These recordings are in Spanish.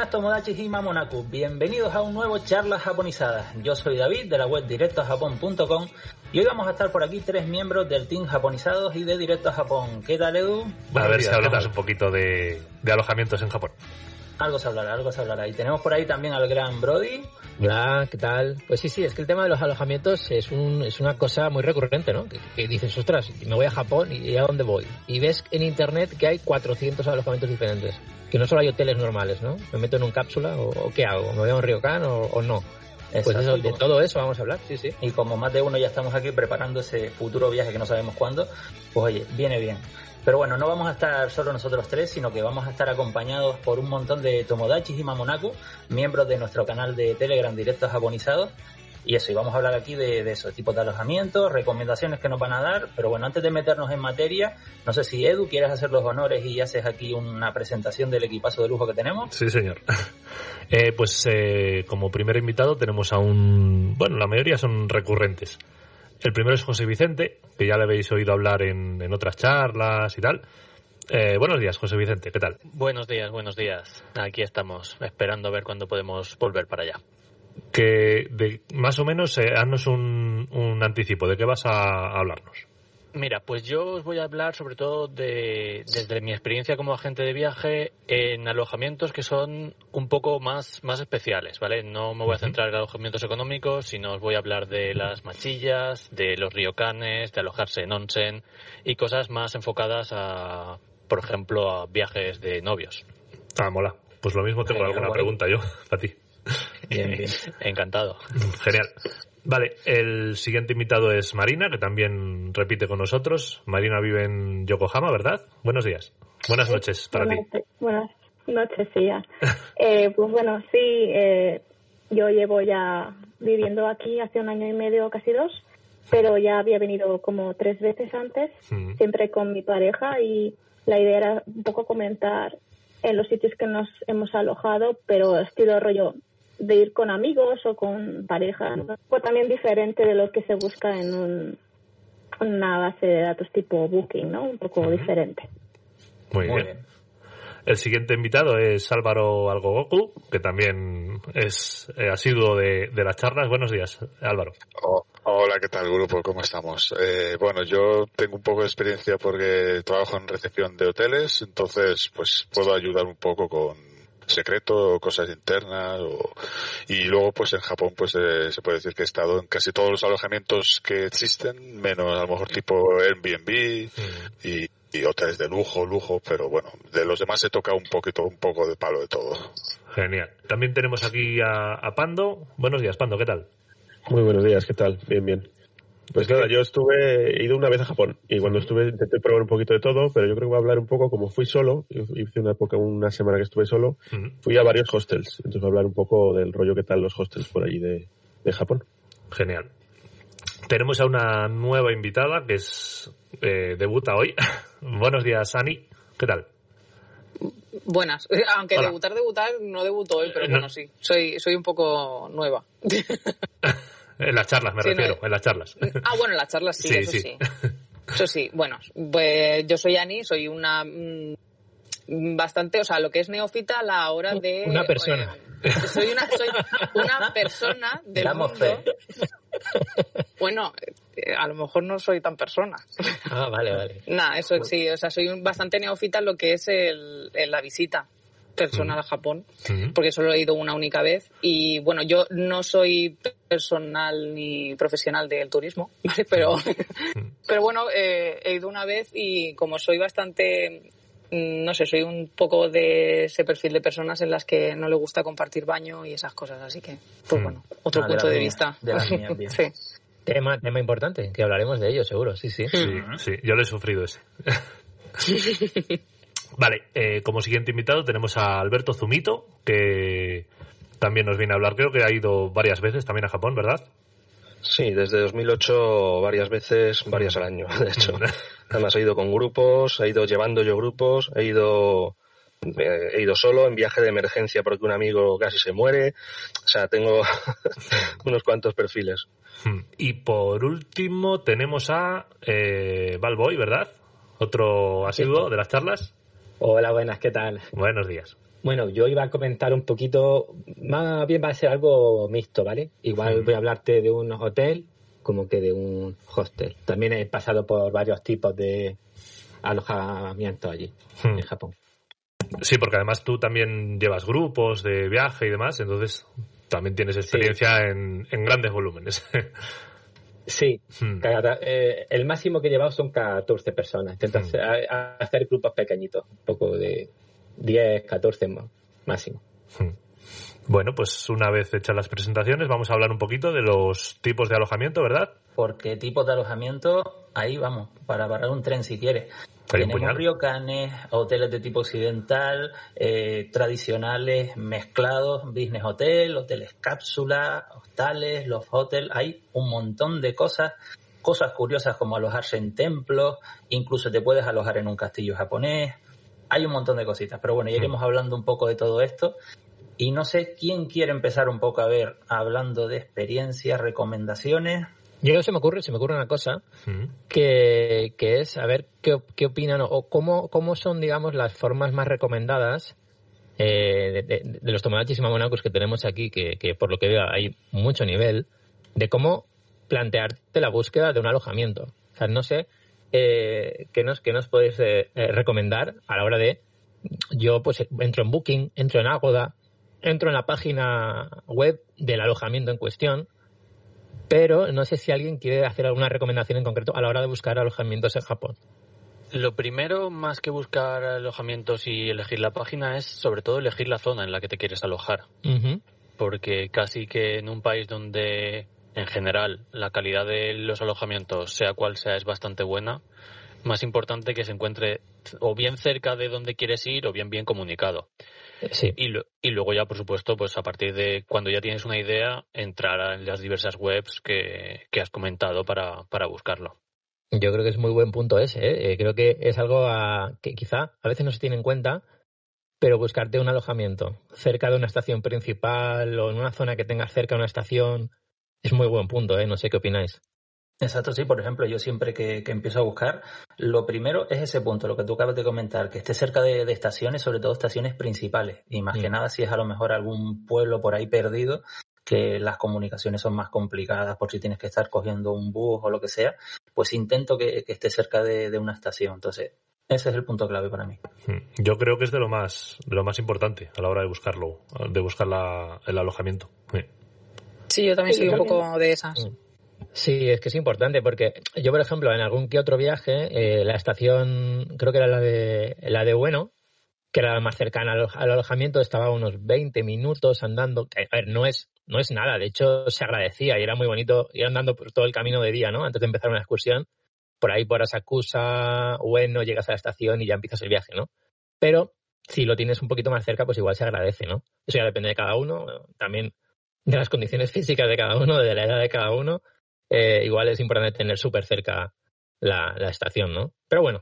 buenas Tomodachis y Mamonaku, bienvenidos a un nuevo Charlas Japonizadas. Yo soy David de la web directoajapon.com y hoy vamos a estar por aquí 3 miembros del Team Japonizados y de Directo a Japón. ¿Qué tal, Edu? A ver si hablamos un poquito de alojamientos en Japón. Algo se hablará. Y tenemos por ahí también al gran Brody. Hola, ¿qué tal? Pues sí, es que el tema de los alojamientos es una cosa muy recurrente, ¿no? Que dices, ostras, me voy a Japón y ¿a dónde voy? Y ves en internet que hay 400 alojamientos diferentes. Que no solo hay hoteles normales, ¿no? ¿Me meto en un cápsula o qué hago? ¿Me voy a un ryokan o no? Exacto. Pues eso, de todo eso vamos a hablar, sí. Y como más de uno ya estamos aquí preparando ese futuro viaje que no sabemos cuándo, pues oye, viene bien. Pero bueno, no vamos a estar solo nosotros 3, sino que vamos a estar acompañados por un montón de Tomodachis y Mamonaku, miembros de nuestro canal de Telegram Directos Japonizados. Y eso, y vamos a hablar aquí de esos tipos de alojamientos, recomendaciones que nos van a dar. Pero bueno, antes de meternos en materia, no sé si Edu, ¿quieres hacer los honores y haces aquí una presentación del equipazo de lujo que tenemos? Sí, señor. Como primer invitado tenemos a la mayoría son recurrentes. El primero es José Vicente, que ya le habéis oído hablar en otras charlas y tal. Buenos días, José Vicente, ¿qué tal? Buenos días. Aquí estamos, esperando a ver cuándo podemos volver para allá. Más o menos, haznos un anticipo, ¿de qué vas a hablarnos? Mira, pues yo os voy a hablar sobre todo desde mi experiencia como agente de viaje en alojamientos que son un poco más especiales, ¿vale? No me voy a centrar en alojamientos económicos, sino os voy a hablar de las machillas, de los ryokanes, de alojarse en onsen y cosas más enfocadas a, por ejemplo, a viajes de novios. Ah, mola. Pues lo mismo tengo alguna pregunta yo para ti. Bien. Encantado. Genial. Vale, el siguiente invitado es Marina, que también repite con nosotros. Marina vive en Yokohama, ¿verdad? Buenos días. Buenas noches para ti. Buenas noches, sí, ya. Pues bueno, sí, yo llevo ya viviendo aquí hace 1 año y medio, casi 2, pero ya había venido como 3 veces antes, siempre con mi pareja, y la idea era un poco comentar en los sitios que nos hemos alojado, pero estilo rollo de ir con amigos o con pareja, ¿no? Pues también diferente de lo que se busca en una base de datos tipo Booking, ¿no? Un poco diferente. Muy bien. El siguiente invitado es Álvaro Algogoku, que también es asiduo de las charlas. Buenos días, Álvaro. Hola, ¿qué tal, grupo? ¿Cómo estamos? Bueno, yo tengo un poco de experiencia porque trabajo en recepción de hoteles, entonces pues puedo ayudar un poco con secreto, cosas internas, y luego pues en Japón pues se puede decir que he estado en casi todos los alojamientos que existen, menos a lo mejor tipo Airbnb y hoteles de lujo, pero bueno, de los demás he tocado un poco de palo de todo. Genial. También tenemos aquí a Pando. Buenos días, Pando, ¿qué tal? Muy buenos días, ¿qué tal? Bien. Pues nada, yo he ido una vez a Japón y cuando estuve intenté probar un poquito de todo, pero yo creo que voy a hablar un poco, como fui solo, hice una semana que estuve solo, fui a varios hostels, entonces voy a hablar un poco del rollo que tal los hostels por allí de Japón. Genial. Tenemos a una nueva invitada que debuta hoy. Buenos días, Ani, ¿qué tal? Buenas, aunque Hola. debutar no debuto hoy, pero bueno, sí, soy un poco nueva. En las charlas me refiero, en las charlas. Bueno, en las charlas sí, eso sí. Eso sí, bueno, pues yo soy Ani, soy una bastante, o sea, lo que es neófita a la hora de... Una persona. Soy una persona del mundo. Bueno, a lo mejor no soy tan persona. Ah, vale. Nada, eso sí, o sea, soy bastante neófita en lo que es la visita personal a Japón, porque solo he ido una única vez y bueno, yo no soy personal ni profesional del turismo, ¿vale? Pero bueno, he ido una vez y como soy bastante, no sé, soy un poco de ese perfil de personas en las que no le gusta compartir baño y esas cosas, así que, pues bueno, otro punto de vista. De las mías, bien. Sí. Tema importante, que hablaremos de ello, seguro, sí. Sí, yo lo he sufrido ese. Vale, como siguiente invitado tenemos a Alberto Zumito, que también nos viene a hablar. Creo que ha ido varias veces también a Japón, ¿verdad? Sí, desde 2008 varias veces, varias al año, de hecho. Además he ido con grupos, he ido llevando yo grupos, he ido solo en viaje de emergencia porque un amigo casi se muere. O sea, tengo unos cuantos perfiles. Y por último tenemos a Valboy, ¿verdad? Otro asiduo de las charlas. Hola, buenas, ¿qué tal? Buenos días. Bueno, yo iba a comentar un poquito, más bien va a ser algo mixto, ¿vale? Igual voy a hablarte de un hotel como que de un hostel. También he pasado por varios tipos de alojamiento allí, en Japón. Sí, porque además tú también llevas grupos de viaje y demás, entonces también tienes experiencia en grandes volúmenes. Sí, el máximo que he llevado son 14 personas. Intento hacer grupos pequeñitos, un poco de 10, 14 máximo. Bueno, pues una vez hechas las presentaciones, vamos a hablar un poquito de los tipos de alojamiento, ¿verdad? Porque tipos de alojamiento, ahí vamos, para parar un tren si quieres. Tenemos ryokanes, hoteles de tipo occidental, tradicionales, mezclados, business hotel, hoteles cápsula, hostales, love hotel. Hay un montón de cosas curiosas como alojarse en templos, incluso te puedes alojar en un castillo japonés. Hay un montón de cositas, pero bueno, ya iremos hablando un poco de todo esto. Y no sé quién quiere empezar un poco hablando de experiencias, recomendaciones. Yo se me ocurre una cosa que es a ver qué opinan o cómo son, digamos, las formas más recomendadas de los tomodachis y mamonakos que tenemos aquí, que por lo que veo hay mucho nivel, de cómo plantearte la búsqueda de un alojamiento. O sea, no sé qué nos podéis recomendar a la hora de... Yo pues entro en Booking, entro en Agoda, entro en la página web del alojamiento en cuestión, pero no sé si alguien quiere hacer alguna recomendación en concreto a la hora de buscar alojamientos en Japón. Lo primero, más que buscar alojamientos y elegir la página, es sobre todo elegir la zona en la que te quieres alojar. Porque casi que en un país donde, en general, la calidad de los alojamientos, sea cual sea, es bastante buena, más importante que se encuentre o bien cerca de donde quieres ir o bien comunicado. Sí. Y luego ya, por supuesto, pues a partir de cuando ya tienes una idea, entrar en las diversas webs que has comentado para buscarlo. Yo creo que es muy buen punto ese. Creo que es algo que quizá a veces no se tiene en cuenta, pero buscarte un alojamiento cerca de una estación principal o en una zona que tengas cerca de una estación es muy buen punto. No sé qué opináis. Exacto, sí. Por ejemplo, yo siempre que empiezo a buscar, lo primero es ese punto, lo que tú acabas de comentar, que esté cerca de estaciones, sobre todo estaciones principales. Y más que nada si es a lo mejor algún pueblo por ahí perdido, que las comunicaciones son más complicadas por si tienes que estar cogiendo un bus o lo que sea, pues intento que esté cerca de una estación. Entonces, ese es el punto clave para mí. Yo creo que es de lo más importante a la hora de buscarlo, de buscar el alojamiento. Sí, yo también soy un poco de esas. Sí, es que es importante porque yo, por ejemplo, en algún que otro viaje, la estación, creo que era la de Ueno, que era la más cercana al alojamiento, estaba a unos 20 minutos andando. A ver, no es nada, de hecho se agradecía y era muy bonito ir andando por todo el camino de día, ¿no? Antes de empezar una excursión, por ahí por Asakusa, Ueno, llegas a la estación y ya empiezas el viaje, ¿no? Pero si lo tienes un poquito más cerca, pues igual se agradece, ¿no? Eso ya depende de cada uno, también de las condiciones físicas de cada uno, de la edad de cada uno. Igual es importante tener súper cerca la estación, ¿no? Pero bueno,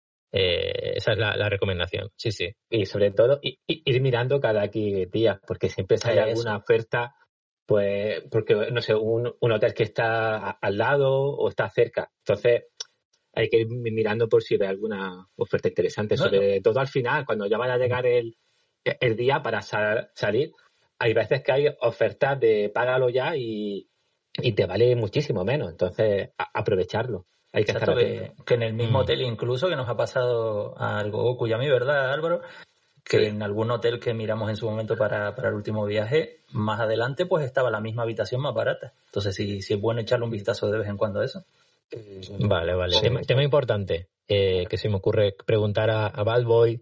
esa es la recomendación, sí. Y sobre todo ir mirando cada X días, porque siempre sale alguna oferta, pues porque, no sé, un hotel que está al lado o está cerca. Entonces hay que ir mirando por si ve alguna oferta interesante. Sobre todo al final, cuando ya vaya a llegar el día para salir, hay veces que hay ofertas de págalo ya y te vale muchísimo menos. Entonces, aprovecharlo. Hay que Exacto, estar que en el mismo hotel incluso que nos ha pasado al Gogoku y a mí, ¿verdad, Álvaro? Que en algún hotel que miramos en su momento para el último viaje, más adelante pues estaba la misma habitación más barata. Entonces si es bueno echarle un vistazo de vez en cuando a eso. Vale. Tema importante que se me ocurre preguntar a Baldboy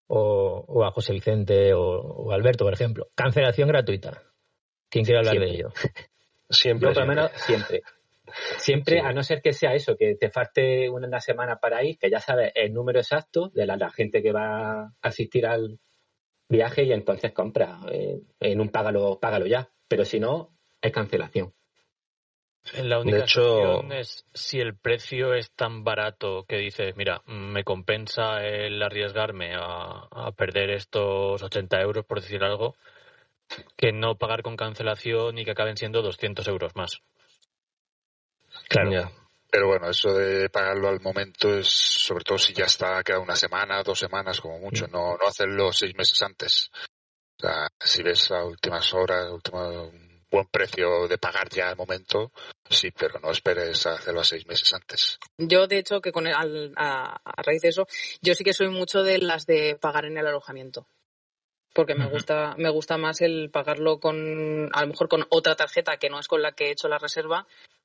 o a José Vicente o Alberto, por ejemplo. Cancelación gratuita. ¿Quién quiere hablar de ello? Siempre. Yo por lo menos siempre, a no ser que sea eso, que te falte una semana para ir, que ya sabes el número exacto de la gente que va a asistir al viaje y entonces compra en un págalo ya. Pero si no, es cancelación. La única excepción es si el precio es tan barato que dices, mira, me compensa el arriesgarme a perder estos 80 euros, por decir algo, que no pagar con cancelación y que acaben siendo 200 euros más. Claro. Pero bueno, eso de pagarlo al momento es, sobre todo si ya está, queda una semana, 2 semanas como mucho, no hacerlo 6 meses antes. O sea, si ves a últimas horas, un buen precio de pagar ya al momento, sí, pero no esperes a hacerlo a 6 meses antes. Yo, de hecho, que a raíz de eso, yo sí que soy mucho de las de pagar en el alojamiento. Porque me gusta más el pagarlo a lo mejor con otra tarjeta que no es con la que he hecho la reserva,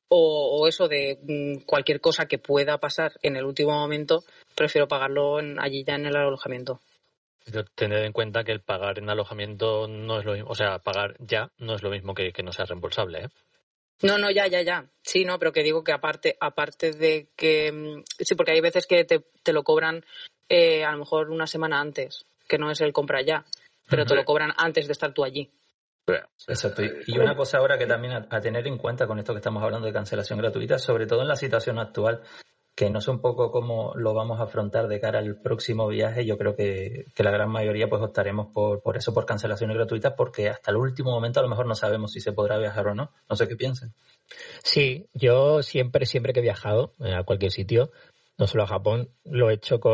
o eso de cualquier cosa que pueda pasar en el último momento, prefiero pagarlo allí ya en el alojamiento. Pero tener en cuenta que el pagar en alojamiento no es lo mismo, o sea, pagar ya no es lo mismo que no sea reembolsable, ¿eh? No, ya. Sí, no, pero que digo que aparte de que... Sí, porque hay veces que te lo cobran a lo mejor una semana antes, que no es el compra ya, pero te lo cobran antes de estar tú allí. Exacto. Y una cosa ahora que también a tener en cuenta con esto que estamos hablando de cancelación gratuita, sobre todo en la situación actual, que no sé un poco cómo lo vamos a afrontar de cara al próximo viaje. Yo creo que la gran mayoría pues optaremos por eso, por cancelaciones gratuitas, porque hasta el último momento a lo mejor no sabemos si se podrá viajar o no. No sé qué piensen. Sí, yo siempre que he viajado a cualquier sitio, no solo a Japón, lo he hecho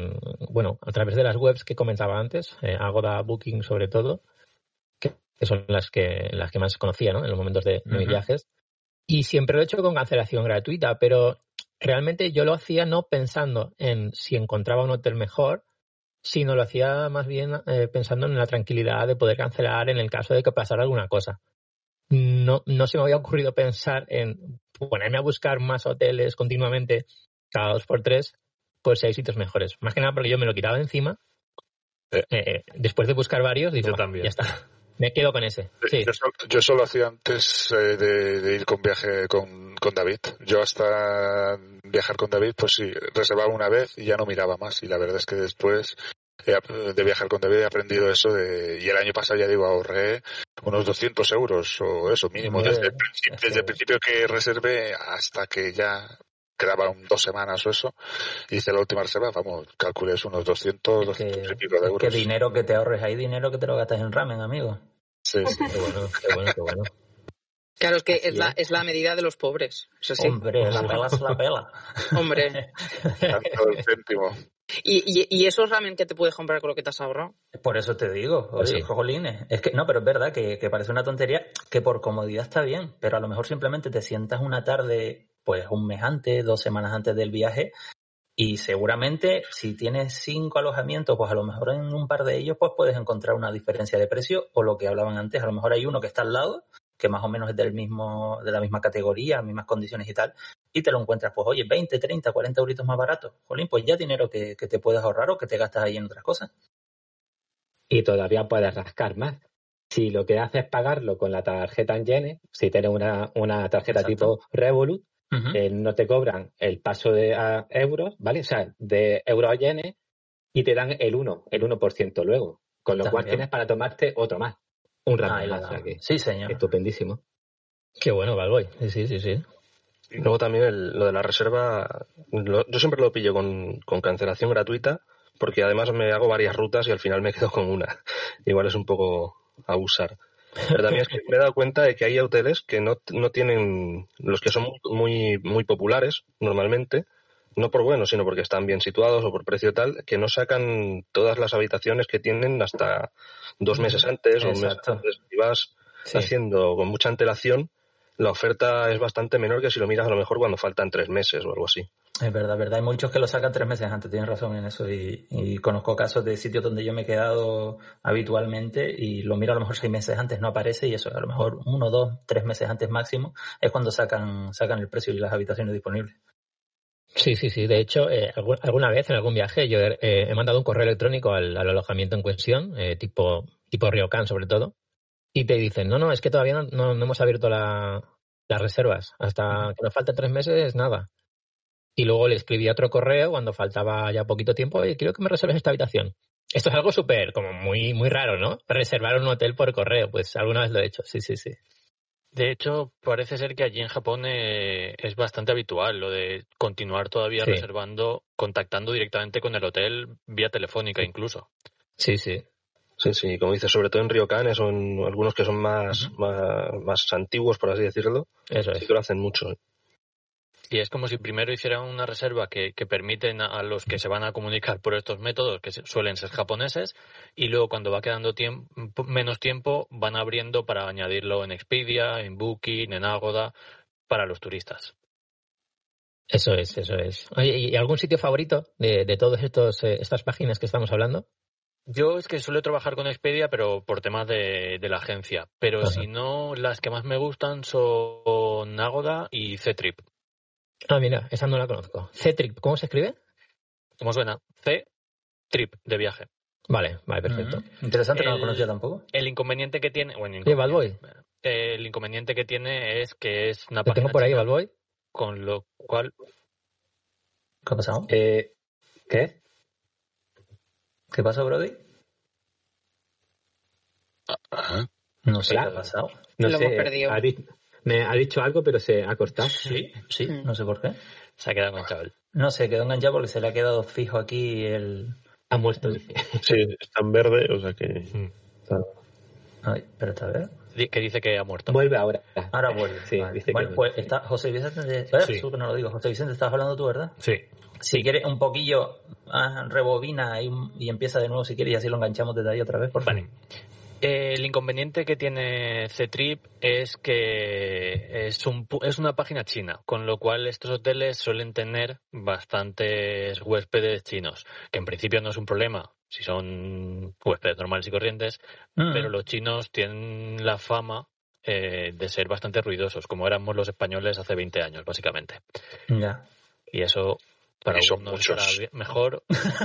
a través de las webs que comentaba antes, Agoda, Booking sobre todo, que son las que más conocía, ¿no?, en los momentos de mis viajes. Y siempre lo he hecho con cancelación gratuita, pero realmente yo lo hacía no pensando en si encontraba un hotel mejor, sino lo hacía más bien pensando en la tranquilidad de poder cancelar en el caso de que pasara alguna cosa. No se me había ocurrido pensar en ponerme a buscar más hoteles continuamente cada 2x3, pues si hay sitios mejores. Más que nada porque yo me lo quitaba de encima. Después de buscar varios, digo, también. Ya está. Me quedo con ese. Sí. Yo solo hacía antes de ir con viaje con David. Yo hasta viajar con David, pues sí, reservaba una vez y ya no miraba más. Y la verdad es que después de viajar con David he aprendido eso y el año pasado ya digo, ahorré unos 200 euros o eso mínimo. Desde el principio que reservé hasta que ya quedaban 2 semanas o eso, hice la última reserva, vamos, calculé unos 200 y pico de euros. Qué dinero que te ahorres ahí, dinero que te lo gastas en ramen, amigo. Sí. Qué bueno. Claro, es que es la medida de los pobres. Eso sí. Hombre, la pela es la pela. Hombre. Tanto el céntimo. ¿Y esos ramen que te puedes comprar con lo que te has ahorrado? Por eso te digo, oye, jolines. Es que no, pero es verdad que parece una tontería, que por comodidad está bien, pero a lo mejor simplemente te sientas una tarde, pues un mes antes, 2 semanas antes del viaje, y seguramente si tienes 5 alojamientos, pues a lo mejor en un par de ellos pues puedes encontrar una diferencia de precio, o lo que hablaban antes, a lo mejor hay uno que está al lado, que más o menos es de la misma categoría, mismas condiciones y tal, y te lo encuentras, pues oye, 20, 30, 40 euritos más barato. Jolín, pues ya dinero que te puedes ahorrar o que te gastas ahí en otras cosas. Y todavía puedes rascar más. Si lo que haces es pagarlo con la tarjeta en yenes, si tienes una tarjeta tipo Revolut, no te cobran el paso a euros, ¿vale? O sea, de euros a yenes, y te dan el 1% luego. Con lo cual tienes para tomarte otro más. Un rato más. O sea que, sí, señor. Estupendísimo. Qué bueno, Valboy. Sí. Y luego también lo de la reserva, yo siempre lo pillo con cancelación gratuita, porque además me hago varias rutas y al final me quedo con una. Igual es un poco abusar. Pero también es que me he dado cuenta de que hay hoteles que no tienen, los que son muy, muy populares normalmente, no por bueno, sino porque están bien situados o por precio tal, que no sacan todas las habitaciones que tienen hasta 2 meses antes o un mes antes. Y vas haciendo con mucha antelación, la oferta es bastante menor que si lo miras a lo mejor cuando faltan 3 meses o algo así. Es verdad. Hay muchos que lo sacan 3 meses antes, tienes razón en eso. Y conozco casos de sitios donde yo me he quedado habitualmente y lo miro a lo mejor 6 meses antes, no aparece, y eso, a lo mejor 1, 2, 3 meses antes máximo es cuando sacan el precio y las habitaciones disponibles. Sí. De hecho, alguna vez en algún viaje yo he mandado un correo electrónico al alojamiento en cuestión, tipo Ryokan sobre todo, y te dicen, no, es que todavía no hemos abierto las reservas. Hasta que nos faltan 3 meses, nada. Y luego le escribí otro correo cuando faltaba ya poquito tiempo, y quiero que me reserves esta habitación. Esto es algo súper, como muy, muy raro, ¿no? Reservar un hotel por correo, pues alguna vez lo he hecho, sí. De hecho, parece ser que allí en Japón es bastante habitual lo de continuar todavía reservando, contactando directamente con el hotel vía telefónica incluso. Sí. Sí, como dices, sobre todo en Ryokan, son algunos que son más antiguos, por así decirlo. Eso es. Sí que lo hacen mucho. Y es como si primero hicieran una reserva que permiten a los que se van a comunicar por estos métodos, que suelen ser japoneses, y luego cuando va quedando menos tiempo van abriendo para añadirlo en Expedia, en Booking, en Agoda, para los turistas. Eso es. Oye, ¿y algún sitio favorito de todas estas páginas que estamos hablando? Yo es que suelo trabajar con Expedia, pero por temas de la agencia. Pero Ajá. si no, las que más me gustan son Agoda y Ctrip. Ah, mira, esa no la conozco. Ctrip, ¿cómo se escribe? ¿Cómo suena? Ctrip, de viaje. Vale, perfecto. Interesante, no lo conocía tampoco. El inconveniente que tiene... Bueno, Balboy. El inconveniente que tiene es que es una ¿Lo página tengo por ahí, china, Balboy? con lo cual... ¿Qué ha pasado? ¿Qué? ¿Qué pasó, Brody? Ajá. No sé Hola. qué ha pasado. No Lo sé, hemos perdido. me ha dicho algo, pero se ha cortado. Sí, no sé por qué. Se ha quedado enganchado él. No sé, quedó enganchado porque se le ha quedado fijo aquí el... Ha muerto. Sí, está en verde, o sea que... Ay, espérate a ver. Que dice que ha muerto. Vuelve ahora. Ahora vuelve. Sí, Vale. dice Bueno, que pues está José Vicente... Sí. Eso que no lo digo. José Vicente, estabas hablando tú, ¿verdad? Sí. Si quieres un poquillo, rebobina y empieza de nuevo si quieres y así lo enganchamos desde ahí otra vez, por favor. Vale. El inconveniente que tiene Ctrip es que es una página china, con lo cual estos hoteles suelen tener bastantes huéspedes chinos, que en principio no es un problema si son huéspedes normales y corrientes, pero los chinos tienen la fama de ser bastante ruidosos, como éramos los españoles hace 20 años, básicamente. Ya. Y eso... Para son unos muchos. estará mejor.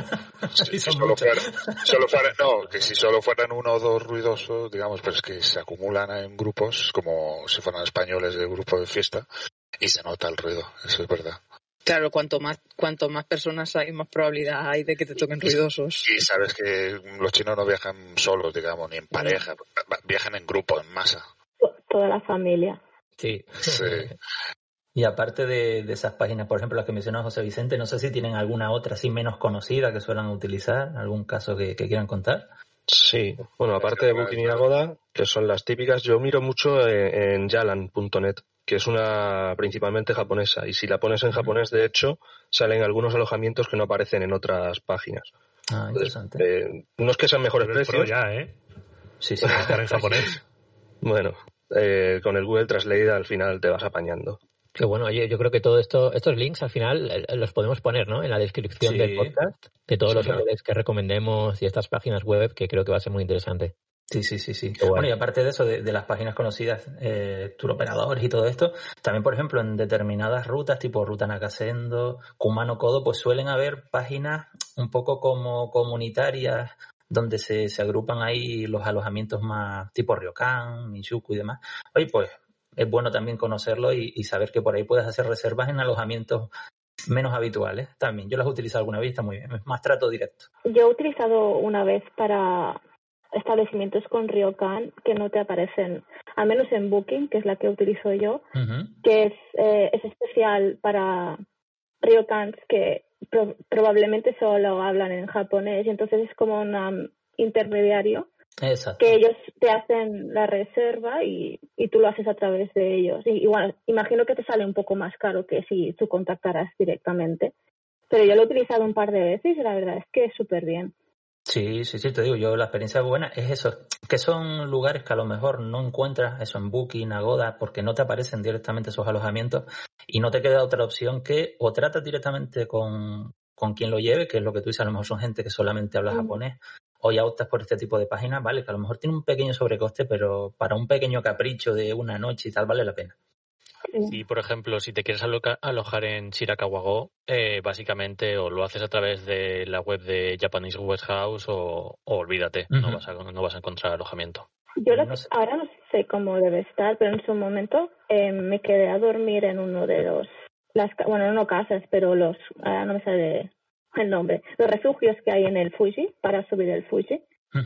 Si solo fueran, no, que si solo fueran uno o dos ruidosos, digamos, pero es que se acumulan en grupos como si fueran españoles de grupo de fiesta y se nota el ruido, eso es verdad. Claro, cuanto más personas hay, más probabilidad hay de que te toquen ruidosos. Y sabes que los chinos no viajan solos, digamos, ni en pareja, viajan en grupo, en masa. Toda la familia. Sí. Sí. Y aparte de esas páginas, por ejemplo, las que mencionó José Vicente, no sé si tienen alguna otra así menos conocida que suelan utilizar, algún caso que quieran contar. Sí, bueno, aparte de Booking y Agoda, que son las típicas, yo miro mucho en Yalan.net, que es una principalmente japonesa, y si la pones en japonés, de hecho, salen algunos alojamientos que no aparecen en otras páginas. Ah, interesante. Entonces, no es que sean mejores Pero es precios. pro ya, ¿eh? Sí, sí. Estar en japonés. Bueno, con el Google Translate al final te vas apañando. Que bueno, oye, yo creo que todo estos links al final los podemos poner, ¿no? En la descripción Sí. del podcast, de todos Sí, los claro. hoteles que recomendemos y estas páginas web, que creo que va a ser muy interesante. Sí. Qué guay. Bueno, y aparte de eso, de las páginas conocidas, tour operadores y todo esto, también, por ejemplo, en determinadas rutas, tipo Ruta Nakasendo, Kumano Kodo, pues suelen haber páginas un poco como comunitarias, donde se agrupan ahí los alojamientos más tipo Ryokan, Minshuku y demás. Oye, pues es bueno también conocerlo y saber que por ahí puedes hacer reservas en alojamientos menos habituales. También, yo las he utilizado alguna vez y está muy bien, es más trato directo. Yo he utilizado una vez para establecimientos con Ryokan que no te aparecen, al menos en Booking, que es la que utilizo yo, que es especial para Ryokans que probablemente solo hablan en japonés y entonces es como un intermediario. Exacto. Que ellos te hacen la reserva y tú lo haces a través de ellos. Y bueno, imagino que te sale un poco más caro que si tú contactaras directamente. Pero yo lo he utilizado un par de veces y la verdad es que es súper bien. Sí, te digo, yo la experiencia buena es eso, que son lugares que a lo mejor no encuentras eso en Booking, Agoda, porque no te aparecen directamente esos alojamientos y no te queda otra opción que o tratas directamente con quien lo lleve, que es lo que tú dices, a lo mejor son gente que solamente habla japonés, o ya optas por este tipo de páginas, vale, que a lo mejor tiene un pequeño sobrecoste, pero para un pequeño capricho de una noche y tal, vale la pena. Y, por ejemplo, si te quieres alojar en Shirakawa-go, básicamente o lo haces a través de la web de Japanese Guest House o olvídate, no vas a encontrar alojamiento. Yo ahora no sé cómo debe estar, pero en su momento me quedé a dormir en uno de no casas, pero no me sale el nombre, los refugios que hay en el Fuji, para subir el Fuji.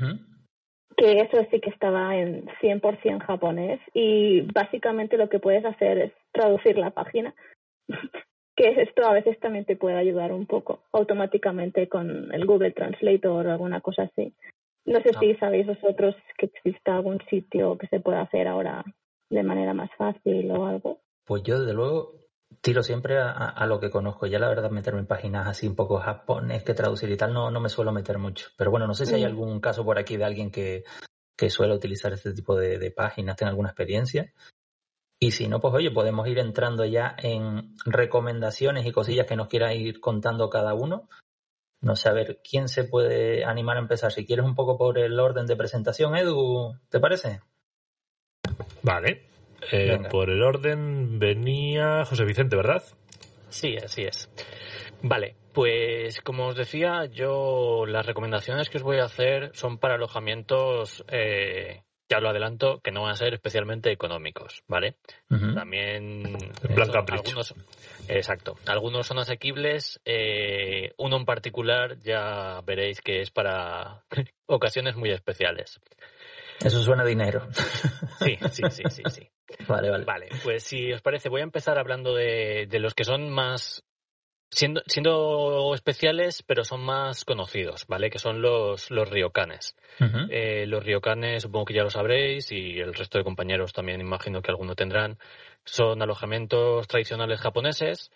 Que eso sí que estaba en 100% japonés y básicamente lo que puedes hacer es traducir la página, que esto a veces también te puede ayudar un poco automáticamente con el Google Translator o alguna cosa así. No sé si sabéis vosotros que exista algún sitio que se pueda hacer ahora de manera más fácil o algo. Pues yo, desde luego, tiro siempre a lo que conozco. Ya la verdad, meterme en páginas así un poco japonés que traducir y tal, no me suelo meter mucho. Pero bueno, no sé si hay algún caso por aquí de alguien que suele utilizar este tipo de páginas, tenga alguna experiencia. Y si no, pues oye, podemos ir entrando ya en recomendaciones y cosillas que nos quiera ir contando cada uno. No sé, a ver, ¿quién se puede animar a empezar? Si quieres un poco por el orden de presentación, Edu, ¿te parece? Vale. Por el orden venía José Vicente, ¿verdad? Sí, así es. Vale, pues como os decía, yo las recomendaciones que os voy a hacer son para alojamientos, ya lo adelanto, que no van a ser especialmente económicos, ¿vale? También... En plan capricho. Algunos son asequibles, uno en particular ya veréis que es para ocasiones muy especiales. Eso suena a dinero. Sí. Vale. Vale, pues si os parece, voy a empezar hablando de los que son más... Siendo especiales, pero son más conocidos, ¿vale? Que son los ryokanes. Los ryokanes, supongo que ya lo sabréis, y el resto de compañeros también imagino que alguno tendrán. Son alojamientos tradicionales japoneses,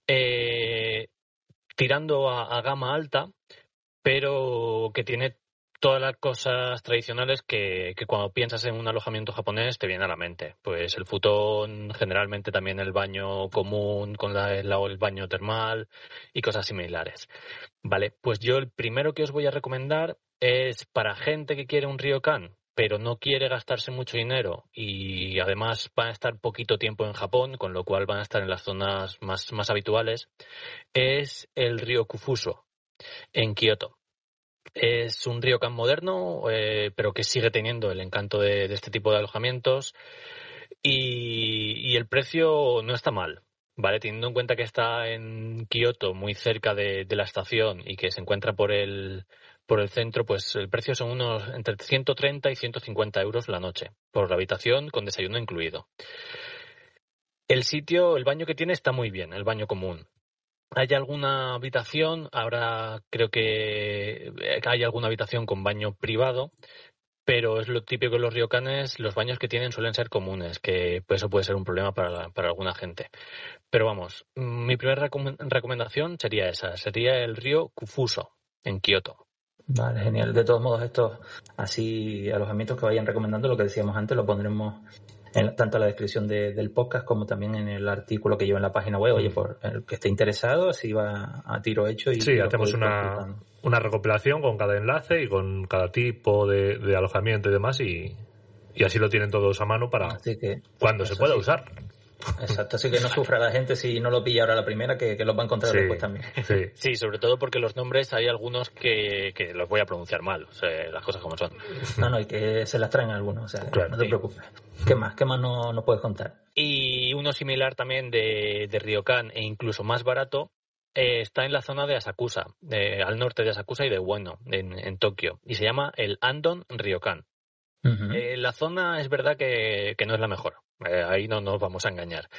tirando a gama alta, pero que tiene todas las cosas tradicionales que cuando piensas en un alojamiento japonés te viene a la mente. Pues el futón, generalmente también el baño común con el baño termal y cosas similares. Vale, pues yo el primero que os voy a recomendar es para gente que quiere un ryokan, pero no quiere gastarse mucho dinero y además van a estar poquito tiempo en Japón, con lo cual van a estar en las zonas más habituales, es el Ryokufuso, en Kioto. Es un ryokan moderno, pero que sigue teniendo el encanto de este tipo de alojamientos y el precio no está mal, ¿vale? Teniendo en cuenta que está en Kioto, muy cerca de la estación y que se encuentra por el centro, pues el precio son unos entre 130 y 150 euros la noche por la habitación con desayuno incluido. El baño que tiene está muy bien, el baño común. Hay alguna habitación, ahora creo que hay alguna habitación con baño privado, pero es lo típico de los ryokanes, los baños que tienen suelen ser comunes, que pues eso puede ser un problema para alguna gente. Pero vamos, mi primera recomendación sería esa, sería el Ryokufuso, en Kioto. Vale, genial. De todos modos, estos así alojamientos que vayan recomendando, lo que decíamos antes, lo pondremos tanto en la descripción del podcast como también en el artículo que lleva en la página web. Oye, por el que esté interesado, así va a tiro hecho. Y sí, hacemos una recopilación con cada enlace y con cada tipo de alojamiento y demás y así lo tienen todos a mano para cuando se pueda usar. Exacto, así que no sufra la gente si no lo pilla ahora la primera, que los va a encontrar después también. Sí, sobre todo porque los nombres hay algunos que los voy a pronunciar mal, o sea, las cosas como son. No, y que se las traen algunos, o sea, claro, no te preocupes. ¿Qué más no puedes contar? Y uno similar también de ryokan e incluso más barato está en la zona de Asakusa, al norte de Asakusa y de Ueno, en Tokio, y se llama el Andon Ryokan. La zona es verdad que no es la mejor, ahí no nos vamos a engañar.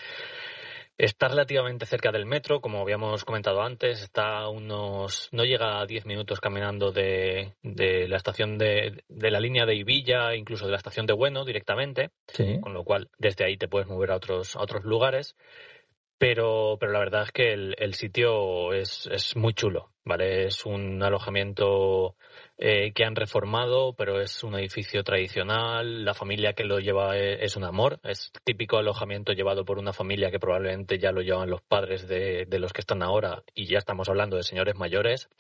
Está relativamente cerca del metro, como habíamos comentado antes, no llega a 10 minutos caminando de la estación de la línea de Ibiya, incluso de la estación de Ueno directamente, con lo cual desde ahí te puedes mover a otros lugares. Pero la verdad es que el sitio es muy chulo, ¿vale? Es un alojamiento que han reformado, pero es un edificio tradicional. La familia que lo lleva es un amor. Es típico alojamiento llevado por una familia que probablemente ya lo llevan los padres de los que están ahora, y ya estamos hablando de señores mayores.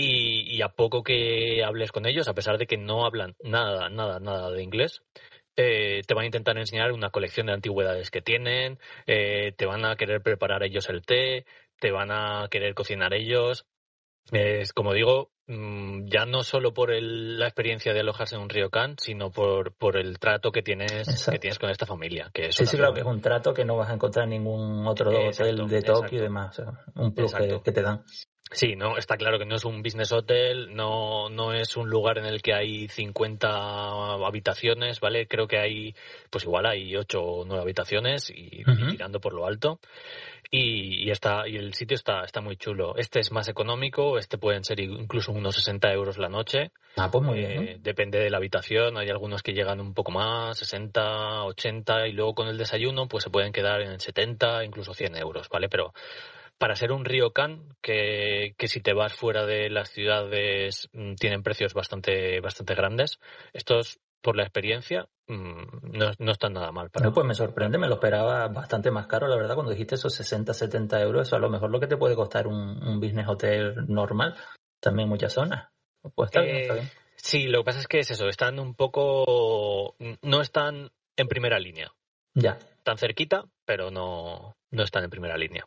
Y a poco que hables con ellos, a pesar de que no hablan nada de inglés, te van a intentar enseñar una colección de antigüedades que tienen, te van a querer preparar ellos el té, te van a querer cocinar ellos. Es, como digo, ya no solo por la experiencia de alojarse en un ryokan, sino por el trato que tienes con esta familia. Que sí, claro, que es un trato que no vas a encontrar en ningún otro hotel de Tokio y demás. O sea, un plus que te dan. Sí, no, está claro que no es un business hotel, no es un lugar en el que hay 50 habitaciones, ¿vale? Creo que hay, pues igual hay 8 o 9 habitaciones y tirando por lo alto. Y el sitio está muy chulo. Este es más económico, pueden ser incluso unos 60 euros la noche. Pues muy bien. Depende de la habitación, hay algunos que llegan un poco más, 60, 80, y luego con el desayuno pues se pueden quedar en 70, incluso 100 euros, ¿vale? Pero para ser un ryokan, que si te vas fuera de las ciudades tienen precios bastante grandes, estos, por la experiencia, no están nada mal. Pues me sorprende, me lo esperaba bastante más caro, la verdad, cuando dijiste esos 60, 70 euros, eso a lo mejor lo que te puede costar un business hotel normal, también en muchas zonas. Pues está bien. Sí, lo que pasa es que es eso, están un poco, no están en primera línea. Ya. Están cerquita, pero no están en primera línea.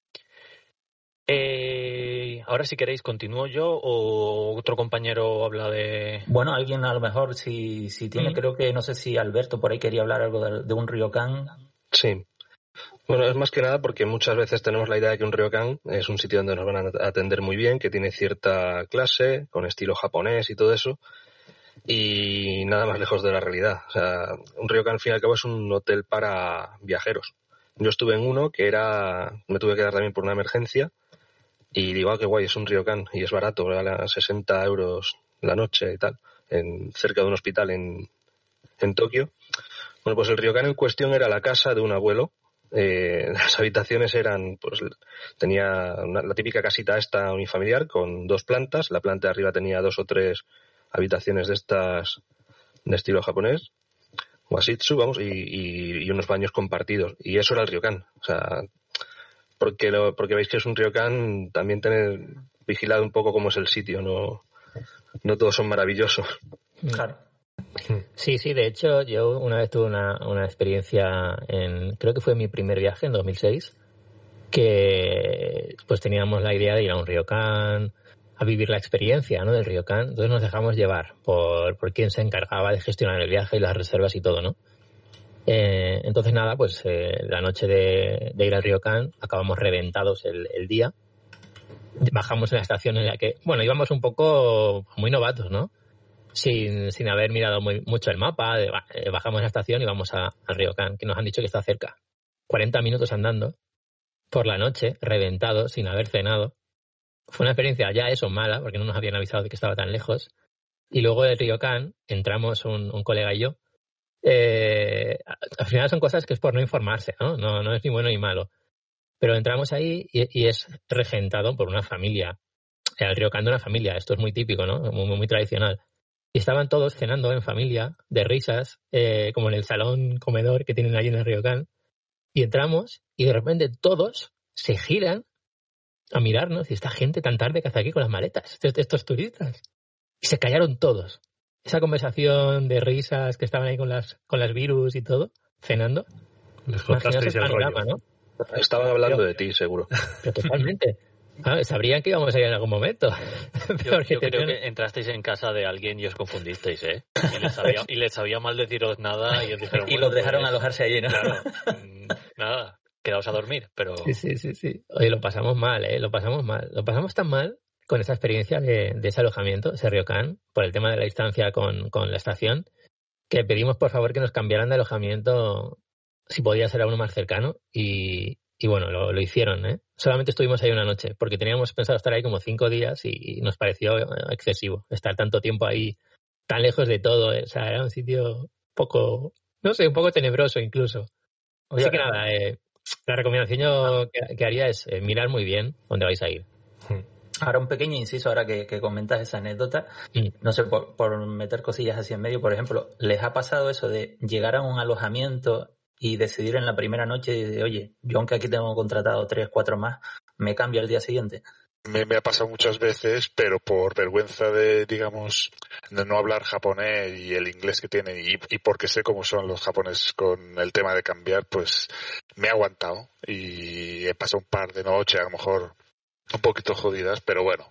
Ahora, si queréis, continúo yo o otro compañero habla de... Bueno, alguien a lo mejor si tiene, creo que no sé si Alberto por ahí quería hablar algo de un ryokan. Sí. Bueno, es más que nada porque muchas veces tenemos la idea de que un ryokan es un sitio donde nos van a atender muy bien, que tiene cierta clase, con estilo japonés y todo eso, y nada más lejos de la realidad. O sea, un ryokan al fin y al cabo es un hotel para viajeros. Yo estuve en uno que me tuve que quedar también por una emergencia, y digo, qué guay, es un ryokan y es barato, vale a 60 euros la noche y tal, cerca de un hospital en Tokio. Bueno, pues el ryokan en cuestión era la casa de un abuelo. Las habitaciones eran, pues tenía la típica casita esta unifamiliar con 2 plantas. La planta de arriba tenía 2 o 3 habitaciones de estas de estilo japonés, wasitsu, vamos, y unos baños compartidos. Y eso era el ryokan. O sea, porque veis que es un ryokan, también tener vigilado un poco cómo es el sitio, no todos son maravillosos. Claro. Sí, de hecho yo una vez tuve una experiencia creo que fue mi primer viaje en 2006, que pues teníamos la idea de ir a un ryokan, a vivir la experiencia, ¿no?, del ryokan. Entonces nos dejamos llevar por quien se encargaba de gestionar el viaje y las reservas y todo, ¿no? Entonces nada, pues la noche de ir al ryokan acabamos reventados el día. Bajamos en la estación en la que, bueno, íbamos un poco muy novatos, ¿no? Sin haber mirado mucho el mapa. Bajamos en la estación y vamos al ryokan, que nos han dicho que está cerca. 40 minutos andando por la noche, reventados, sin haber cenado. Fue una experiencia ya eso mala, porque no nos habían avisado de que estaba tan lejos. Y luego del ryokan entramos un colega y yo. Al final son cosas que es por no informarse, ¿no? No es ni bueno ni malo. Pero entramos ahí y es regentado por una familia. El ryokan de una familia, esto es muy típico, ¿no? Muy tradicional. Y estaban todos cenando en familia, de risas, como en el salón comedor que tienen allí en el ryokan. Y entramos y de repente todos se giran a mirarnos, y esta gente tan tarde que hace aquí con las maletas, estos turistas. Y se callaron todos. Esa conversación de risas que estaban ahí con las virus y todo, cenando. Les contasteis el rollo, ¿no? Estaban hablando de ti, seguro. Pero totalmente. Sabrían que íbamos a ir en algún momento. Yo creo que entrasteis en casa de alguien y os confundisteis, ¿eh? Y les sabía mal deciros nada y os dijeron... Y los dejaron alojarse allí, ¿no? Claro, nada, quedaos a dormir, pero... Sí. Oye, lo pasamos mal, ¿eh? Lo pasamos tan mal con esa experiencia de ese alojamiento, ese ryokan, por el tema de la distancia con la estación, que pedimos por favor que nos cambiaran de alojamiento si podía ser a uno más cercano y bueno, lo hicieron, ¿eh? Solamente estuvimos ahí una noche, porque teníamos pensado estar ahí como 5 días y nos pareció excesivo estar tanto tiempo ahí, tan lejos de todo, ¿eh? O sea, era un sitio un poco tenebroso incluso. Oye, así que nada, la recomendación yo que haría es mirar muy bien dónde vais a ir. Ahora un pequeño inciso, ahora que comentas esa anécdota, no sé, por meter cosillas así en medio, por ejemplo, ¿les ha pasado eso de llegar a un alojamiento y decidir en la primera noche de, oye, yo aunque aquí tengo contratado 3, 4 más, me cambio al día siguiente? Me ha pasado muchas veces, pero por vergüenza de, digamos, de no hablar japonés y el inglés que tienen y porque sé cómo son los japoneses con el tema de cambiar, pues me he aguantado y he pasado un par de noches a lo mejor un poquito jodidas, pero bueno,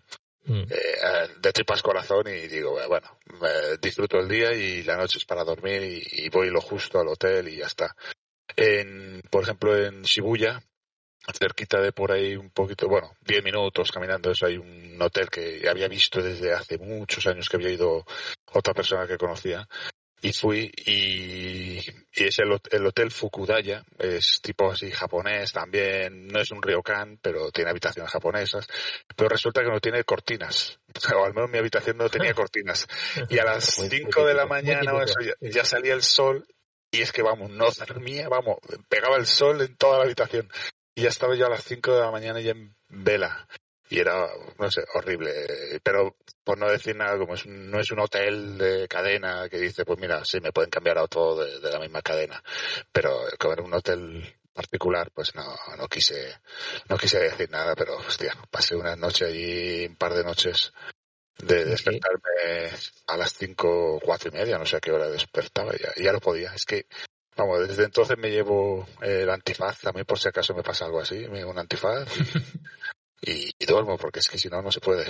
de tripas corazón y digo, bueno, disfruto el día y la noche es para dormir y voy lo justo al hotel y ya está. Por ejemplo, en Shibuya cerquita de por ahí un poquito, 10 minutos caminando, eso hay un hotel que había visto desde hace muchos años, que había ido otra persona que conocía. Y fui y es el hotel Fukudaya, es tipo así japonés también, no es un ryokan, pero tiene habitaciones japonesas, pero resulta que no tiene cortinas, o al menos mi habitación no tenía cortinas. Y a las 5 de la mañana o eso, ya salía el sol y es que no dormía, pegaba el sol en toda la habitación. Y ya estaba yo a las 5 de la mañana ya en vela. Y era, no sé, horrible. Pero por no decir nada, como no es un hotel de cadena que dice, pues mira, sí, me pueden cambiar a otro de la misma cadena. Pero como era un hotel particular, pues no quise decir nada. Pero, hostia, pasé una noche allí, un par de noches, de despertarme a las 5, 4 y media, no sé a qué hora despertaba. Y ya no podía. Es que, desde entonces me llevo el antifaz también, por si acaso me pasa algo así. Me llevo un antifaz y duermo, porque es que si no se puede.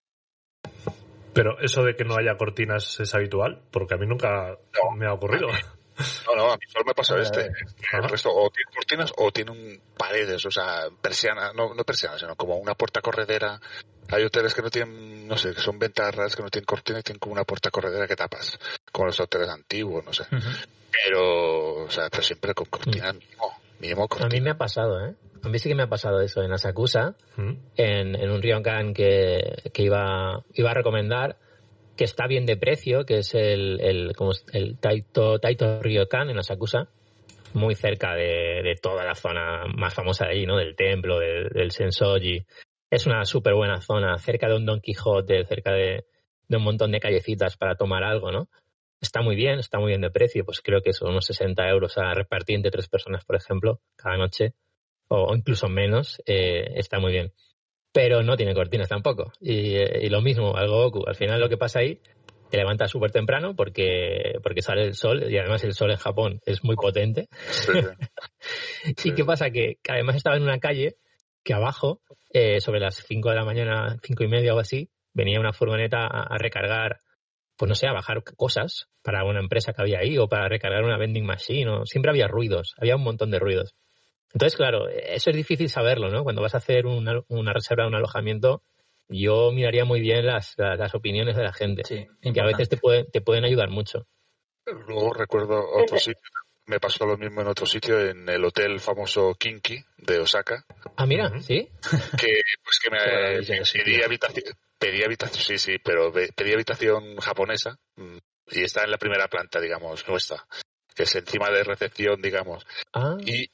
Pero eso de que no haya cortinas es habitual, porque a mí nunca me ha ocurrido. No, a mí solo me pasa El resto o tiene cortinas o tiene paredes, o sea, persianas, no persianas, sino como una puerta corredera. Hay hoteles que no tienen, no sé, que son ventanas raras que no tienen cortina y tienen como una puerta corredera que tapas, como los hoteles antiguos, no sé. Pero siempre con cortina mínimo cortina. A mí me ha pasado, A mí sí que me ha pasado eso en Asakusa, en un ryokan que iba a recomendar, que está bien de precio, que es el Taito Ryokan en Asakusa, muy cerca de toda la zona más famosa de ahí, ¿no? Del templo, del Sensoji. Es una súper buena zona, cerca de un Don Quijote, cerca de un montón de callecitas para tomar algo, ¿no? Está muy bien de precio, pues creo que son unos 60 euros a repartir entre 3 personas, por ejemplo, cada noche, o incluso menos, está muy bien. Pero no tiene cortinas tampoco. Y lo mismo, algo Goku. Al final lo que pasa ahí, te levantas súper temprano porque sale el sol, y además el sol en Japón es muy potente. Sí. ¿Y qué pasa? Que además estaba en una calle que abajo, sobre las 5 de la mañana, 5 y media o así, venía una furgoneta a recargar, pues no sé, a bajar cosas para una empresa que había ahí, o para recargar una vending machine, o siempre había ruidos, había un montón de ruidos. Entonces, claro, eso es difícil saberlo, ¿no? Cuando vas a hacer una reserva de un alojamiento, yo miraría muy bien las opiniones de la gente, que a veces te pueden ayudar mucho. Luego recuerdo otro sitio, me pasó lo mismo en otro sitio, en el hotel famoso Kinki de Osaka. Ah, mira, ¿sí? Que me pedí habitación, sí, pero pedí habitación japonesa y está en la primera planta, digamos, nuestra, que es encima de recepción, digamos. Y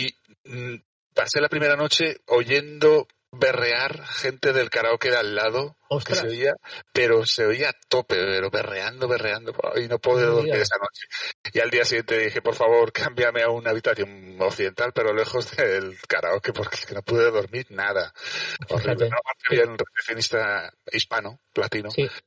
pasé la primera noche oyendo berrear gente del karaoke de al lado. ¡Ostras! Que se oía a tope, pero berreando, y no pude dormir esa noche. Y al día siguiente dije, por favor, cámbiame a una habitación occidental, pero lejos del karaoke, porque es que no pude dormir nada. Horrible. No, aparte había un recepcionista hispano, latino,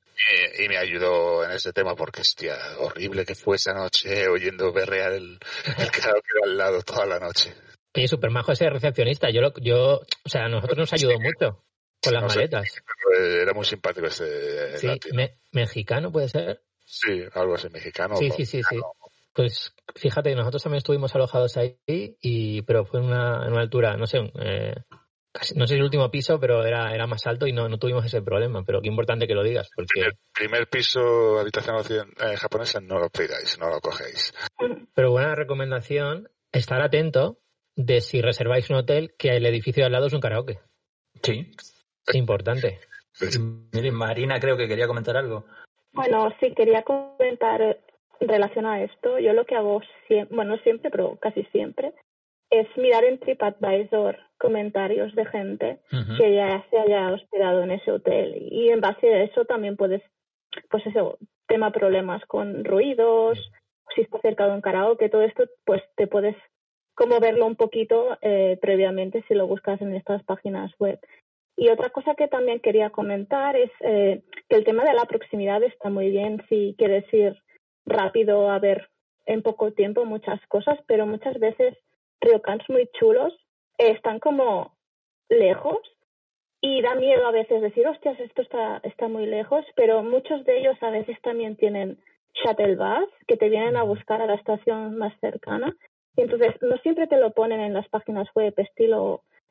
y me ayudó en ese tema, porque, hostia, horrible que fue esa noche oyendo berrear el karaoke de al lado toda la noche. Oye, súper majo ese recepcionista. O sea, a nosotros nos ayudó mucho con las maletas. Era muy simpático ese latino. ¿Mexicano puede ser? Sí, algo así, mexicano. Sí. Pues fíjate, nosotros también estuvimos alojados ahí, pero fue en una altura, no sé, no sé el último piso, pero era más alto y no tuvimos ese problema. Pero qué importante que lo digas, porque... El primer piso, habitación japonesa, no lo pidáis, no lo cogéis. Pero buena recomendación, estar atento de si reserváis un hotel, que el edificio de al lado es un karaoke. Sí. Es importante. Miren, Marina creo que quería comentar algo. Bueno, sí, quería comentar en relación a esto. Yo lo que hago siempre, pero casi siempre, es mirar en TripAdvisor comentarios de gente que ya se haya hospedado en ese hotel. Y en base a eso también puedes, pues eso, tema problemas con ruidos, si está cerca de un karaoke, todo esto, pues te puedes como verlo un poquito previamente si lo buscas en estas páginas web. Y otra cosa que también quería comentar es que el tema de la proximidad está muy bien si quieres ir rápido a ver en poco tiempo muchas cosas, pero muchas veces ryokans muy chulos están como lejos y da miedo a veces decir, hostias, esto está muy lejos, pero muchos de ellos a veces también tienen shuttle bus que te vienen a buscar a la estación más cercana. Y entonces no siempre te lo ponen en las páginas web estilo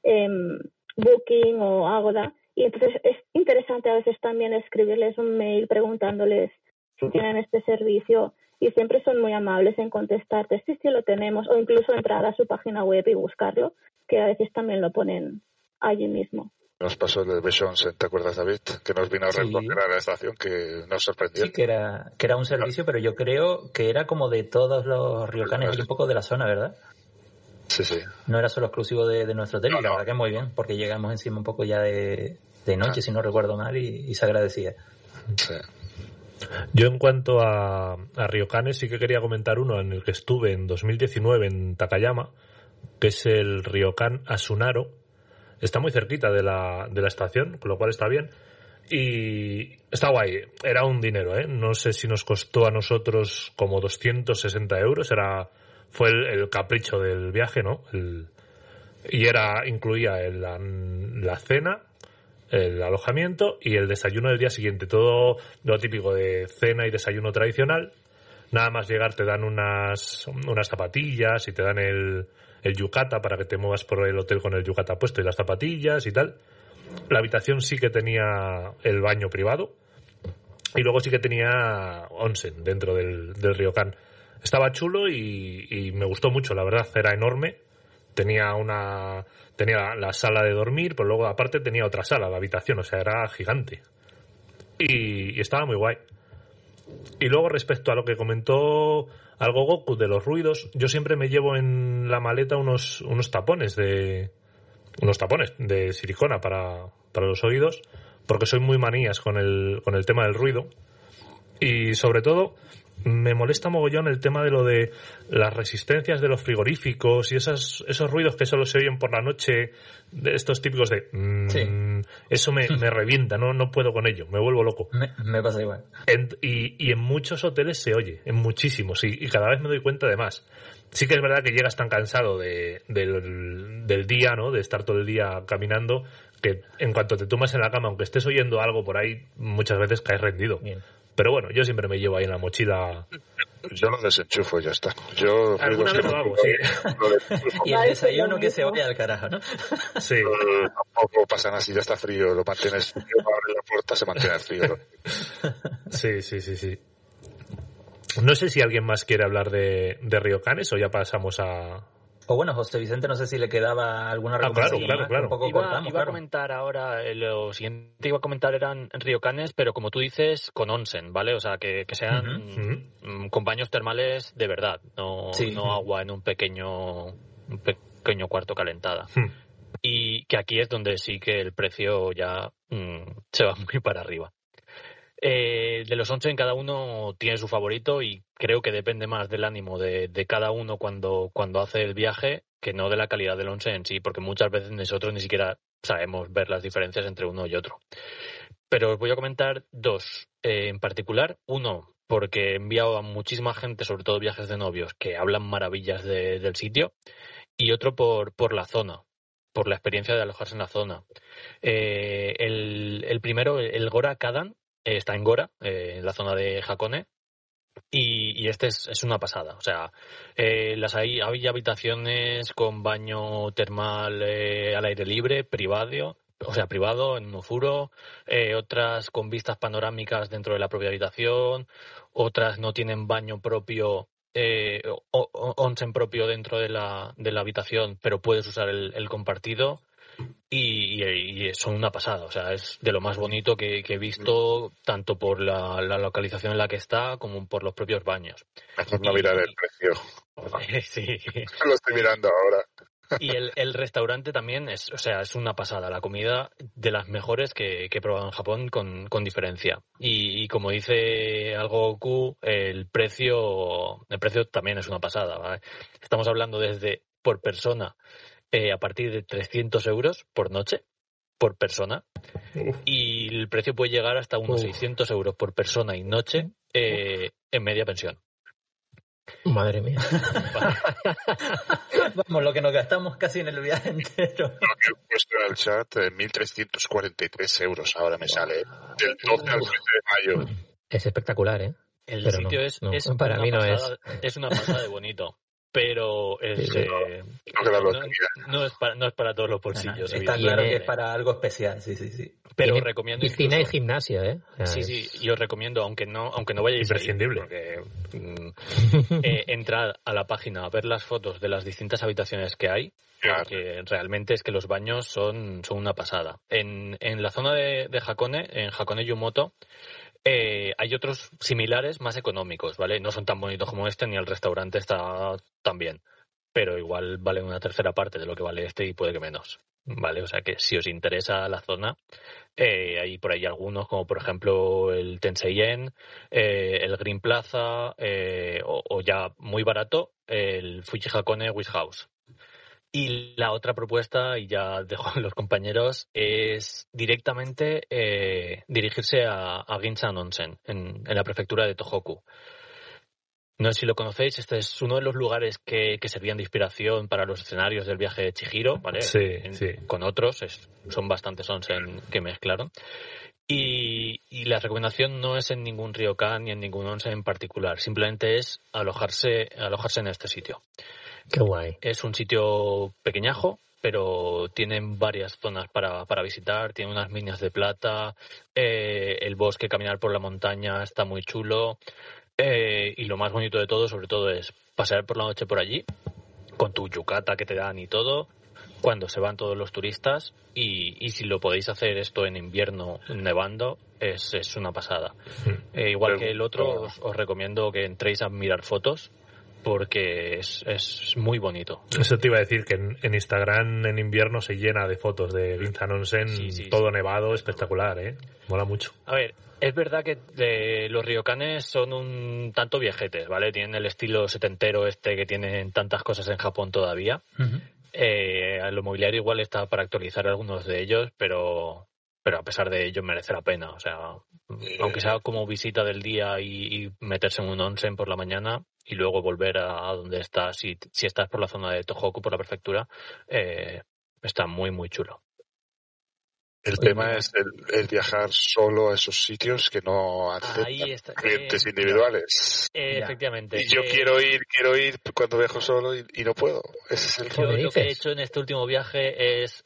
Booking o Agoda, y entonces es interesante a veces también escribirles un mail preguntándoles si tienen este servicio, y siempre son muy amables en contestarte, sí, lo tenemos, o incluso entrar a su página web y buscarlo, que a veces también lo ponen allí mismo. Nos pasó el de Besonsen, ¿te acuerdas, David? Que nos vino a recoger a la estación, que nos sorprendió. Sí, que era un servicio, pero yo creo que era como de todos los ryokanes y un poco de la zona, ¿verdad? Sí, sí. No era solo exclusivo de nuestro hotel, y la verdad que muy bien, porque llegamos encima un poco ya de noche, si no recuerdo mal, y se agradecía. Sí. Yo en cuanto a ryokanes sí que quería comentar uno en el que estuve en 2019 en Takayama, que es el ryokan Asunaro. Está muy cerquita de la estación, con lo cual está bien. Y está guay. Era un dinero, ¿eh? No sé si nos costó a nosotros como 260 euros. Fue el capricho del viaje, ¿no? Incluía la cena, el alojamiento y el desayuno del día siguiente. Todo lo típico de cena y desayuno tradicional. Nada más llegar te dan unas zapatillas y te dan el yukata para que te muevas por el hotel con el yukata puesto y las zapatillas y tal. La habitación sí que tenía el baño privado y luego sí que tenía onsen dentro del ryokan. Estaba chulo y me gustó mucho, la verdad, era enorme. Tenía la sala de dormir, pero luego aparte tenía otra sala, la habitación, o sea, era gigante. Y estaba muy guay. Y luego respecto a lo que comentó algo Goku de los ruidos, yo siempre me llevo en la maleta unos tapones de silicona para los oídos, porque soy muy manías con el tema del ruido. Y sobre todo me molesta mogollón el tema de las resistencias de los frigoríficos y esos ruidos que solo se oyen por la noche, de estos típicos de sí. Eso me revienta, no puedo con ello, me vuelvo loco. Me pasa igual. Y en muchos hoteles se oye, en muchísimos, y cada vez me doy cuenta de más. Sí que es verdad que llegas tan cansado del día, ¿no? De estar todo el día caminando, que en cuanto te tumbas en la cama, aunque estés oyendo algo por ahí, muchas veces caes rendido. Bien. Pero bueno, yo siempre me llevo ahí en la mochila. Yo lo desenchufo y ya está. Yo alguna vez lo hago, sí. Y el desayuno que se vaya al carajo, ¿no? Sí. Tampoco pasa nada si ya está frío, lo mantienes frío, abres la puerta, se mantiene frío. Sí. No sé si alguien más quiere hablar de ryokanes o ya pasamos a... O bueno, José Vicente, no sé si le quedaba alguna recomendación. Claro. Un poco iba a comentar ahora, lo siguiente iba a comentar eran ryokanes, pero como tú dices, con onsen, ¿vale? O sea, que sean con baños termales de verdad, no agua en un pequeño cuarto calentada. Y que aquí es donde sí que el precio ya se va muy para arriba. De los onsen cada uno tiene su favorito y creo que depende más del ánimo de cada uno cuando hace el viaje que no de la calidad del onsen en sí, porque muchas veces nosotros ni siquiera sabemos ver las diferencias entre uno y otro. Pero os voy a comentar dos en particular. Uno, porque he enviado a muchísima gente, sobre todo viajes de novios, que hablan maravillas del sitio, y otro por la zona, por la experiencia de alojarse en la zona. El primero, el Gora Kadan, está en Gora, en la zona de Hakone, y este es una pasada. O sea, hay habitaciones con baño termal al aire libre, privado, en un ofuro, otras con vistas panorámicas dentro de la propia habitación, otras no tienen baño propio, onsen propio dentro de la habitación, pero puedes usar el compartido. Y son una pasada, o sea, es de lo más bonito que he visto, tanto por la localización en la que está como por los propios baños. Mejor no mirar el precio. Sí. Lo estoy mirando ahora. Y el restaurante también es una pasada, la comida de las mejores que he probado en Japón con diferencia. Y como dice algo Goku, el precio también es una pasada, ¿vale? Estamos hablando desde por persona a partir de 300 euros por noche, por persona, y el precio puede llegar hasta unos 600 euros por persona y noche en media pensión. Madre mía. Vamos, lo que nos gastamos casi en el viaje entero. Lo que he puesto en el chat, 1.343 euros ahora me sale, del 12 al 13 de mayo. Es espectacular, ¿eh? El sitio es para mí no es una pasada de bonito. pero no es para todos los bolsillos. Está claro que es para algo especial, sí. Pero recomiendo piscina y gimnasia, ¿eh? Sí, yo recomiendo, aunque no vayáis imprescindible, porque entrar a la página a ver las fotos de las distintas habitaciones que hay, porque realmente es que los baños son una pasada. En la zona de Hakone, en Hakone Yumoto, hay otros similares más económicos, ¿vale? No son tan bonitos como este, ni el restaurante está tan bien, pero igual vale una tercera parte de lo que vale este y puede que menos, ¿vale? O sea que si os interesa la zona, hay por ahí algunos, como por ejemplo el Tenseiyen, el Green Plaza, o ya muy barato, el Fuji Hakone Wish House. Y la otra propuesta, y ya dejo a los compañeros, es directamente dirigirse a Ginsan Onsen, en la prefectura de Tohoku. No sé si lo conocéis, este es uno de los lugares que servían de inspiración para los escenarios del viaje de Chihiro, ¿vale? Sí. Con otros, son bastantes onsen que mezclaron. Y la recomendación no es en ningún ryokan ni en ningún onsen en particular, simplemente es alojarse en este sitio. Qué guay. Es un sitio pequeñajo, pero tienen varias zonas para visitar, tiene unas minas de plata, el bosque, caminar por la montaña está muy chulo, y lo más bonito de todo, sobre todo, es pasear por la noche por allí, con tu yukata que te dan y todo, cuando se van todos los turistas, y si lo podéis hacer esto en invierno nevando, es una pasada. Igual que el otro, os recomiendo que entréis a mirar fotos, porque es muy bonito. Eso te iba a decir, que en Instagram en invierno se llena de fotos de Ginsan Onsen, todo nevado, espectacular, ¿eh? Mola mucho. A ver, es verdad que los ryokanes son un tanto viejetes, ¿vale? Tienen el estilo setentero que tienen tantas cosas en Japón todavía. Lo mobiliario igual está para actualizar algunos de ellos, pero a pesar de ello merece la pena. O sea, aunque sea como visita del día y meterse en un onsen por la mañana y luego volver a donde estás, si estás por la zona de Tohoku, por la prefectura, está muy, muy chulo. El tema es el viajar solo a esos sitios que no aceptan clientes individuales. Efectivamente. Y yo quiero ir cuando viajo solo y no puedo. Ese es el problema. Lo que he hecho en este último viaje es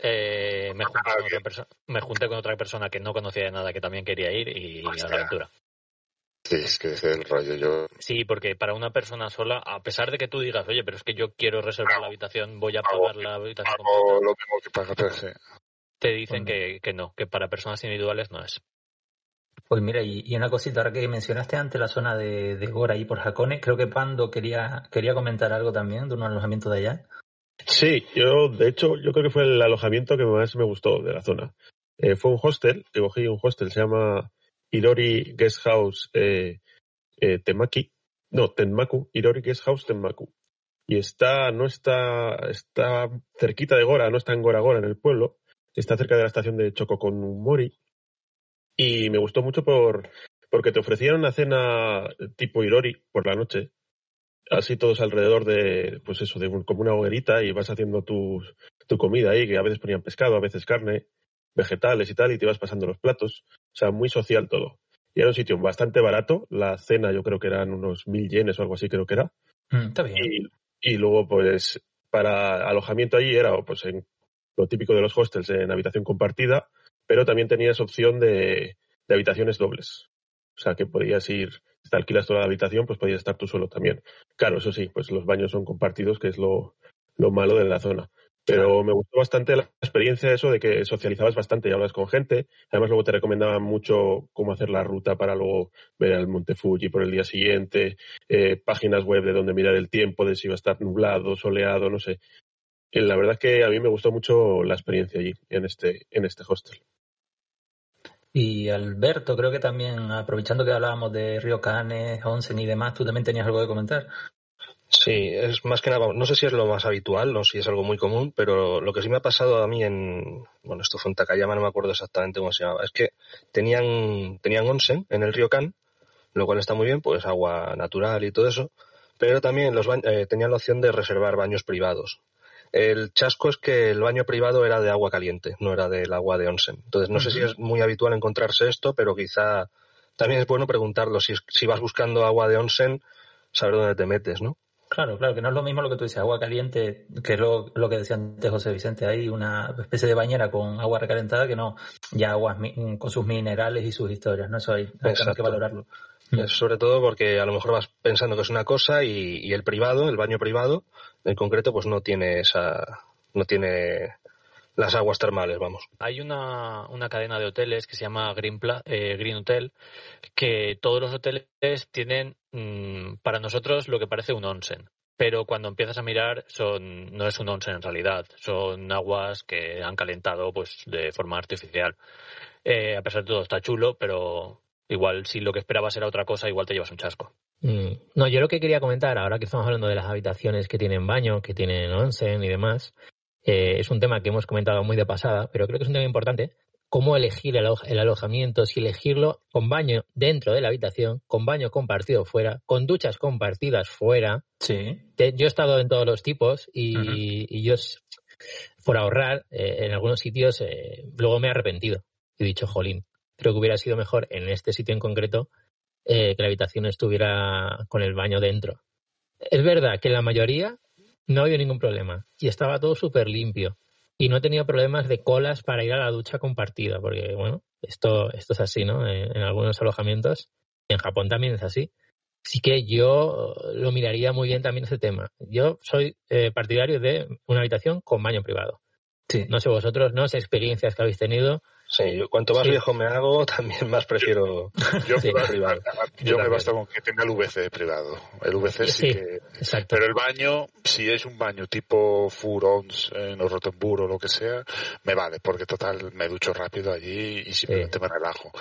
me junté con otra persona que no conocía de nada, que también quería ir, y a la aventura. Sí, es que ese es el rollo. Sí, porque para una persona sola, a pesar de que tú digas, oye, pero es que yo quiero reservar la habitación, voy a pagar la habitación completa, lo mismo que pagar, pero sí. Te dicen que no, que para personas individuales no es. Pues mira, y una cosita, ahora que mencionaste antes la zona de Gora ahí por Hakone, creo que Pando quería comentar algo también de un alojamiento de allá. Sí, yo creo que fue el alojamiento que más me gustó de la zona. Fue un hostel, que cogí un hostel, se llama Irori Guest House Tenmaku, Irori Guest House Tenmaku. Y está cerquita de Gora, no está en Gora en el pueblo. Está cerca de la estación de Chokokonmori, y me gustó mucho porque te ofrecían una cena tipo Irori por la noche, así todos alrededor de, pues eso, como una hoguerita, y vas haciendo tu comida ahí, que a veces ponían pescado, a veces carne, vegetales y tal, y te ibas pasando los platos. O sea, muy social todo. Y era un sitio bastante barato. La cena yo creo que eran unos 1.000 yenes o algo así, creo que era. Está bien. Y luego, pues, para alojamiento allí era, pues, en lo típico de los hostels, en habitación compartida, pero también tenías opción de habitaciones dobles. O sea, que podías ir, si te alquilas toda la habitación, pues podías estar tú solo también. Claro, eso sí, pues los baños son compartidos, que es lo malo de la zona. Pero me gustó bastante la experiencia, eso de que socializabas bastante y hablas con gente. Además, luego te recomendaban mucho cómo hacer la ruta para luego ver el Monte Fuji por el día siguiente, páginas web de donde mirar el tiempo, de si iba a estar nublado, soleado, no sé. Y la verdad es que a mí me gustó mucho la experiencia allí, en este hostel. Y Alberto, creo que también, aprovechando que hablábamos de ryokanes, onsen y demás, tú también tenías algo que comentar. Sí, es más que nada, no sé si es lo más habitual o si es algo muy común, pero lo que sí me ha pasado a mí esto fue en Takayama, no me acuerdo exactamente cómo se llamaba, es que tenían onsen en el ryokan, lo cual está muy bien, pues agua natural y todo eso, pero también tenían la opción de reservar baños privados. El chasco es que el baño privado era de agua caliente, no era del agua de onsen. Entonces no sé si es muy habitual encontrarse esto, pero quizá también es bueno preguntarlo. Si vas buscando agua de onsen, saber dónde te metes, ¿no? Claro, que no es lo mismo lo que tú dices, agua caliente, que es lo que decía antes José Vicente, hay una especie de bañera con agua recalentada que no, ya aguas con sus minerales y sus historias, ¿no? Eso hay que valorarlo. Sobre todo porque a lo mejor vas pensando que es una cosa y el privado, el baño privado, en concreto, pues no tiene las aguas termales, vamos. Hay una cadena de hoteles que se llama Green Hotel, que todos los hoteles tienen para nosotros lo que parece un onsen. Pero cuando empiezas a mirar no es un onsen en realidad, son aguas que han calentado pues de forma artificial. A pesar de todo está chulo, pero igual si lo que esperabas era otra cosa, igual te llevas un chasco. No, yo lo que quería comentar, ahora que estamos hablando de las habitaciones que tienen baño, que tienen onsen y demás, es un tema que hemos comentado muy de pasada, pero creo que es un tema importante. Cómo elegir el alojamiento, si elegirlo con baño dentro de la habitación, con baño compartido fuera, con duchas compartidas fuera. Sí. Yo he estado en todos los tipos y yo, por ahorrar, en algunos sitios, luego me he arrepentido. He dicho, jolín, creo que hubiera sido mejor en este sitio en concreto que la habitación estuviera con el baño dentro. Es verdad que en la mayoría no ha habido ningún problema y estaba todo súper limpio. Y no he tenido problemas de colas para ir a la ducha compartida, porque, bueno, esto es así, ¿no? En algunos alojamientos. En Japón también es así. Así que yo lo miraría muy bien también ese tema. Yo soy partidario de una habitación con baño privado. Sí. No sé vosotros, no sé experiencias que habéis tenido. Sí, yo cuanto más viejo me hago, también más prefiero privado. Yo me basta con que tenga el VC privado. El VC sí que... Exacto. Pero el baño, si es un baño tipo Furons en Rotenburg o lo que sea, me vale, porque total me ducho rápido allí y simplemente me relajo.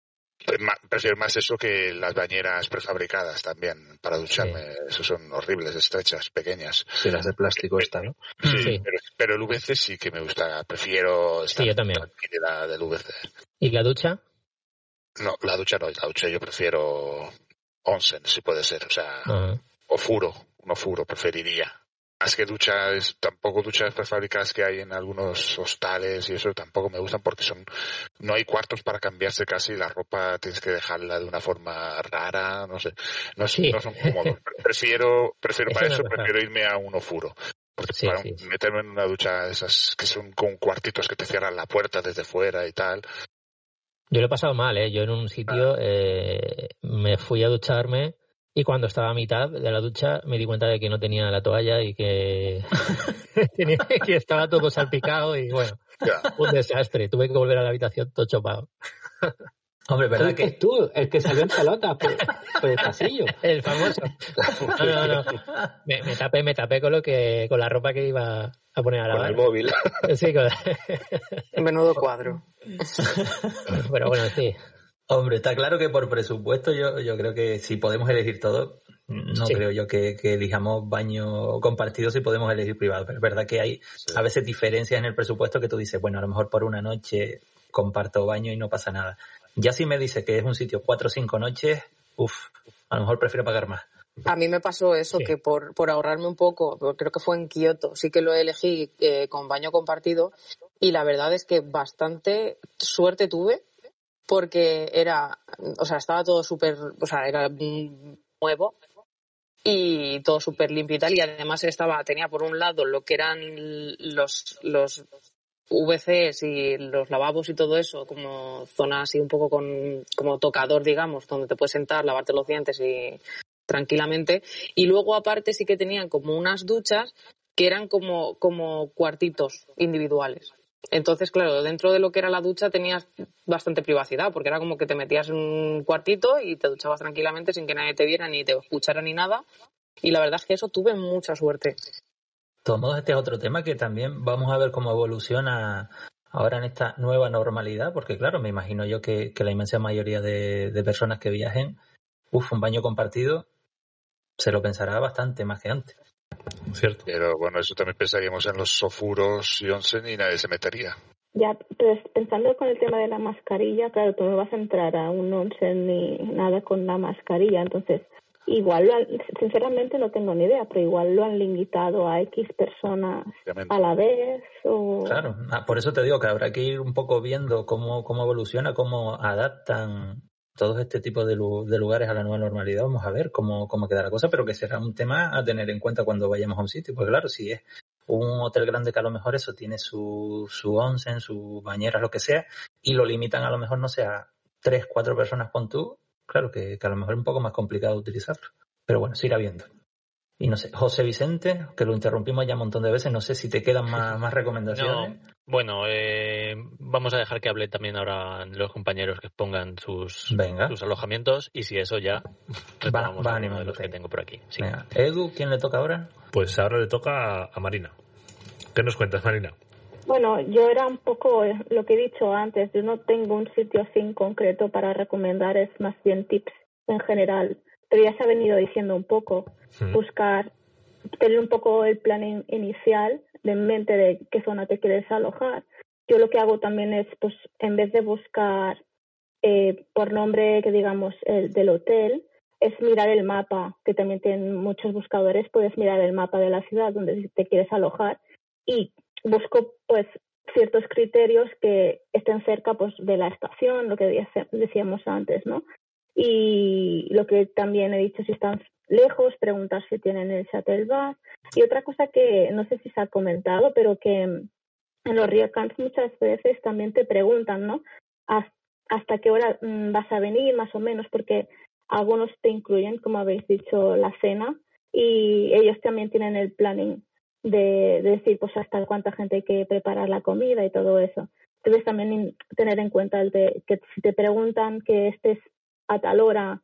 Prefiero más eso que las bañeras prefabricadas también para ducharme. Eso son horribles, estrechas, pequeñas. Sí, las de plástico ¿no? Sí. Pero el VC sí que me gusta. Prefiero estar yo también. tranquilidad del VC. ¿Y la ducha? No, la ducha no. La ducha yo prefiero onsen, si puede ser. O sea, o furo. No furo, preferiría. Más que tampoco duchas prefabricadas que hay en algunos hostales y eso tampoco me gustan porque no hay cuartos para cambiarse casi, la ropa tienes que dejarla de una forma rara, no sé, no son cómodos. Prefiero irme a un ofuro. Porque meterme en una ducha esas que son con cuartitos que te cierran la puerta desde fuera y tal. Yo lo he pasado mal, Yo en un sitio me fui a ducharme. Y cuando estaba a mitad de la ducha me di cuenta de que no tenía la toalla y que que estaba todo salpicado y bueno, un desastre. Tuve que volver a la habitación todo chopado. Hombre, ¿verdad que tú, el que salió en pelota por el pasillo? El famoso. No. Me tapé con la ropa que iba a poner a lavar. Con el móvil. Sí, Menudo cuadro. Pero bueno, sí. Hombre, está claro que por presupuesto yo creo que si podemos elegir todo, creo yo que elijamos baño compartido si podemos elegir privado. Pero es verdad que hay a veces diferencias en el presupuesto que tú dices, bueno, a lo mejor por una noche comparto baño y no pasa nada. Ya si me dice que es un sitio 4 o 5 noches, a lo mejor prefiero pagar más. A mí me pasó eso, que por ahorrarme un poco, creo que fue en Kioto, sí que lo elegí con baño compartido y la verdad es que bastante suerte tuve. Porque estaba todo era nuevo y todo súper limpio y tal, y además tenía por un lado lo que eran los VCs y los lavabos y todo eso, como zona así un poco como tocador, digamos, donde te puedes sentar, lavarte los dientes y tranquilamente, y luego aparte sí que tenían como unas duchas que eran como cuartitos individuales. Entonces, claro, dentro de lo que era la ducha tenías bastante privacidad, porque era como que te metías en un cuartito y te duchabas tranquilamente sin que nadie te viera ni te escuchara ni nada. Y la verdad es que eso tuve mucha suerte. De todos modos, este es otro tema que también vamos a ver cómo evoluciona ahora en esta nueva normalidad, porque claro, me imagino yo que la inmensa mayoría de personas que viajen, un baño compartido se lo pensará bastante más que antes. Cierto. Pero bueno, eso también pensaríamos en los sofuros y onsen y nadie se metería. Ya, pues pensando con el tema de la mascarilla, claro, tú no vas a entrar a un onsen ni nada con la mascarilla, entonces igual, sinceramente no tengo ni idea, pero igual lo han limitado a X personas a la vez o... Claro, por eso te digo que habrá que ir un poco viendo cómo evoluciona, cómo adaptan todos este tipo de lugares a la nueva normalidad, vamos a ver cómo queda la cosa, pero que será un tema a tener en cuenta cuando vayamos a un sitio. Porque claro, si es un hotel grande que a lo mejor eso tiene su onsen, su bañera, lo que sea, y lo limitan a lo mejor, no sé, a 3, 4 personas con tú, claro que a lo mejor es un poco más complicado utilizarlo. Pero bueno, se irá viendo. Y no sé, José Vicente, que lo interrumpimos ya un montón de veces, no sé si te quedan más recomendaciones. No, bueno, vamos a dejar que hable también ahora los compañeros que pongan sus alojamientos, y si eso ya retomamos uno de los que tengo por aquí. Sí. Venga. Edu, ¿quién le toca ahora? Pues ahora le toca a Marina. ¿Qué nos cuentas, Marina? Bueno, yo era un poco lo que he dicho antes, yo no tengo un sitio así en concreto para recomendar, es más bien tips en general, pero ya se ha venido diciendo un poco, buscar, tener un poco el plan inicial de mente de qué zona te quieres alojar. Yo lo que hago también es, pues, en vez de buscar por nombre, que digamos, el del hotel, es mirar el mapa, que también tienen muchos buscadores, puedes mirar el mapa de la ciudad donde te quieres alojar y busco, pues, ciertos criterios que estén cerca, pues, de la estación, lo que decíamos antes, ¿no? Y lo que también he dicho, si están lejos, preguntar si tienen el shuttle bus. Y otra cosa que no sé si se ha comentado, pero que en los ryokans muchas veces también te preguntan, ¿no? ¿Hasta qué hora vas a venir, más o menos? Porque algunos te incluyen, como habéis dicho, la cena, y ellos también tienen el planning de decir, pues, hasta cuánta gente hay que preparar la comida y todo eso. Entonces también tener en cuenta el de que si te preguntan que estés a tal hora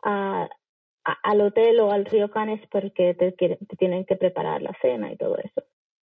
al hotel o al ryokan es porque te tienen que preparar la cena y todo eso.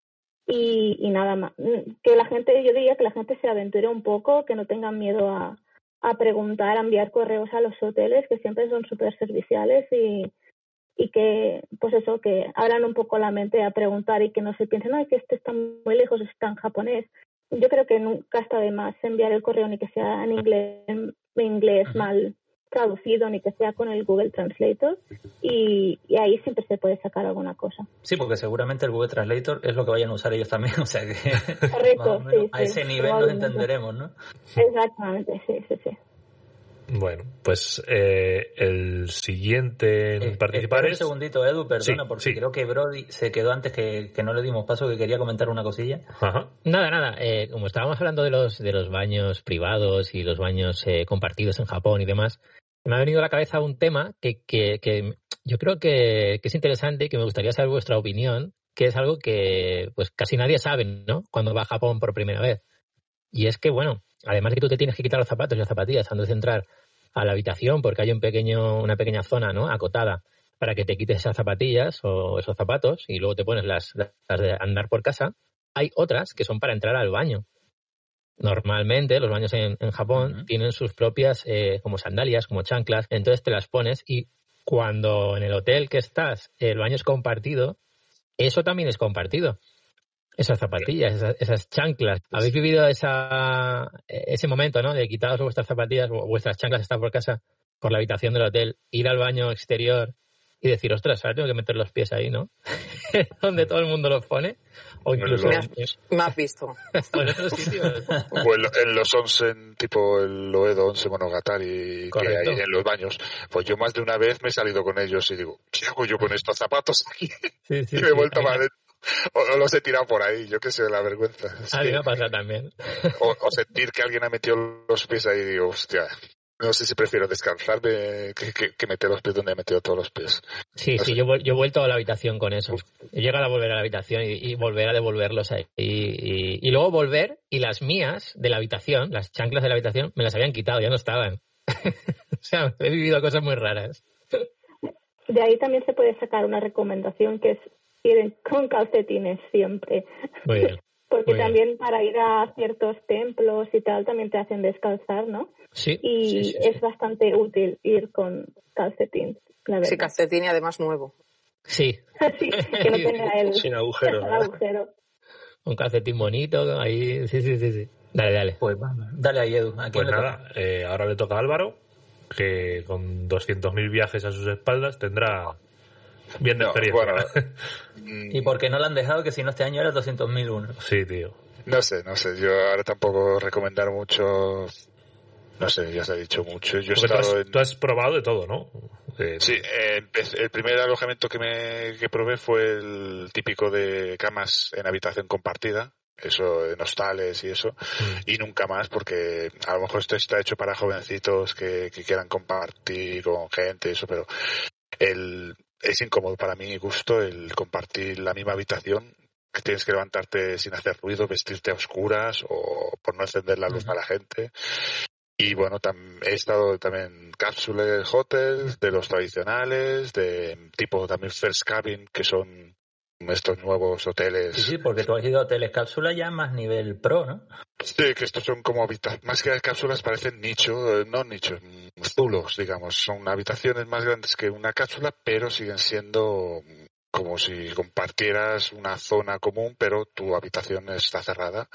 Y nada más. Que la gente, yo diría que la gente se aventure un poco, que no tengan miedo a preguntar, a enviar correos a los hoteles, que siempre son súper serviciales y que, pues eso, que abran un poco la mente a preguntar y que no se piensen, no, que este está muy lejos, está en japonés. Yo creo que nunca está de más enviar el correo, ni que sea en inglés mal traducido, ni que sea con el Google Translator, y ahí siempre se puede sacar alguna cosa. Sí, porque seguramente el Google Translator es lo que vayan a usar ellos también, o sea que correcto, sí, a ese nivel nos entenderemos, ¿no? Exactamente, sí. Bueno, pues el siguiente en participar es... Un segundito, Edu, perdona, porque creo que Brody se quedó antes que no le dimos paso, que quería comentar una cosilla. Ajá. Nada, como estábamos hablando de los baños privados y los baños compartidos en Japón y demás, me ha venido a la cabeza un tema que yo creo que es interesante y que me gustaría saber vuestra opinión, que es algo que pues casi nadie sabe, ¿no?, cuando va a Japón por primera vez. Y es que, bueno, además de que tú te tienes que quitar los zapatos y las zapatillas antes de entrar a la habitación, porque hay una pequeña zona, ¿no?, acotada para que te quites esas zapatillas o esos zapatos y luego te pones las de andar por casa, hay otras que son para entrar al baño. Normalmente los baños en Japón tienen sus propias como sandalias, como chanclas, entonces te las pones y cuando en el hotel que estás el baño es compartido, eso también es compartido. Esas zapatillas, esas chanclas. ¿Habéis vivido ese momento, ¿no?, de quitaros vuestras zapatillas o vuestras chanclas, estar por casa, por la habitación del hotel, ir al baño exterior y decir, ostras, ahora tengo que meter los pies ahí, ¿no? Donde todo el mundo los pone. O incluso... Me has visto. O en otros sitios. O en los onsen, tipo el Oedo Onsen Monogatari, correcto, que hay en los baños. Pues yo más de una vez me he salido con ellos y digo, ¿qué hago yo con estos zapatos aquí? Sí, y me he vuelto para adentro. O los he tirado por ahí, yo qué sé, la vergüenza. A mí me pasa también. O sentir que alguien ha metido los pies ahí y digo, hostia, no sé si prefiero descansarme que meter los pies donde he metido todos los pies. Sí, yo he vuelto a la habitación con eso. He llegado a volver a la habitación y volver a devolverlos ahí. Y luego volver y las mías de la habitación, las chanclas de la habitación, me las habían quitado, ya no estaban. O sea, he vivido cosas muy raras. De ahí también se puede sacar una recomendación que es ir con calcetines siempre. Muy bien. Porque también para ir a ciertos templos y tal también te hacen descalzar, ¿no? Sí. Y sí. es bastante útil ir con calcetín, la verdad. Sí, calcetín y además nuevo. Sí. Sí, que no tenga sin agujero. Un calcetín bonito, ahí, sí. Dale. Pues vamos, dale ahí, Edu. Pues nada, ahora le toca a Álvaro, que con 200.000 viajes a sus espaldas tendrá bien de experiencia. Bueno, ¿y por qué no lo han dejado? Que si no, este año era 200.001. Sí, tío. No sé, yo ahora tampoco recomendar mucho. No sé, ya se ha dicho mucho. Tú has probado de todo, ¿no? Sí, el primer alojamiento que probé fue el típico de camas en habitación compartida, eso en hostales y eso, y nunca más, porque a lo mejor esto está hecho para jovencitos que quieran compartir con gente, eso, pero es incómodo para mi gusto el compartir la misma habitación, que tienes que levantarte sin hacer ruido, vestirte a oscuras o por no encender la luz a la gente. Y bueno, he estado también en cápsulas hotels, de los tradicionales, de tipo también first cabin, que son estos nuevos hoteles. Sí, porque tú has ido a hoteles cápsula ya más nivel pro, ¿no? Sí, que estos son como más que cápsulas parecen nichos, zulos, digamos. Son habitaciones más grandes que una cápsula, pero siguen siendo como si compartieras una zona común, pero tu habitación está cerrada.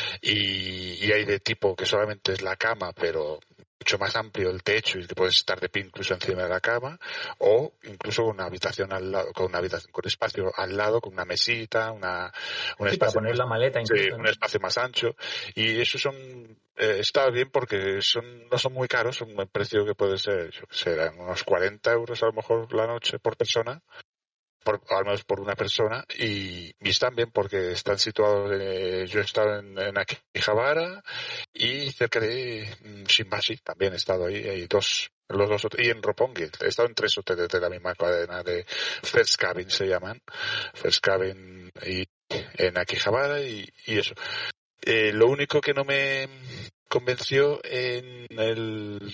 Y hay de tipo que solamente es la cama, pero mucho más amplio el techo y que puedes estar de pie incluso encima de la cama, o incluso con una habitación al lado, con espacio al lado, con una mesita, un espacio para poner la maleta incluso, sí, un espacio más ancho. Y eso está bien porque no son muy caros, son un precio que puede ser, serán unos 40 euros a lo mejor la noche por persona. Al menos por una persona, y están bien porque están situados, yo he estado en Akihabara y cerca de Shimbashi también he estado ahí, hay los dos hoteles, y en Roppongi he estado en 3 hoteles de la misma cadena de First Cabin, se llaman First Cabin, y en Akihabara y eso. Lo único que no me convenció en el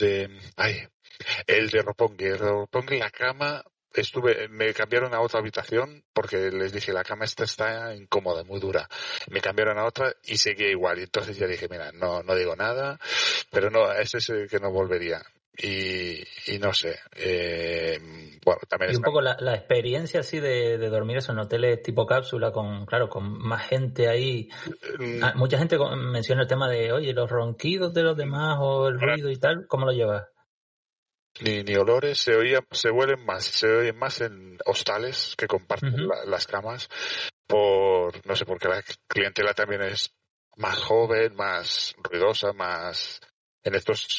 de Roppongi, la cama, me cambiaron a otra habitación porque les dije la cama esta está incómoda, muy dura. Me cambiaron a otra y seguía igual. Y entonces ya dije, mira, no digo nada, pero no, ese es el que no volvería. Y no sé, bueno, también y un poco la experiencia así de dormir eso en hoteles tipo cápsula con más gente ahí. Mucha gente menciona el tema de, oye, los ronquidos de los demás o el ruido y tal, ¿cómo lo llevas? Ni olores, se oyen más en hostales que comparten las camas, no sé, porque la clientela también es más joven, más ruidosa, más. En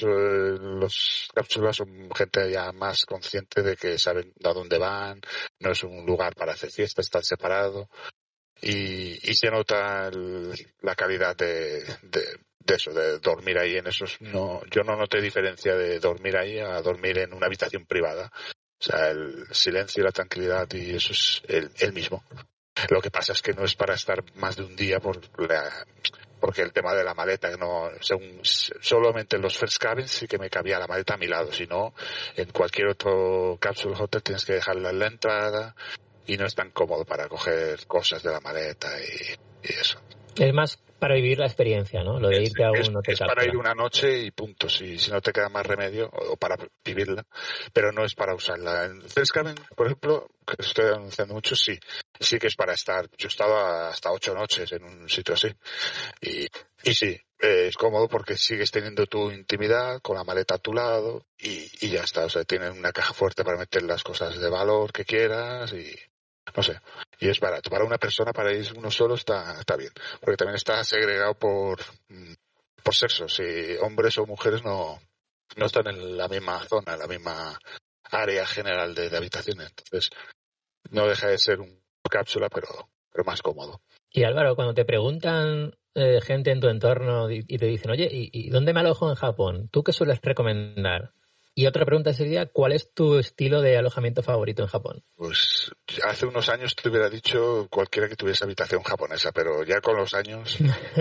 los cápsulas son gente ya más consciente de que saben a dónde van, no es un lugar para hacer fiesta, está separado, y se nota la calidad de eso, de dormir ahí en esos. Yo no noté diferencia de dormir ahí a dormir en una habitación privada. O sea, el silencio y la tranquilidad y eso es el mismo. Lo que pasa es que no es para estar más de un día porque el tema de la maleta, solamente en los first cabins sí que me cabía la maleta a mi lado, si no, en cualquier otro capsule hotel tienes que dejarla en la entrada y no es tan cómodo para coger cosas de la maleta y eso. Es más para vivir la experiencia, ¿no? Lo de irte a un hotel. Es para ir una noche y punto, si no te queda más remedio, o para vivirla, pero no es para usarla. En First Cabin, por ejemplo, que estoy anunciando mucho, sí que es para estar. Yo he estado hasta 8 noches en un sitio así. Y sí, es cómodo porque sigues teniendo tu intimidad con la maleta a tu lado y ya está. O sea, tienen una caja fuerte para meter las cosas de valor que quieras y no sé, y es barato. Para una persona, para ir uno solo está bien, porque también está segregado por sexo. Si hombres o mujeres no están en la misma zona, en la misma área general de habitaciones. Entonces, no deja de ser una cápsula, pero más cómodo. Y Álvaro, cuando te preguntan gente en tu entorno y te dicen, oye, ¿y dónde me alojo en Japón? ¿Tú qué sueles recomendar? Y otra pregunta sería, ¿cuál es tu estilo de alojamiento favorito en Japón? Pues hace unos años te hubiera dicho cualquiera que tuviese habitación japonesa, pero ya con los años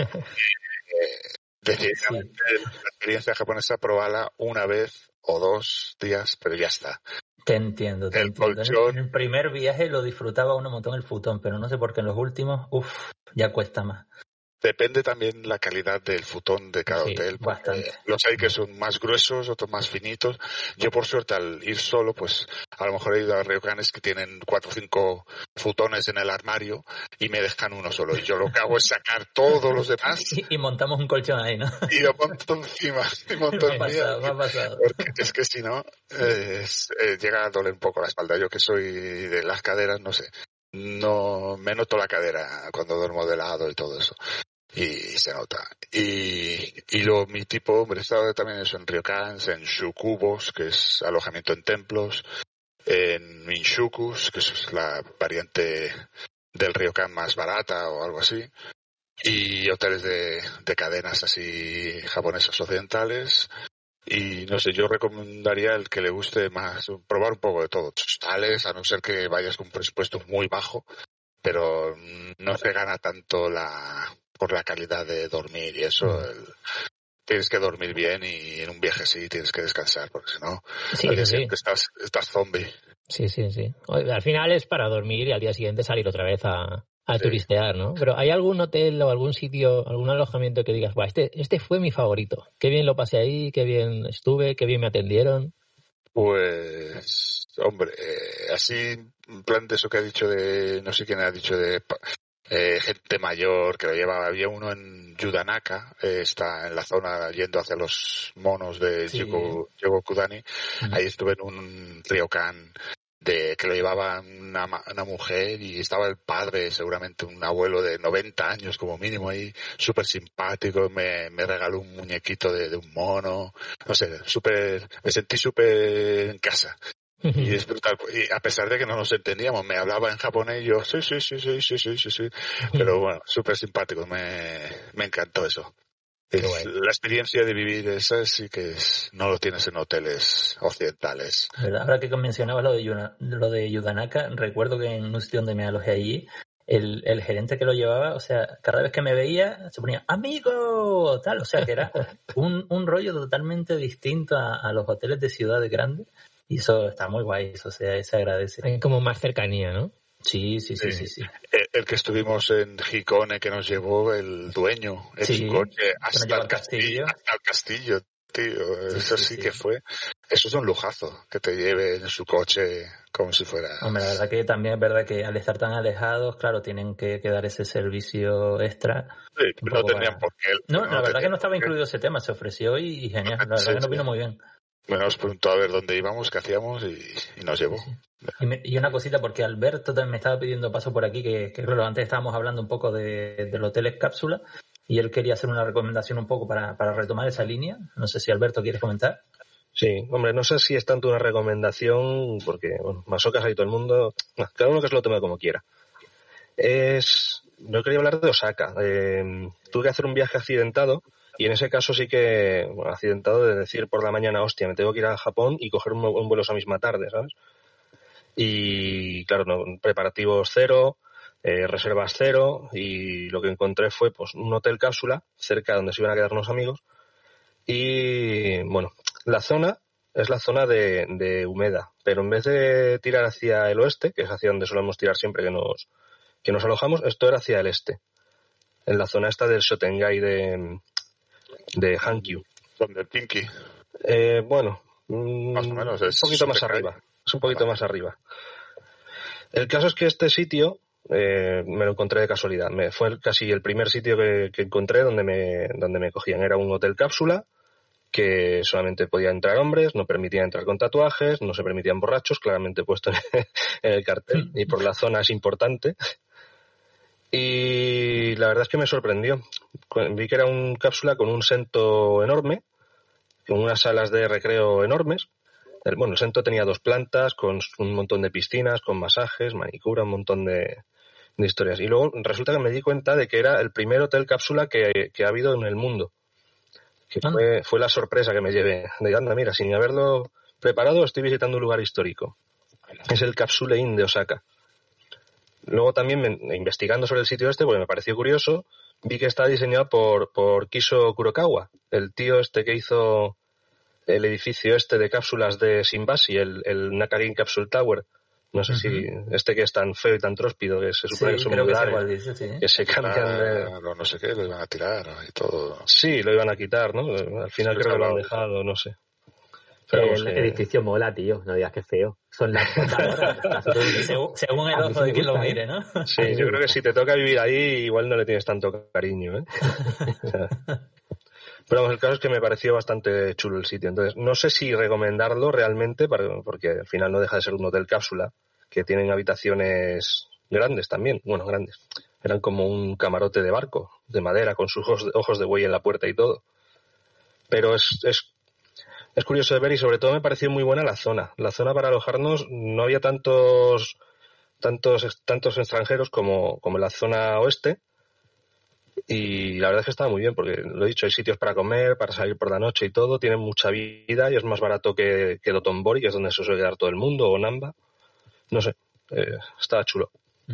definitivamente la experiencia japonesa probala una vez o 2 días, pero ya está. Te entiendo. Colchón. En el primer viaje lo disfrutaba un montón el futón, pero no sé por qué en los últimos, ya cuesta más. Depende también la calidad del futón de cada hotel. Bastante. Los hay que son más gruesos, otros más finitos. Yo, por suerte, al ir solo, pues a lo mejor he ido a ryokanes que tienen 4 o 5 futones en el armario y me dejan uno solo. Y yo lo que hago es sacar todos los demás. Y montamos un colchón ahí, ¿no? Y lo monto encima. Me ha pasado. Porque es que si no, llega a doler un poco la espalda. Yo que soy de las caderas, no sé. No me noto la cadera cuando duermo de lado y todo eso. y se nota. Y luego mi tipo, hombre, he estado también eso en ryokans, en shukubos, que es alojamiento en templos, en minshukus, que es la variante del ryokan más barata o algo así, y hoteles de cadenas así japonesas occidentales. Y no sé, yo recomendaría el que le guste más probar un poco de todo, hostales, a no ser que vayas con un presupuesto muy bajo, pero no se gana tanto por la calidad de dormir y eso. Tienes que dormir bien y en un viaje sí tienes que descansar, porque si no, al día siguiente estás zombie. Sí. Al final es para dormir y al día siguiente salir otra vez a turistear, ¿no? Pero ¿hay algún hotel o algún sitio, algún alojamiento que digas, este fue mi favorito? Qué bien lo pasé ahí, qué bien estuve, qué bien me atendieron. Pues, hombre, así, en plan de eso que ha dicho no sé quién ha dicho gente mayor que lo llevaba. Había uno en Yudanaka, está en la zona yendo hacia los monos de Yogokudani. Ahí estuve en un ryokan que lo llevaba una mujer y estaba el padre, seguramente un abuelo de 90 años como mínimo ahí, súper simpático, me regaló un muñequito de un mono, no sé, me sentí súper en casa. Y es brutal, y a pesar de que no nos entendíamos, me hablaba en japonés y yo, sí, pero bueno, súper simpático, me encantó eso. La experiencia de vivir esa sí que no lo tienes en hoteles occidentales. ¿Verdad? Ahora que mencionabas lo de Yudanaka, recuerdo que en un sitio donde me alojé allí, el gerente que lo llevaba, o sea, cada vez que me veía se ponía ¡amigo! Tal, o sea, que era un rollo totalmente distinto a los hoteles de ciudades grandes. Y eso está muy guay, eso se agradece. Hay como más cercanía, ¿no? Sí. El que estuvimos en Hikone, que nos llevó el dueño en su coche hasta el castillo, tío. Eso sí que fue. Eso es un lujazo, que te lleve en su coche como si fuera... Hombre, la verdad que también es verdad que al estar tan alejados, claro, tienen que dar ese servicio extra. Sí, no tenían por qué. No, la verdad que no estaba incluido ese tema, se ofreció y genial. La verdad que nos vino muy bien. Bueno, nos preguntó a ver dónde íbamos, qué hacíamos y nos llevó. Sí. Y una cosita, porque Alberto también me estaba pidiendo paso por aquí, que claro, antes estábamos hablando un poco del hotel cápsula y él quería hacer una recomendación un poco para retomar esa línea. No sé si Alberto quieres comentar. Sí, hombre, no sé si es tanto una recomendación, porque, bueno, masocas hay todo el mundo, cada uno que se lo tome como quiera. Yo quería hablar de Osaka. Tuve que hacer un viaje accidentado. Y en ese caso sí que, bueno, accidentado de decir por la mañana, hostia, me tengo que ir a Japón y coger un vuelo esa misma tarde, ¿sabes? Y claro, preparativos cero, reservas cero, y lo que encontré fue pues un hotel cápsula cerca donde se iban a quedar unos amigos. Y bueno, la zona es la zona de Umeda, pero en vez de tirar hacia el oeste, que es hacia donde solemos tirar siempre que nos alojamos, esto era hacia el este, en la zona esta del Shotengai de Hankyu. ¿Dónde? ¿El Kinki? Bueno, más o menos es un poquito más arriba. Es un poquito más arriba. El caso es que este sitio me lo encontré de casualidad. Fue casi el primer sitio que encontré donde me cogían. Era un hotel cápsula que solamente podía entrar hombres, no permitía entrar con tatuajes, no se permitían borrachos, claramente puesto en el cartel, y por la zona es importante. Y la verdad es que me sorprendió. Vi que era un cápsula con un sento enorme, con unas salas de recreo enormes. El sento tenía 2 plantas, con un montón de piscinas, con masajes, manicura, un montón de historias. Y luego resulta que me di cuenta de que era el primer hotel cápsula que ha habido en el mundo. Que fue la sorpresa que me llevé. De anda, mira, sin haberlo preparado, estoy visitando un lugar histórico. Es el Capsule Inn de Osaka. Luego también, investigando sobre el sitio este, porque me pareció curioso, vi que está diseñado por Kiso Kurokawa, el tío este que hizo el edificio este de cápsulas de Shimbashi, el Nakagin Capsule Tower. No sé si este que es tan feo y tan tróspido, que se supone que son modulares, que se cambian de... No sé qué, lo iban a tirar y todo. Sí, lo iban a quitar, ¿no? Al final creo que lo han dejado, no sé. Pero el edificio mola, tío, no digas que es feo. Son las según el ojo de quien lo mire, ¿no? Sí, yo creo que si te toca vivir ahí, igual no le tienes tanto cariño, ¿eh? O sea, pero vamos, el caso es que me pareció bastante chulo el sitio. Entonces, no sé si recomendarlo realmente, porque al final no deja de ser un hotel cápsula, que tienen habitaciones grandes también. Bueno, grandes. Eran como un camarote de barco, de madera, con sus ojos de buey en la puerta y todo. Pero es curioso de ver y sobre todo me pareció muy buena la zona. La zona para alojarnos, no había tantos extranjeros como en la zona oeste. Y la verdad es que estaba muy bien, porque lo he dicho, hay sitios para comer, para salir por la noche y todo, tienen mucha vida y es más barato que Dotonbori, que es donde se suele quedar todo el mundo, o Namba. No sé, estaba chulo.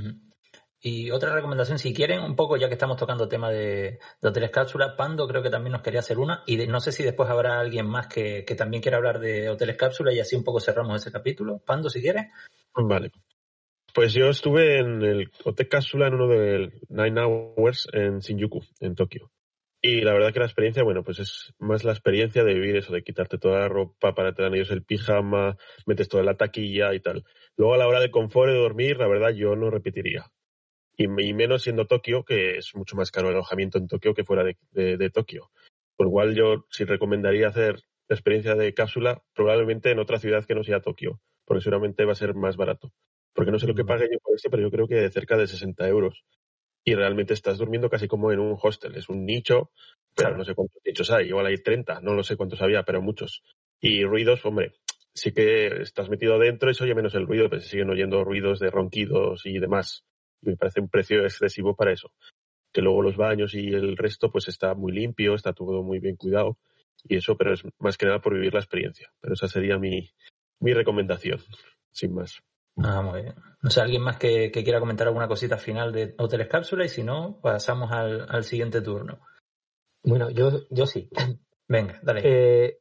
Y otra recomendación, si quieren, un poco, ya que estamos tocando tema de hoteles cápsula, Pando creo que también nos quería hacer una, y no sé si después habrá alguien más que también quiera hablar de hoteles cápsula, y así un poco cerramos ese capítulo. Pando, si quieres. Vale. Pues yo estuve en el hotel cápsula en uno de 9 Hours en Shinjuku, en Tokio. Y la verdad que la experiencia, bueno, pues es más la experiencia de vivir eso, de quitarte toda la ropa, para te dan ellos el pijama, metes toda la taquilla y tal. Luego a la hora de confort y de dormir, la verdad yo no repetiría. Y menos siendo Tokio, que es mucho más caro el alojamiento en Tokio que fuera de Tokio. Por lo cual yo sí recomendaría hacer la experiencia de cápsula probablemente en otra ciudad que no sea Tokio, porque seguramente va a ser más barato. Porque no sé lo que pague yo por este, pero yo creo que cerca de 60 euros. Y realmente estás durmiendo casi como en un hostel. Es un nicho, pero no sé cuántos nichos hay. Igual hay 30, no lo sé cuántos había, pero muchos. Y ruidos, hombre, sí que estás metido dentro y se oye menos el ruido, pero se siguen oyendo ruidos de ronquidos y demás. Y me parece un precio excesivo para eso. Que luego los baños y el resto pues está muy limpio, está todo muy bien cuidado. Y eso, pero es más que nada por vivir la experiencia. Pero esa sería mi recomendación, sin más. Muy bien. No sé, alguien más que quiera comentar alguna cosita final de hoteles cápsula, y si no, pasamos al siguiente turno. Bueno, yo sí. Venga, dale.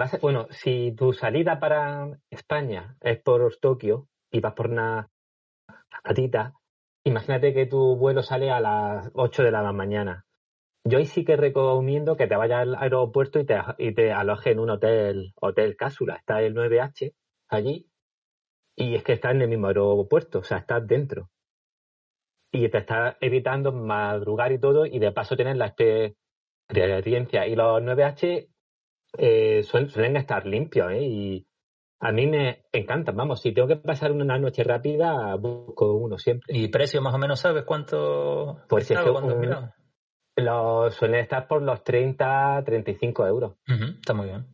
Si tu salida para España es por Tokio y vas por una gatita, imagínate que tu vuelo sale a las 8 de la mañana. Yo ahí sí que recomiendo que te vayas al aeropuerto y te alojes en un hotel cápsula. Está el 9H allí. Y es que estás en el mismo aeropuerto, o sea, estás dentro. Y te estás evitando madrugar y todo, y de paso tienes la experiencia. Y los 9H suelen estar limpios, ¿eh? Y a mí me encantan. Vamos, si tengo que pasar una noche rápida, busco uno siempre. ¿Y precio más o menos sabes cuánto? Pues si es que suelen estar por los 30, 35 euros. Está muy bien.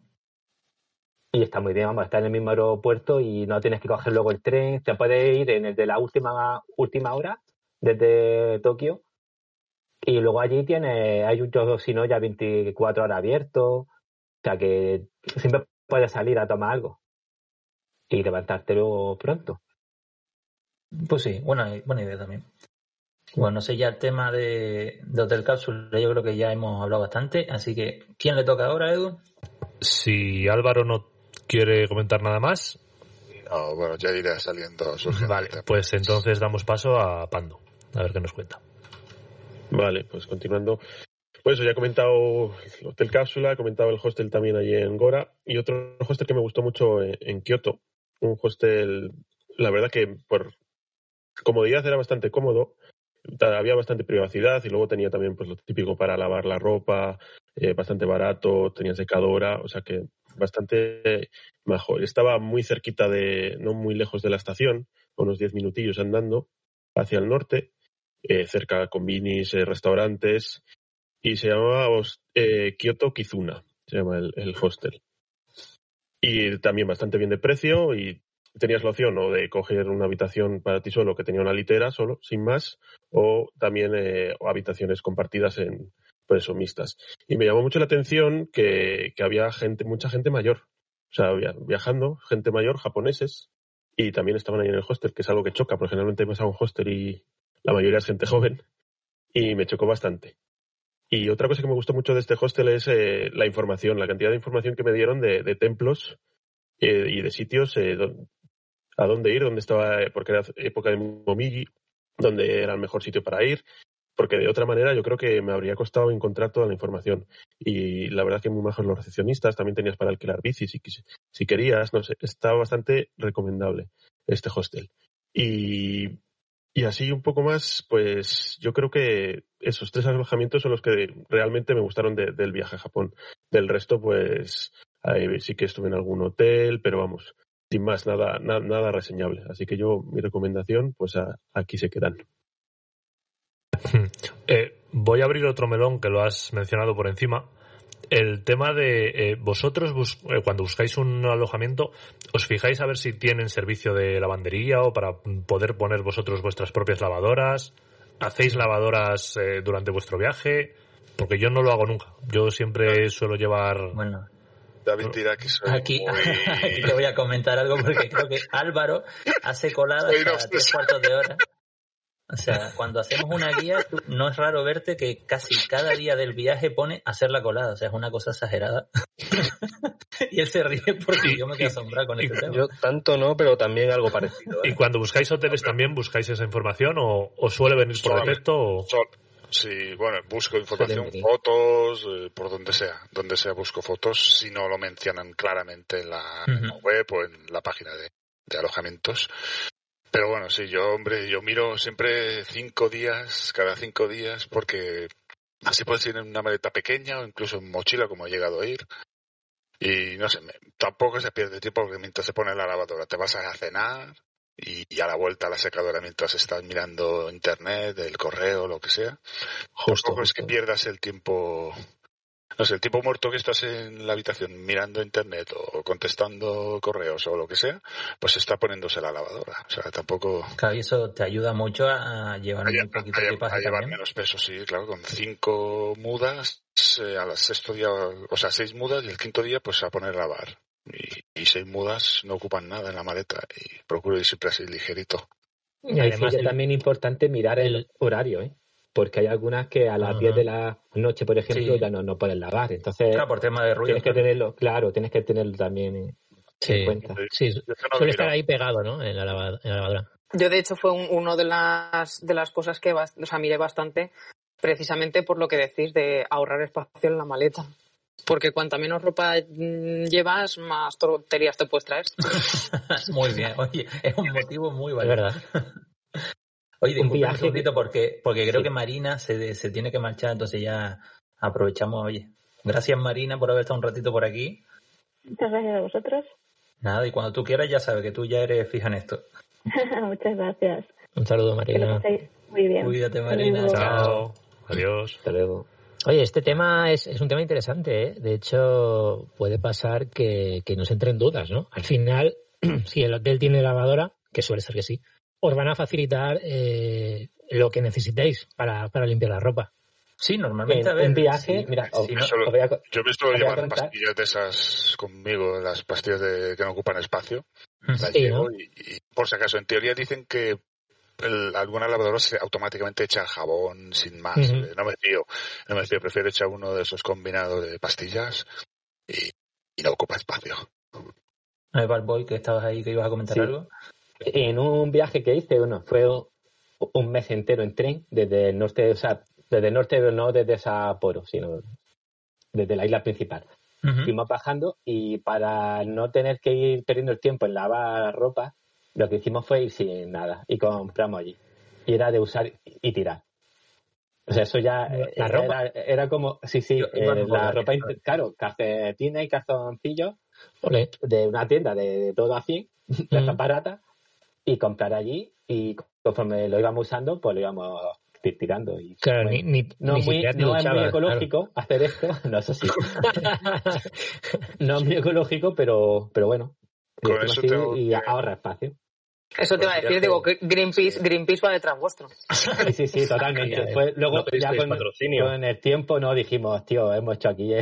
Y está muy bien, vamos, está en el mismo aeropuerto y no tienes que coger luego el tren. Te puedes ir en el de la última hora desde Tokio, y luego allí hay un si no ya 24 horas abierto. O sea que siempre puedes salir a tomar algo y levantarte luego pronto. Pues sí, buena idea también. Bueno, no sé, ya el tema de hotel cápsula yo creo que ya hemos hablado bastante, así que ¿quién le toca ahora, Edu? Si Álvaro no quiere comentar nada más. No, bueno, ya iré saliendo. Vale, pues entonces damos paso a Pando, a ver qué nos cuenta. Vale, pues continuando. Pues ya he comentado el hotel cápsula, he comentado el hostel también allí en Gora, y otro hostel que me gustó mucho en Kioto. Un hostel, la verdad que por comodidad era bastante cómodo, había bastante privacidad y luego tenía también pues lo típico para lavar la ropa, bastante barato, tenía secadora, o sea que bastante mejor. Estaba muy cerquita no muy lejos de la estación, unos 10 minutillos andando hacia el norte, cerca convinis, restaurantes, y se llamaba Kyoto Kizuna, se llama el hostel. Y también bastante bien de precio, y tenías la opción o de coger una habitación para ti solo que tenía una litera solo, sin más, o también habitaciones compartidas pues mixtas. Y me llamó mucho la atención que había mucha gente mayor, o sea, viajando, gente mayor, japoneses, y también estaban ahí en el hostel, que es algo que choca, porque generalmente vas a un hostel y la mayoría es gente joven, y me chocó bastante. Y otra cosa que me gustó mucho de este hostel es la información, la cantidad de información que me dieron de templos y de sitios a dónde ir, dónde estaba, porque era época de Momiji, dónde era el mejor sitio para ir, porque de otra manera yo creo que me habría costado encontrar toda la información. Y la verdad que muy majos los recepcionistas, también tenías para alquilar bicis si querías, no sé, estaba bastante recomendable este hostel. Y así un poco más, pues yo creo que esos 3 alojamientos son los que realmente me gustaron del viaje a Japón. Del resto, pues sí que estuve en algún hotel, pero vamos, sin más, nada reseñable. Así que mi recomendación, pues aquí se quedan. Voy a abrir otro melón que lo has mencionado por encima. El tema de vosotros, cuando buscáis un alojamiento, ¿os fijáis a ver si tienen servicio de lavandería o para poder poner vosotros vuestras propias lavadoras? ¿Hacéis lavadoras durante vuestro viaje? Porque yo no lo hago nunca. Yo siempre suelo llevar... Bueno, David dirá que soy aquí te voy a comentar algo porque creo que Álvaro hace coladas cada 3 cuartos de hora. O sea, cuando hacemos una guía, no es raro verte que casi cada día del viaje pone hacer la colada. O sea, es una cosa exagerada. Y él se ríe porque yo me quedo asombrado con este tema. Yo tanto no, pero también algo parecido. ¿Y cuando buscáis hoteles también buscáis esa información o suele venir por defecto? O... Sí, bueno, busco información, fotos, por donde sea busco fotos, si no lo mencionan claramente en la web o en la página de alojamientos. Pero bueno, sí, yo miro siempre cada 5 días, porque así puedes ir en una maleta pequeña o incluso en mochila, como he llegado a ir. Y no sé, tampoco se pierde tiempo porque mientras se pone la lavadora te vas a cenar y a la vuelta a la secadora mientras estás mirando internet, el correo, lo que sea. Tampoco es que pierdas el tiempo... No sé, el tiempo muerto que estás en la habitación mirando internet o contestando correos o lo que sea, pues está poniéndose la lavadora. O sea, tampoco... Claro, y eso te ayuda mucho a llevar un poquito de equipaje llevar también. menos peso, sí, claro, con 5 mudas, al sexto día, o sea, 6 mudas y el quinto día pues a poner a lavar. Y 6 mudas no ocupan nada en la maleta y procuro ir siempre así ligerito. Y además es también importante mirar el horario, porque hay algunas que a las 10 de la noche, por ejemplo, ya no pueden lavar. Entonces, claro, por tema de ruido. Tienes que tenerlo también en cuenta. Sí, suele estar ahí pegado, ¿no? En la lavadora. Yo, de hecho, fue uno de las cosas que miré bastante, precisamente por lo que decís de ahorrar espacio en la maleta. Porque cuanta menos ropa llevas, más tonterías te puedes traer. Muy bien. Oye, es un motivo muy válido. ¿Verdad? Oye, disculpen un segundito porque creo que Marina se tiene que marchar, entonces ya aprovechamos. Oye, gracias Marina por haber estado un ratito por aquí. Muchas gracias a vosotros. Nada, y cuando tú quieras ya sabes que tú ya eres fija en esto. Muchas gracias. Un saludo, Marina. Que lo paséis muy bien. Cuídate, Marina. Chao. Adiós. Hasta luego. Oye, este tema es un tema interesante, ¿eh? De hecho, puede pasar que nos entren dudas, ¿no? Al final, si el hotel tiene lavadora, que suele ser que sí, os van a facilitar lo que necesitéis para limpiar la ropa. Sí, normalmente, un viaje, mira, yo me suelo llevar pastillas de esas conmigo, las pastillas que no ocupan espacio. Las llevo, ¿no? y por si acaso, en teoría dicen que algunas lavadoras automáticamente echan jabón sin más. No me fío, prefiero echar uno de esos combinados de pastillas y no ocupa espacio. Valboy, que estabas ahí, que ibas a comentar algo. En un viaje que hice, fue un mes entero en tren desde el norte, o sea, desde el norte, no desde Sapporo, sino desde la isla principal. Fuimos bajando y para no tener que ir perdiendo el tiempo en lavar ropa, lo que hicimos fue ir sin nada y compramos allí. Y era de usar y tirar. O sea, eso ya era como... Sí, la ropa... Claro, calcetines y calzoncillos de una tienda de todo a 100, de estas baratas, y comprar allí y conforme lo íbamos usando, pues lo íbamos tirando. Y, claro, no es muy ecológico hacer esto, no, eso sí. No es muy ecológico, pero bueno. Con eso y ahorra espacio. Eso te iba a decir, digo, Greenpeace va detrás vuestro. Sí, totalmente. Después, luego, ya con el tiempo, no dijimos, tío, hemos hecho aquí.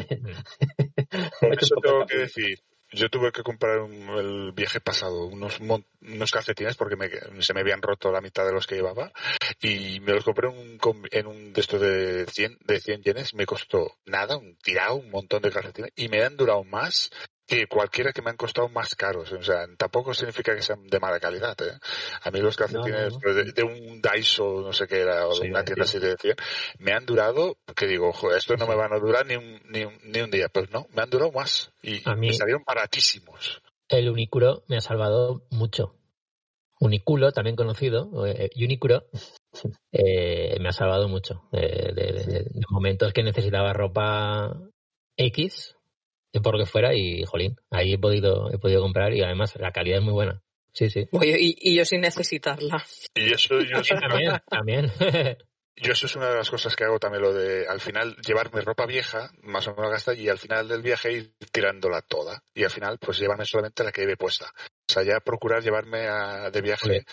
Por eso tengo que decir, yo tuve que comprar el viaje pasado unos calcetines porque se me habían roto la mitad de los que llevaba y me los compré en un de estos de 100 yenes. Me costó nada, un montón de calcetines y me han durado más que cualquiera que me han costado más caros. O sea, tampoco significa que sean de mala calidad, ¿eh? A mí los calcetines de un Daiso, no sé qué era, o de una tienda así de 100, me han durado, que digo, joder, estos no me van a durar ni un día. Pues no, me han durado más y me salieron baratísimos. El Unicuro me ha salvado mucho. Uniculo, también conocido, Unicuro, me ha salvado mucho de momentos que necesitaba ropa X, por lo que fuera, y jolín, ahí he podido comprar y además la calidad es muy buena. Sí. Oye, y yo sin necesitarla. Y eso yo también. Yo eso es una de las cosas que hago también, lo de al final llevarme ropa vieja, más o menos gastada, y al final del viaje ir tirándola toda. Y al final pues llevarme solamente la que lleve puesta. O sea, ya procurar llevarme de viaje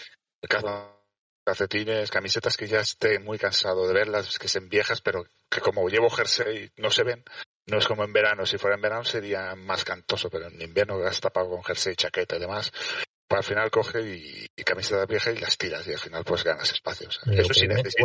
calcetines, camisetas que ya esté muy cansado de verlas, que sean viejas, pero que como llevo jersey no se ven. No es como en verano. Si fuera en verano sería más cantoso, pero en invierno has tapado con jersey, chaqueta y demás. Pues al final coge y camisetas viejas y las tiras y al final pues ganas espacio. O sea, eso sí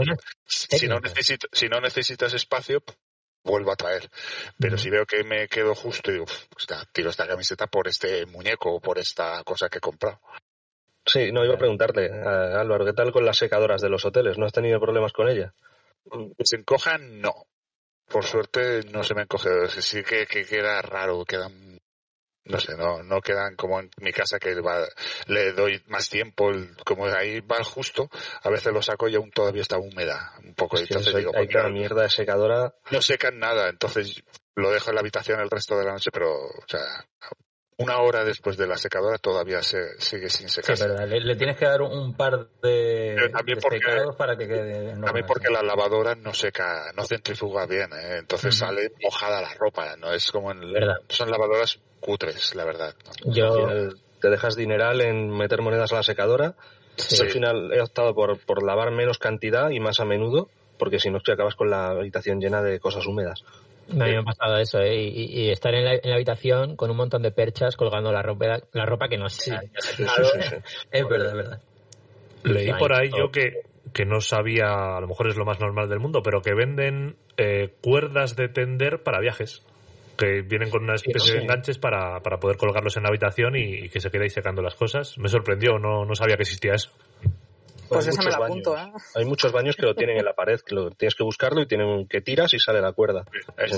si no necesitas espacio, vuelvo a traer. Pero si veo que me quedo justo y digo, tiro esta camiseta por este muñeco o por esta cosa que he comprado. Sí, no, iba a preguntarte, Álvaro, ¿qué tal con las secadoras de los hoteles? ¿No has tenido problemas con ellas? Que se encojan, no. Por suerte no se me han cogido. Sí que queda raro, quedan... No sé, no quedan como en mi casa que le doy más tiempo, como ahí va justo, a veces lo saco y aún todavía está húmeda un poco. Es que entonces digo, hay cada mierda de secadora. No secan nada, entonces lo dejo en la habitación el resto de la noche, pero, o sea, una hora después de la secadora todavía sigue sin secarse. Sí, verdad, le tienes que dar un par de secados para que quede normal. También porque la lavadora no seca, no centrifuga bien, entonces sale mojada la ropa, no es como son lavadoras cutres, la verdad. Te dejas dineral en meter monedas a la secadora. Sí. Al final he optado por lavar menos cantidad y más a menudo, porque si no es que acabas con la habitación llena de cosas húmedas. A mí me ha pasado eso, y estar en la habitación con un montón de perchas colgando la ropa que no sé. Sí. Es verdad. Leí por ahí yo que no sabía, a lo mejor es lo más normal del mundo, pero que venden cuerdas de tender para viajes, que vienen con una especie de enganches para poder colgarlos en la habitación y que se quede ahí secando las cosas. Me sorprendió, no sabía que existía eso. Pues esa me la apunto, Hay muchos baños que lo tienen en la pared, que tienes que buscarlo y tienen que tiras y sale la cuerda.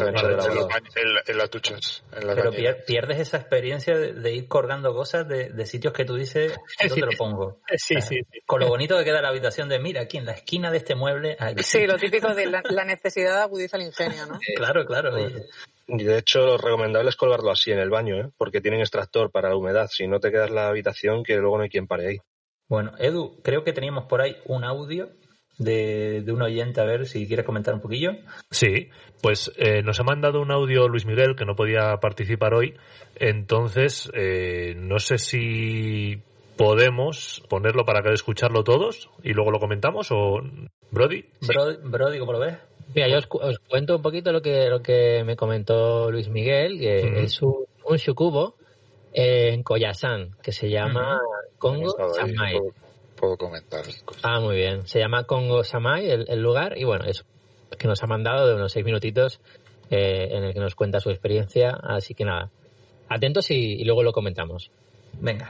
En las duchas. Pero pierdes esa experiencia de ir colgando cosas de sitios que tú dices, ¿dónde lo pongo? Sí. Con lo bonito que queda la habitación de, mira, aquí en la esquina de este mueble. Aquí. Sí, lo típico de la necesidad agudiza el ingenio, ¿no? Claro. Y de hecho, lo recomendable es colgarlo así en el baño, porque tienen extractor para la humedad. Si no te quedas en la habitación, que luego no hay quien pare ahí. Bueno, Edu, creo que teníamos por ahí un audio de un oyente, a ver si quieres comentar un poquillo. Sí, pues nos ha mandado un audio Luis Miguel, que no podía participar hoy, entonces no sé si podemos ponerlo para que escucharlo todos y luego lo comentamos, o Brody. Brody, ¿cómo lo ves? Mira, yo os cuento un poquito lo que me comentó Luis Miguel, que es un shukubo en Koyasan, que se llama Kongo Samay. Puedo comentar. Muy bien. Se llama Kongo Samay el lugar, y bueno, eso que nos ha mandado de unos 6 minutitos en el que nos cuenta su experiencia, así que nada, atentos y luego lo comentamos. Venga.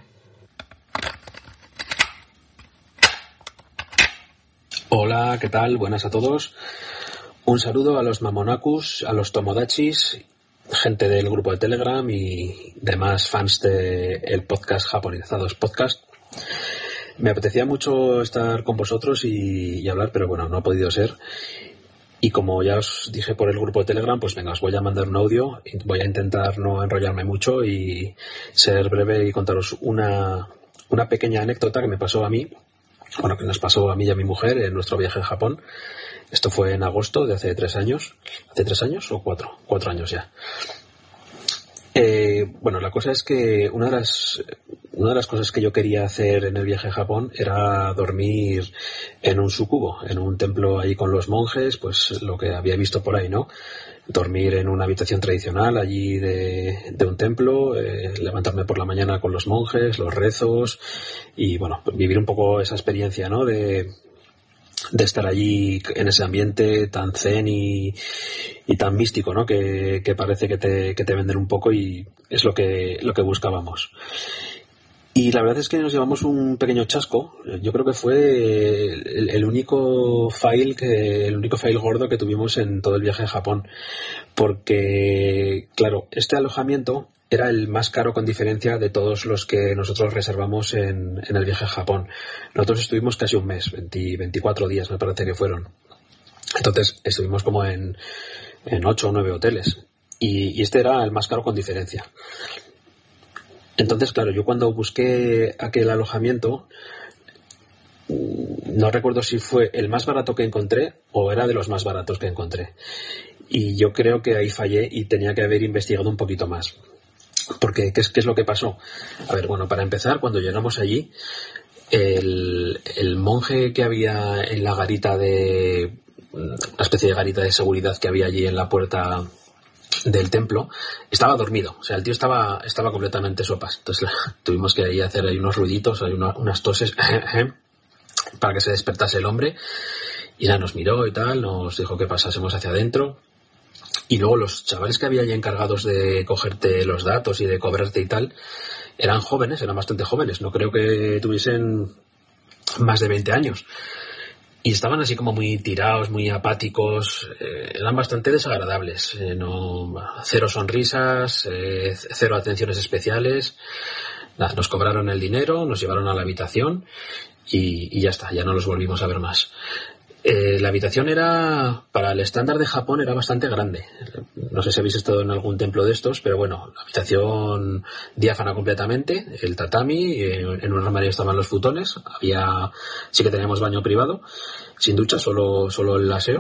Hola, ¿qué tal? Buenas a todos. Un saludo a los Mamonakus, a los Tomodachis, gente del grupo de Telegram y demás fans del podcast Japonizados Podcast. Me apetecía mucho estar con vosotros y hablar, pero bueno, no ha podido ser. Y como ya os dije por el grupo de Telegram, pues venga, os voy a mandar un audio. Voy a intentar no enrollarme mucho y ser breve y contaros una pequeña anécdota que me pasó a mí. Bueno, que nos pasó a mí y a mi mujer en nuestro viaje a Japón. Esto fue en agosto de hace 3 años. ¿Hace 3 años o 4? 4 años ya. Bueno, la cosa es que una de las cosas que yo quería hacer en el viaje a Japón era dormir en un sukubo, en un templo ahí con los monjes, pues lo que había visto por ahí, ¿no? Dormir en una habitación tradicional allí de un templo, levantarme por la mañana con los monjes, los rezos y, bueno, vivir un poco esa experiencia, ¿no? De estar allí en ese ambiente tan zen y tan místico, ¿no? Que parece que te venden un poco, y es lo que buscábamos. Y la verdad es que nos llevamos un pequeño chasco. Yo creo que fue el único fail gordo que tuvimos en todo el viaje a Japón, porque claro, este alojamiento era el más caro con diferencia de todos los que nosotros reservamos en el viaje a Japón. Nosotros estuvimos casi un mes, 24 días me parece que fueron. Entonces estuvimos como en 8 o 9 hoteles. Y este era el más caro con diferencia. Entonces, claro, yo cuando busqué aquel alojamiento no recuerdo si fue el más barato que encontré o era de los más baratos que encontré. Y yo creo que ahí fallé y tenía que haber investigado un poquito más. Porque, ¿qué es lo que pasó? A ver, bueno, para empezar, cuando llegamos allí, el monje que había en la garita una especie de garita de seguridad que había allí en la puerta del templo, estaba dormido. O sea, el tío estaba completamente sopas. Entonces tuvimos que ahí hacer ahí unos ruiditos, hay unas toses para que se despertase el hombre. Y nada, nos miró y tal, nos dijo que pasásemos hacia adentro. Y luego los chavales que había allí encargados de cogerte los datos y de cobrarte y tal, eran jóvenes, eran bastante jóvenes. No creo que tuviesen más de 20 años. Y estaban así como muy tirados, muy apáticos, eran bastante desagradables. Cero sonrisas, cero atenciones especiales. Nada, nos cobraron el dinero, nos llevaron a la habitación y ya está, ya no los volvimos a ver más. La habitación era, para el estándar de Japón, era bastante grande. No sé si habéis estado en algún templo de estos, pero bueno, la habitación diáfana completamente, el tatami, en un armario estaban los futones, sí que teníamos baño privado, sin ducha, solo el aseo,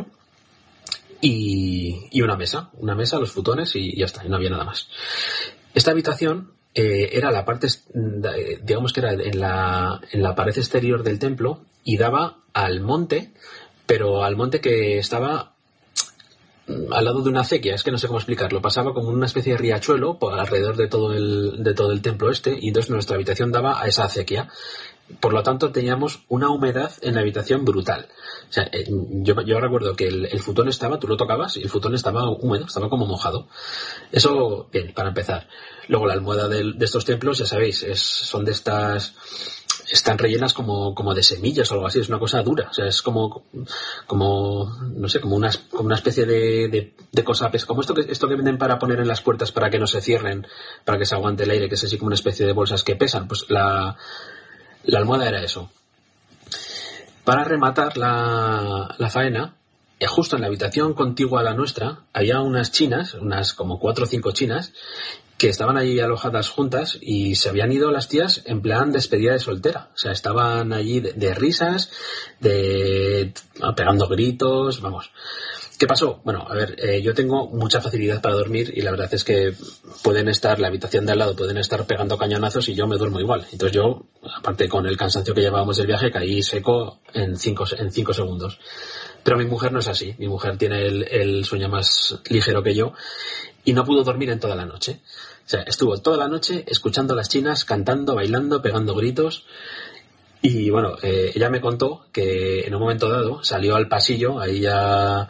y una mesa, los futones y ya está, y no había nada más. Esta habitación era la parte, digamos que era en la pared exterior del templo y daba al monte, pero al monte que estaba al lado de una acequia, es que no sé cómo explicarlo, pasaba como una especie de riachuelo por alrededor de todo el templo y entonces nuestra habitación daba a esa acequia. Por lo tanto, teníamos una humedad en la habitación brutal. O sea, yo recuerdo que el futón tú lo tocabas y el futón estaba húmedo, estaba como mojado. Eso, bien, para empezar. Luego la almohada de estos templos, ya sabéis, son de estas, están rellenas como de semillas o algo así, es una cosa dura. O sea, es como no sé, como una especie de cosa, como esto que venden para poner en las puertas para que no se cierren, para que se aguante el aire, que es así como una especie de bolsas que pesan. Pues la almohada era eso. Para rematar la faena, justo en la habitación contigua a la nuestra, había unas chinas, unas como 4 o 5 chinas, que estaban allí alojadas juntas y se habían ido las tías en plan despedida de soltera. O sea, estaban allí de risas, pegando gritos, vamos. ¿Qué pasó? Bueno, a ver, yo tengo mucha facilidad para dormir y la verdad es que la habitación de al lado pueden estar pegando cañonazos y yo me duermo igual. Entonces yo, aparte con el cansancio que llevábamos del viaje, caí seco en 5 segundos. Pero mi mujer no es así. Mi mujer tiene el sueño más ligero que yo y no pudo dormir en toda la noche. O sea, estuvo toda la noche escuchando a las chinas, cantando, bailando, pegando gritos. Y bueno, ella me contó que en un momento dado salió al pasillo, ahí ya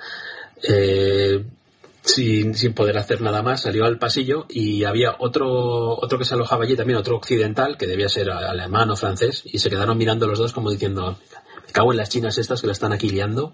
sin poder hacer nada más, salió al pasillo y había otro que se alojaba allí también, otro occidental, que debía ser alemán o francés, y se quedaron mirando los dos como diciendo, me cago en las chinas estas que la están aquí liando.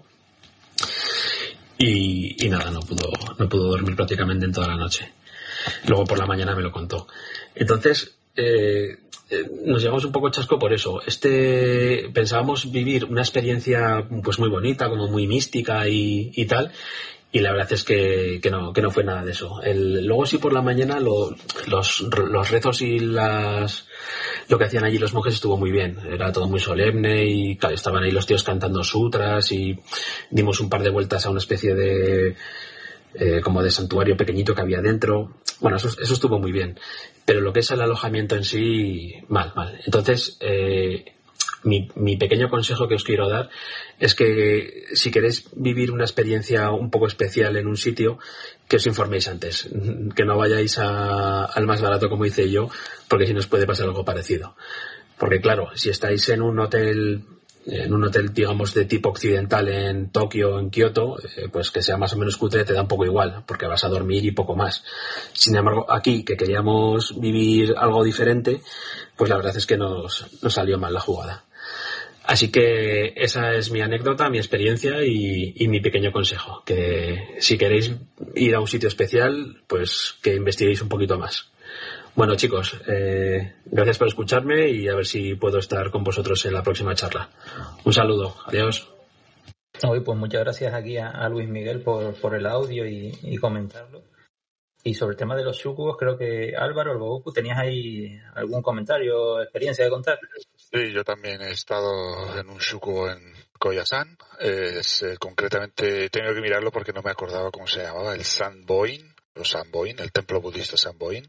Y nada, no pudo dormir prácticamente en toda la noche. Luego por la mañana me lo contó. Entonces nos llevamos un poco chasco por eso. Pensábamos vivir una experiencia pues muy bonita, como muy mística y tal, y la verdad es que no fue nada de eso. Luego sí por la mañana los rezos y lo que hacían allí los monjes estuvo muy bien. Era todo muy solemne y claro, estaban ahí los tíos cantando sutras y dimos un par de vueltas a una especie de como de santuario pequeñito que había dentro. Bueno, eso estuvo muy bien, pero lo que es el alojamiento en sí, mal. Entonces mi pequeño consejo que os quiero dar es que si queréis vivir una experiencia un poco especial en un sitio, que os informéis antes, que no vayáis al más barato como hice yo, porque si no os puede pasar algo parecido. Porque claro, si estáis en un hotel digamos de tipo occidental en Tokio o en Kioto, pues que sea más o menos cutre te da un poco igual, porque vas a dormir y poco más. Sin embargo, aquí que queríamos vivir algo diferente, pues la verdad es que nos salió mal la jugada. Así que esa es mi anécdota, mi experiencia y mi pequeño consejo, que si queréis ir a un sitio especial, pues que investiguéis un poquito más. Bueno, chicos, gracias por escucharme y a ver si puedo estar con vosotros en la próxima charla. Un saludo, adiós. Pues muchas gracias aquí a Luis Miguel por el audio y comentarlo. Y sobre el tema de los shukugos, creo que Álvaro, el Goku, ¿tenías ahí algún comentario, experiencia de contar? Sí, yo también he estado en un shukugo en Koyasan. Concretamente, he tenido que mirarlo porque no me acordaba cómo se llamaba, el Sanboin, el templo budista Sanboin.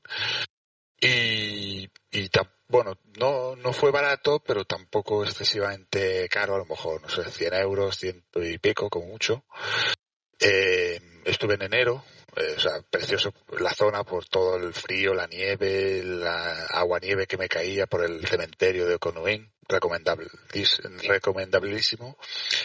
Bueno, no fue barato, pero tampoco excesivamente caro, a lo mejor, no sé, 100 euros, 100 y pico, como mucho. Estuve en enero, precioso la zona por todo el frío, la nieve, la agua-nieve que me caía por el cementerio de Okonoin, recomendabilísimo.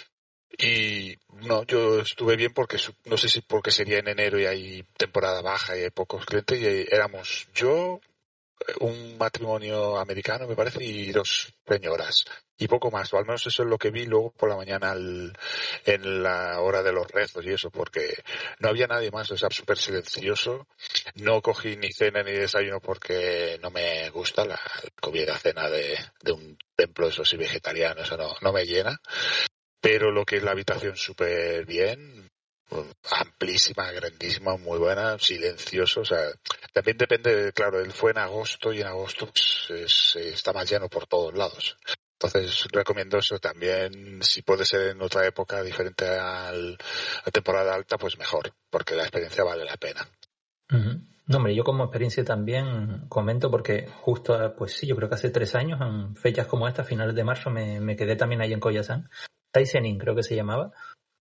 Y no, yo estuve bien porque no sé si porque sería en enero y hay temporada baja y hay pocos clientes, y éramos yo, un matrimonio americano me parece, y 2 señoras y poco más, o al menos eso es lo que vi luego por la mañana en la hora de los rezos y eso, porque no había nadie más, súper silencioso. No cogí ni cena ni desayuno porque no me gusta la comida cena de un templo, eso sí, vegetariano, eso no me llena, pero lo que es la habitación súper bien, amplísima, grandísima, muy buena, silencioso, también depende, claro, él fue en agosto y en agosto pues, está más lleno por todos lados. Entonces recomiendo eso también, si puede ser en otra época diferente a temporada alta, pues mejor, porque la experiencia vale la pena. Uh-huh. No, hombre, yo como experiencia también comento porque justo, pues sí, yo creo que hace 3 años, en fechas como esta, finales de marzo, me quedé también ahí en Koyasan. Taisenin creo que se llamaba.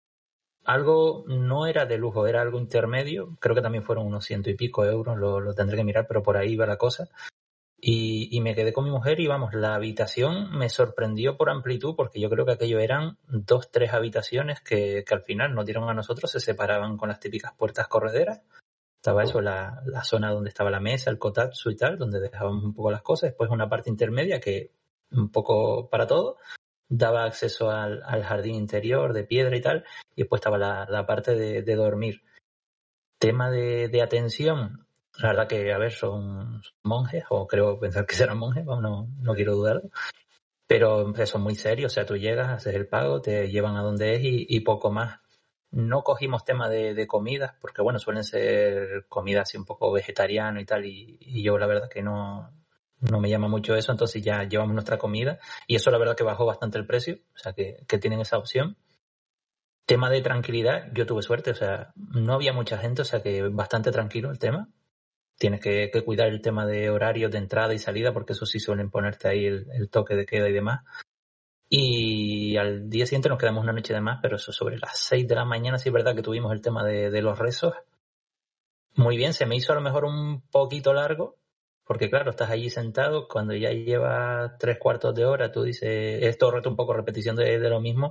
Algo no era de lujo, era algo intermedio. Creo que también fueron unos 100 y pico euros, lo tendré que mirar, pero por ahí va la cosa. Y me quedé con mi mujer y vamos, la habitación me sorprendió por amplitud porque yo creo que aquello eran 2-3 habitaciones que al final nos dieron a nosotros, se separaban con las típicas puertas correderas. Estaba eso, la zona donde estaba la mesa, el kotatsu y tal, donde dejábamos un poco las cosas. Después una parte intermedia que un poco para todo. Daba acceso al jardín interior de piedra y tal. Y después estaba la parte de dormir. Tema de atención. La verdad que, a ver, son monjes, o creo pensar que serán monjes, no quiero dudarlo. Pero son muy serios, o sea, tú llegas, haces el pago, te llevan a donde es y poco más. No cogimos tema de comidas, porque bueno, suelen ser comidas así un poco vegetariano y tal, y yo la verdad que no me llama mucho eso, entonces ya llevamos nuestra comida, y eso la verdad que bajó bastante el precio, o sea que tienen esa opción. Tema de tranquilidad, yo tuve suerte, o sea, no había mucha gente, o sea que bastante tranquilo el tema. Tienes que cuidar el tema de horarios de entrada y salida, porque eso sí suelen ponerte ahí el toque de queda y demás. Y al día siguiente nos quedamos una noche de más, pero eso sobre las 6 de la mañana sí es verdad que tuvimos el tema de los rezos. Muy bien, se me hizo a lo mejor un poquito largo, porque claro, estás allí sentado, cuando ya llevas 3/4 de hora, tú dices, es todo el rato un poco repetición de lo mismo.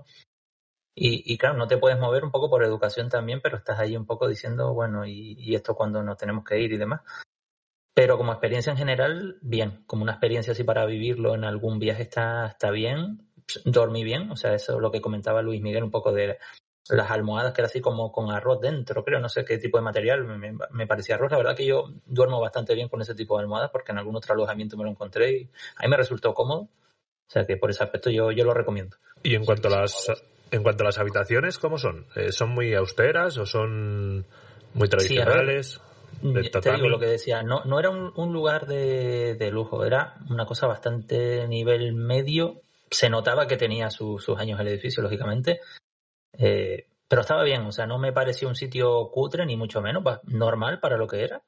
Y claro, no te puedes mover un poco por educación también, pero estás ahí un poco diciendo, bueno, y esto cuando nos tenemos que ir y demás. Pero como experiencia en general, bien. Como una experiencia así para vivirlo en algún viaje está bien. Dormí bien, o sea, eso es lo que comentaba Luis Miguel, un poco de las almohadas, que era así como con arroz dentro, creo, no sé qué tipo de material, me parecía arroz. La verdad que yo duermo bastante bien con ese tipo de almohadas, porque en algún otro alojamiento me lo encontré y a mí me resultó cómodo. O sea que por ese aspecto yo lo recomiendo. Y en cuanto a las habitaciones, ¿cómo son? ¿Son muy austeras o son muy tradicionales? Sí, te digo lo que decía, no era un lugar de lujo, era una cosa bastante nivel medio. Se notaba que tenía sus años el edificio, lógicamente, pero estaba bien, o sea, no me pareció un sitio cutre, ni mucho menos, normal para lo que era.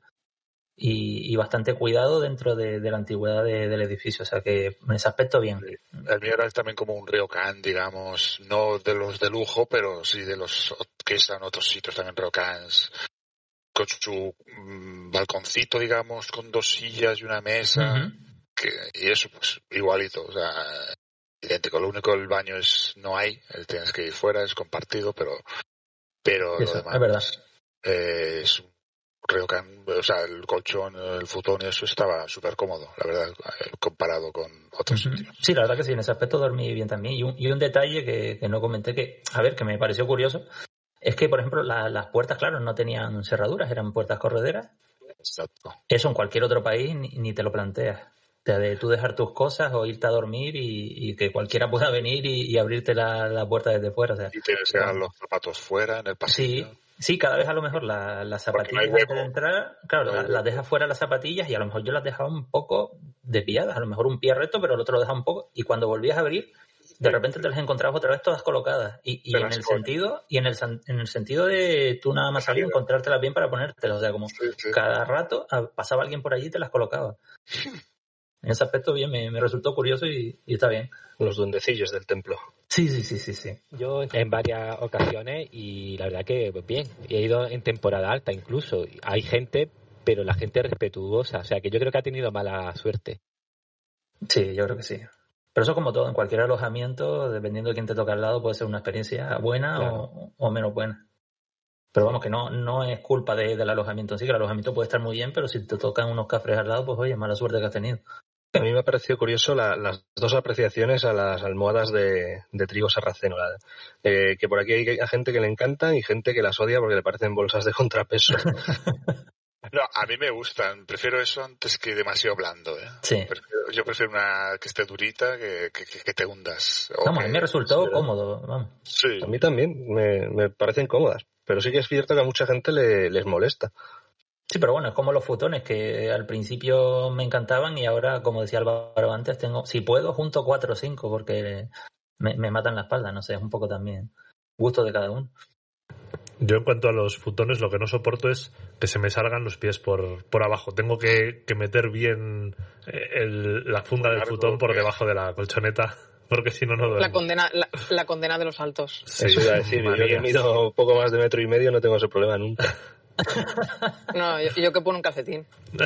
Y bastante cuidado dentro de la antigüedad del edificio, o sea que en ese aspecto bien. El mío era también como un ryokan, digamos, no de los de lujo, pero sí de los que están en otros sitios también ryokans, con su balconcito, digamos, con 2 sillas y una mesa, y eso pues igualito, o sea, idéntico. Lo único, el baño no hay, tienes que ir fuera, es compartido, pero eso, lo demás es verdad. Es un ryokan, o sea, el colchón, el futón y eso estaba súper cómodo, la verdad, comparado con otros sitios. Sí, la verdad que sí, en ese aspecto dormí bien también. Y un detalle que no comenté, que me pareció curioso, es que, por ejemplo, las puertas, claro, no tenían cerraduras, eran puertas correderas. Exacto. Eso en cualquier otro país ni te lo planteas. De tú dejar tus cosas o irte a dormir y que cualquiera pueda venir y abrirte la puerta desde fuera. O sea, y tienes que dejar los zapatos fuera, en el pasillo. Sí, cada vez a lo mejor las zapatillas antes de entrar, claro, las dejas fuera las zapatillas y a lo mejor yo las dejaba un poco desviadas, a lo mejor un pie recto, pero el otro lo dejaba un poco, y cuando volvías a abrir, de repente te las encontrabas otra vez todas colocadas. Y en el sentido, en el sentido de tú nada más salir, encontrártelas bien para ponértelas. O sea, como cada rato pasaba alguien por allí y te las colocaba. En ese aspecto bien, me resultó curioso y está bien. Los duendecillos del templo. Sí. Yo en varias ocasiones y la verdad que pues bien, he ido en temporada alta incluso. Hay gente, pero la gente es respetuosa. O sea, que yo creo que ha tenido mala suerte. Sí, yo creo que sí. Pero eso como todo, en cualquier alojamiento, dependiendo de quién te toca al lado, puede ser una experiencia buena o menos buena. Pero vamos, que no es culpa del alojamiento en sí, que el alojamiento puede estar muy bien, pero si te tocan unos cafres al lado, pues oye, mala suerte que has tenido. A mí me ha parecido curioso las dos apreciaciones a las almohadas de trigo sarraceno. Que por aquí hay gente que le encantan y gente que las odia porque le parecen bolsas de contrapeso. No, a mí me gustan. Prefiero eso antes que demasiado blando. Sí. Yo prefiero una que esté durita que te hundas. Vamos, a mí me resultó cómodo. Vamos. Sí. A mí también me parecen cómodas. Pero sí que es cierto que a mucha gente les molesta. Sí, pero bueno, es como los futones que al principio me encantaban y ahora, como decía Álvaro antes, si puedo, junto 4 o 5 porque me matan la espalda. No sé, es un poco también gusto de cada uno. Yo en cuanto a los futones lo que no soporto es que se me salgan los pies por abajo. Tengo que meter bien la funda del futón por debajo de la colchoneta porque si no duermo. La condena de los altos. Sí, eso iba a decir. Yo que mido poco más de 1,5 metros no tengo ese problema nunca. No, yo que pongo un calcetín.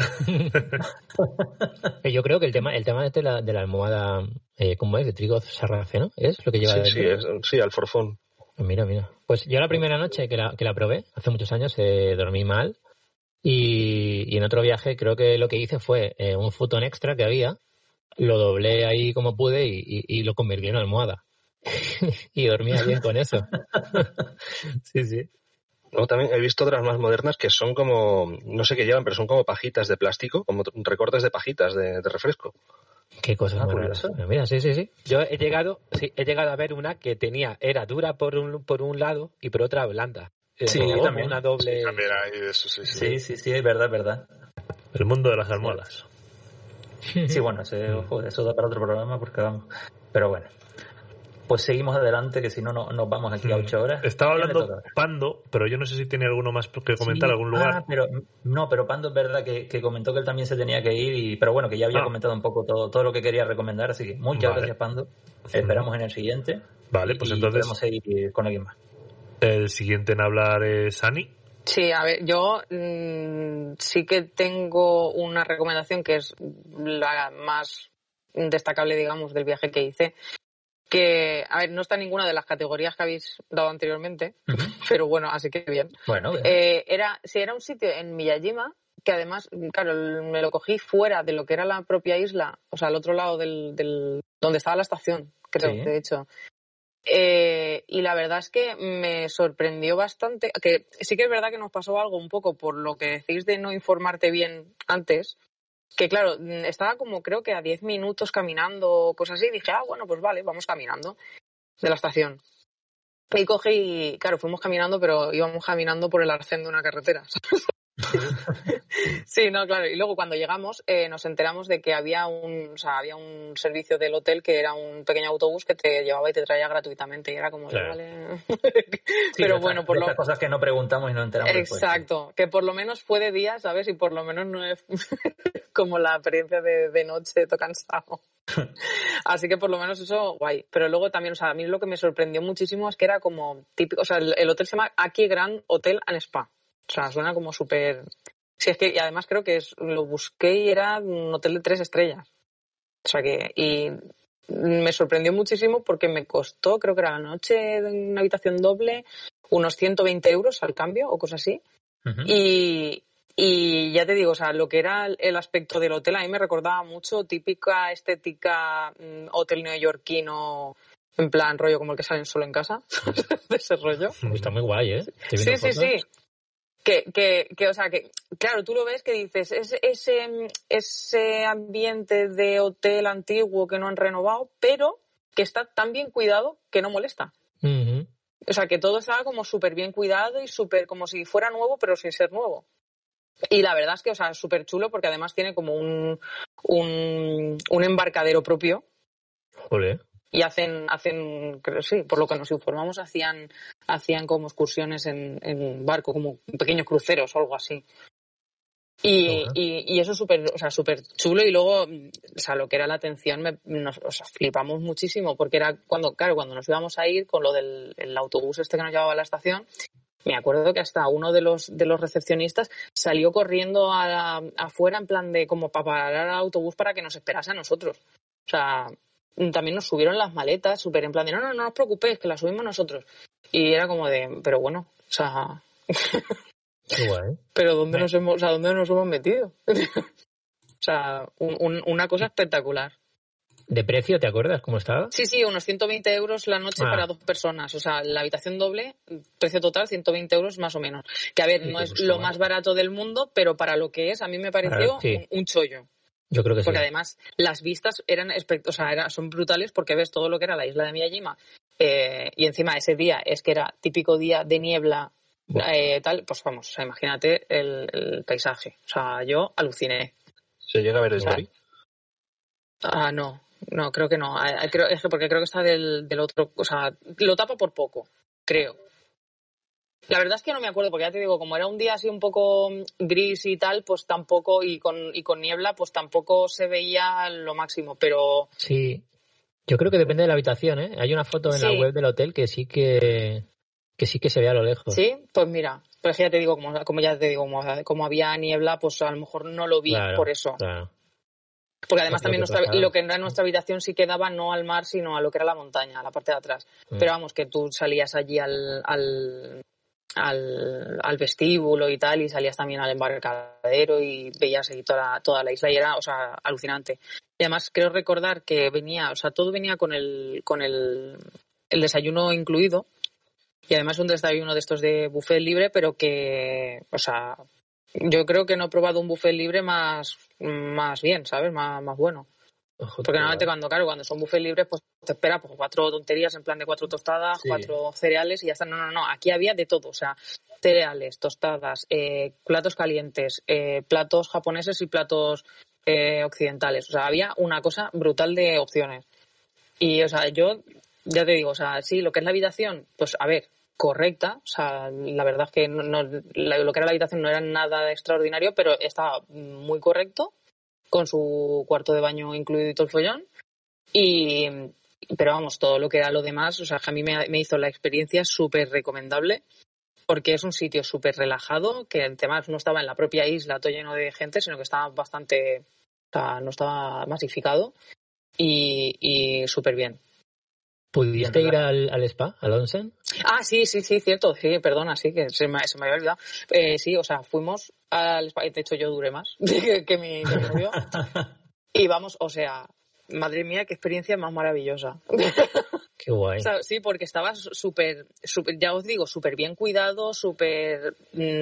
Yo creo que el tema de la almohada, ¿cómo es? De trigo sarraceno, ¿es lo que lleva? Sí, alforfón. Mira. Pues yo la primera noche que la probé, hace muchos años, dormí mal y en otro viaje creo que lo que hice fue un futón extra que había, lo doblé ahí como pude y lo convertí en almohada. Y dormía bien con eso. Sí. Luego también he visto otras más modernas que son como, no sé qué llevan, pero son como pajitas de plástico, como recortes de pajitas de refresco. Qué cosa muy rara. Mira, sí. Yo he llegado a ver una que era dura por un lado y por otra blanda. Sí, también. Una doble. Sí, también hay de eso, sí. Sí, es verdad. El mundo de las almohadas. Sí, bueno, eso da para otro programa porque vamos. Pero bueno. Pues seguimos adelante, que si no nos vamos aquí a 8 horas. Estaba hablando Pando, pero yo no sé si tiene alguno más que comentar en algún lugar. Pero Pando es verdad que comentó que él también se tenía que ir, pero bueno, que ya había comentado un poco todo lo que quería recomendar, así que muchas gracias, Pando. Esperamos en el siguiente. Vale, pues entonces podemos seguir con alguien más. El siguiente en hablar es Ani. Sí, a ver, yo sí que tengo una recomendación que es la más destacable, digamos, del viaje que hice. Que, a ver, no está en ninguna de las categorías que habéis dado anteriormente, pero bueno, así que bien. Bueno, era un sitio en Miyajima, que además, claro, me lo cogí fuera de lo que era la propia isla, o sea, al otro lado donde estaba la estación, creo, sí. De hecho. Y la verdad es que me sorprendió bastante, que sí que es verdad que nos pasó algo un poco por lo que decís de no informarte bien antes, que claro, estaba como creo que a 10 minutos caminando o cosas así, y dije, bueno, pues vale, vamos caminando de la estación. Y cogí, claro, fuimos caminando, pero íbamos caminando por el arcén de una carretera. Sí, no, claro. Y luego cuando llegamos nos enteramos de que había un servicio del hotel que era un pequeño autobús que te llevaba y te traía gratuitamente y era como, claro. Vale. Pero bueno, por las cosas que no preguntamos y no enteramos. Exacto, después. Que por lo menos fue de día, ¿sabes? Y por lo menos no es como la experiencia de noche, todo cansado. Así que por lo menos eso, guay. Pero luego también, o sea, a mí lo que me sorprendió muchísimo es que era como típico, o sea, el hotel se llama Aki Grand Hotel and Spa. O sea, suena como súper... Sí, es que y además creo que lo busqué y era un hotel de 3 estrellas. O sea que... Y me sorprendió muchísimo porque me costó, creo que era la noche en una habitación doble, unos 120 euros al cambio o cosas así. Uh-huh. Y ya te digo, o sea, lo que era el aspecto del hotel a mí me recordaba mucho típica estética hotel neoyorquino, en plan rollo como el que salen solo en casa, de ese rollo. Está muy guay, ¿eh? Sí. Que, o sea, que, claro, tú lo ves que dices, ese ambiente de hotel antiguo que no han renovado, pero que está tan bien cuidado que no molesta. Uh-huh. O sea, que todo estaba como súper bien cuidado y súper como si fuera nuevo, pero sin ser nuevo. Y la verdad es que, o sea, es súper chulo porque además tiene como un embarcadero propio. Olé. y hacen, sí, por lo que nos informamos, hacían como excursiones en barco, como pequeños cruceros o algo así. Y eso súper chulo. Y luego, o sea, lo que era la atención, flipamos muchísimo, porque era cuando nos íbamos a ir con lo del el autobús este que nos llevaba a la estación. Me acuerdo que hasta uno de los recepcionistas salió corriendo afuera en plan de como para parar al autobús para que nos esperase a nosotros. O sea, también nos subieron las maletas súper en plan de no os preocupéis, que las subimos nosotros. Y era como de, pero bueno, o sea... Qué guay. Pero ¿dónde nos hemos metido? O sea, una cosa espectacular. ¿De precio te acuerdas cómo estaba? Sí, unos 120 euros la noche para 2 personas. O sea, la habitación doble, precio total 120 euros más o menos. Que a ver, no es lo más barato del mundo, pero para lo que es, a mí me pareció un chollo. Yo creo que porque además las vistas son brutales porque ves todo lo que era la isla de Miyajima. Y encima ese día es que era típico día de niebla. Pues vamos, o sea, imagínate el paisaje. O sea, yo aluciné. ¿Se llega a ver desde ahí? No, creo que no. Porque creo que está del otro, o sea, lo tapa por poco, creo. La verdad es que no me acuerdo, porque ya te digo, como era un día así un poco gris y tal, pues tampoco, y con niebla, pues tampoco se veía lo máximo, pero... Sí, yo creo que depende de la habitación, ¿eh? Hay una foto en la web del hotel que sí que se ve a lo lejos. Sí, pues mira, pero ya te digo, como había niebla, pues a lo mejor no lo vi por eso. Claro. Porque además también lo que era nuestra habitación sí quedaba no al mar, sino a lo que era la montaña, a la parte de atrás. Pero vamos, que tú salías allí al vestíbulo y tal, y salías también al embarcadero y veías ahí toda la isla y era, o sea, alucinante. Y además creo recordar que todo venía con el desayuno incluido. Y además un desayuno de estos de buffet libre, pero que, o sea, yo creo que no he probado un buffet libre más bien, ¿sabes? Más bueno. Porque normalmente cuando son buffet libres, pues te esperas 4 tonterías en plan de 4 tostadas, 4 cereales y ya está. No. Aquí había de todo, o sea, cereales, tostadas, platos calientes, platos japoneses y platos occidentales. O sea, había una cosa brutal de opciones. Y, o sea, yo ya te digo, o sea, sí, lo que es la habitación, pues a ver, correcta, o sea, la verdad es que lo que era la habitación no era nada extraordinario, pero estaba muy correcto, con su cuarto de baño incluido y todo el follón, pero vamos, todo lo que era lo demás, o sea, que a mí me hizo la experiencia súper recomendable, porque es un sitio súper relajado, que además no estaba en la propia isla todo lleno de gente, sino que estaba bastante, o sea, no estaba masificado, y súper bien. ¿Pudiste ir al spa, al onsen? Ah, sí, cierto. Sí, perdona, sí, que se me había olvidado. Sí, o sea, fuimos al spa. De hecho, yo duré más que mi novio. Y vamos, o sea, madre mía, qué experiencia más maravillosa. Qué guay. O sea, sí, porque estaba súper, ya os digo, súper bien cuidado, súper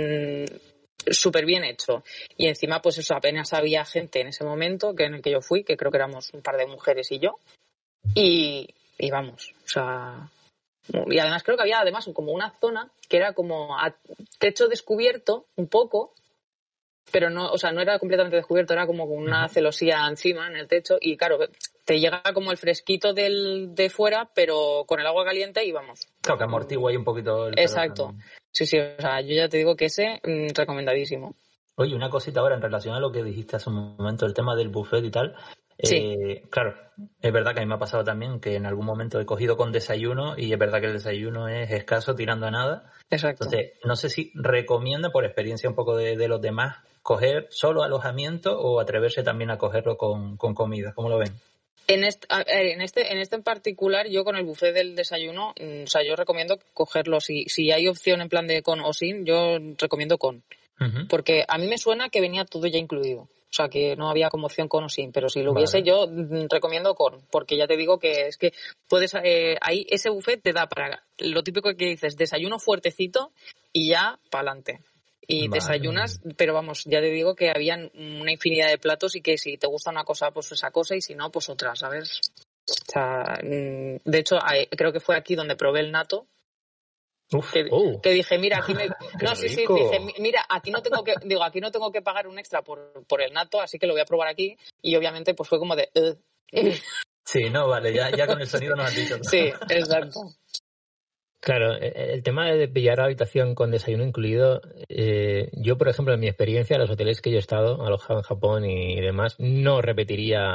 bien hecho. Y encima, pues eso, apenas había gente en ese momento en el que yo fui, que creo que éramos un par de mujeres y yo. Y vamos, o sea... Y además creo que había como una zona que era como a techo descubierto un poco, pero no, o sea, no era completamente descubierto, era como con una celosía encima en el techo y claro, te llega como el fresquito de fuera, pero con el agua caliente y vamos. Claro, que amortigua ahí un poquito el Exacto. calor. Sí, o sea, yo ya te digo que ese recomendadísimo. Oye, una cosita ahora en relación a lo que dijiste hace un momento, el tema del buffet y tal. Sí. Claro, es verdad que a mí me ha pasado también que en algún momento he cogido con desayuno y es verdad que el desayuno es escaso tirando a nada. Exacto. Entonces, no sé si recomienda, por experiencia un poco de los demás, coger solo alojamiento o atreverse también a cogerlo con comida. ¿Cómo lo ven? En este en particular, yo con el buffet del desayuno, o sea, yo recomiendo cogerlo. Si hay opción en plan de con o sin, yo recomiendo con. Uh-huh. Porque a mí me suena que venía todo ya incluido. O sea, que no había como opción con o sin, pero si lo hubiese yo recomiendo con, porque ya te digo que es que puedes ahí ese buffet te da para lo típico que dices, desayuno fuertecito y ya para adelante. Y desayunas, pero vamos, ya te digo que habían una infinidad de platos y que si te gusta una cosa, pues esa cosa y si no, pues otra, ¿sabes? O sea, de hecho, creo que fue aquí donde probé el natto. Que dije, mira, aquí dije, mira, aquí no tengo que pagar un extra por el natto, así que lo voy a probar aquí y obviamente pues fue como de Sí, no, vale, ya con el sonido nos has dicho. Sí, exacto. Claro, el tema de pillar la habitación con desayuno incluido, yo, por ejemplo, en mi experiencia, los hoteles que yo he estado, alojado en Japón y demás, no repetiría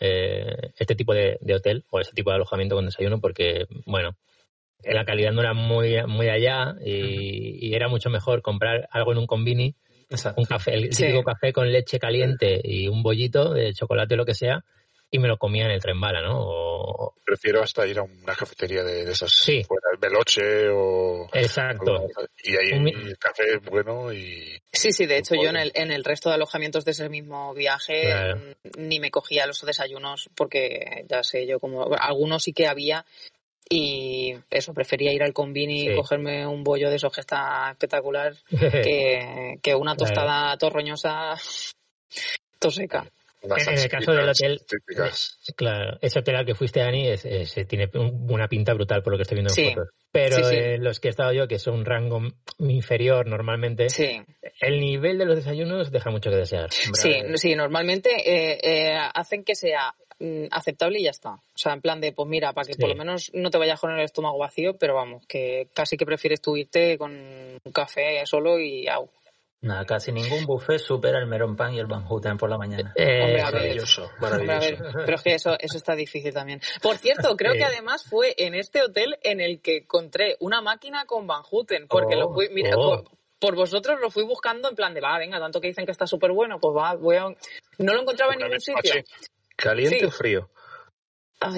este tipo de hotel o este tipo de alojamiento con desayuno porque, bueno, la calidad no era muy allá y era mucho mejor comprar algo en un convini, un café, el típico café con leche caliente y un bollito de chocolate o lo que sea, y me lo comía en el tren bala, ¿no? Prefiero hasta ir a una cafetería de esas fuera, el Veloce o... Exacto. Y ahí el café es bueno y... Sí, de hecho yo en el resto de alojamientos de ese mismo viaje ni me cogía los desayunos porque ya sé yo como... Algunos sí que había y eso, prefería ir al Convini y cogerme un bollo de esos que está espectacular que una tostada torroñosa toseca. En el caso del hotel, claro, ese hotel al que fuiste, Ani, tiene una pinta brutal por lo que estoy viendo en fotos. Pero los que he estado yo, que son un rango inferior normalmente, el nivel de los desayunos deja mucho que desear. Sí, normalmente hacen que sea aceptable y ya está. O sea, en plan de, pues mira, para que por lo menos no te vayas con el estómago vacío, pero vamos, que casi que prefieres tú irte con un café solo y au. Nada, casi ningún buffet supera el melón pan y el banjuten por la mañana. Maravilloso. Pero es que eso está difícil también. Por cierto, creo que además fue en este hotel en el que encontré una máquina con banjuten, porque lo fui, mira, por vosotros lo fui buscando en plan de, venga, tanto que dicen que está súper bueno, pues no lo encontraba en ningún sitio. ¿Caliente o frío? Ay,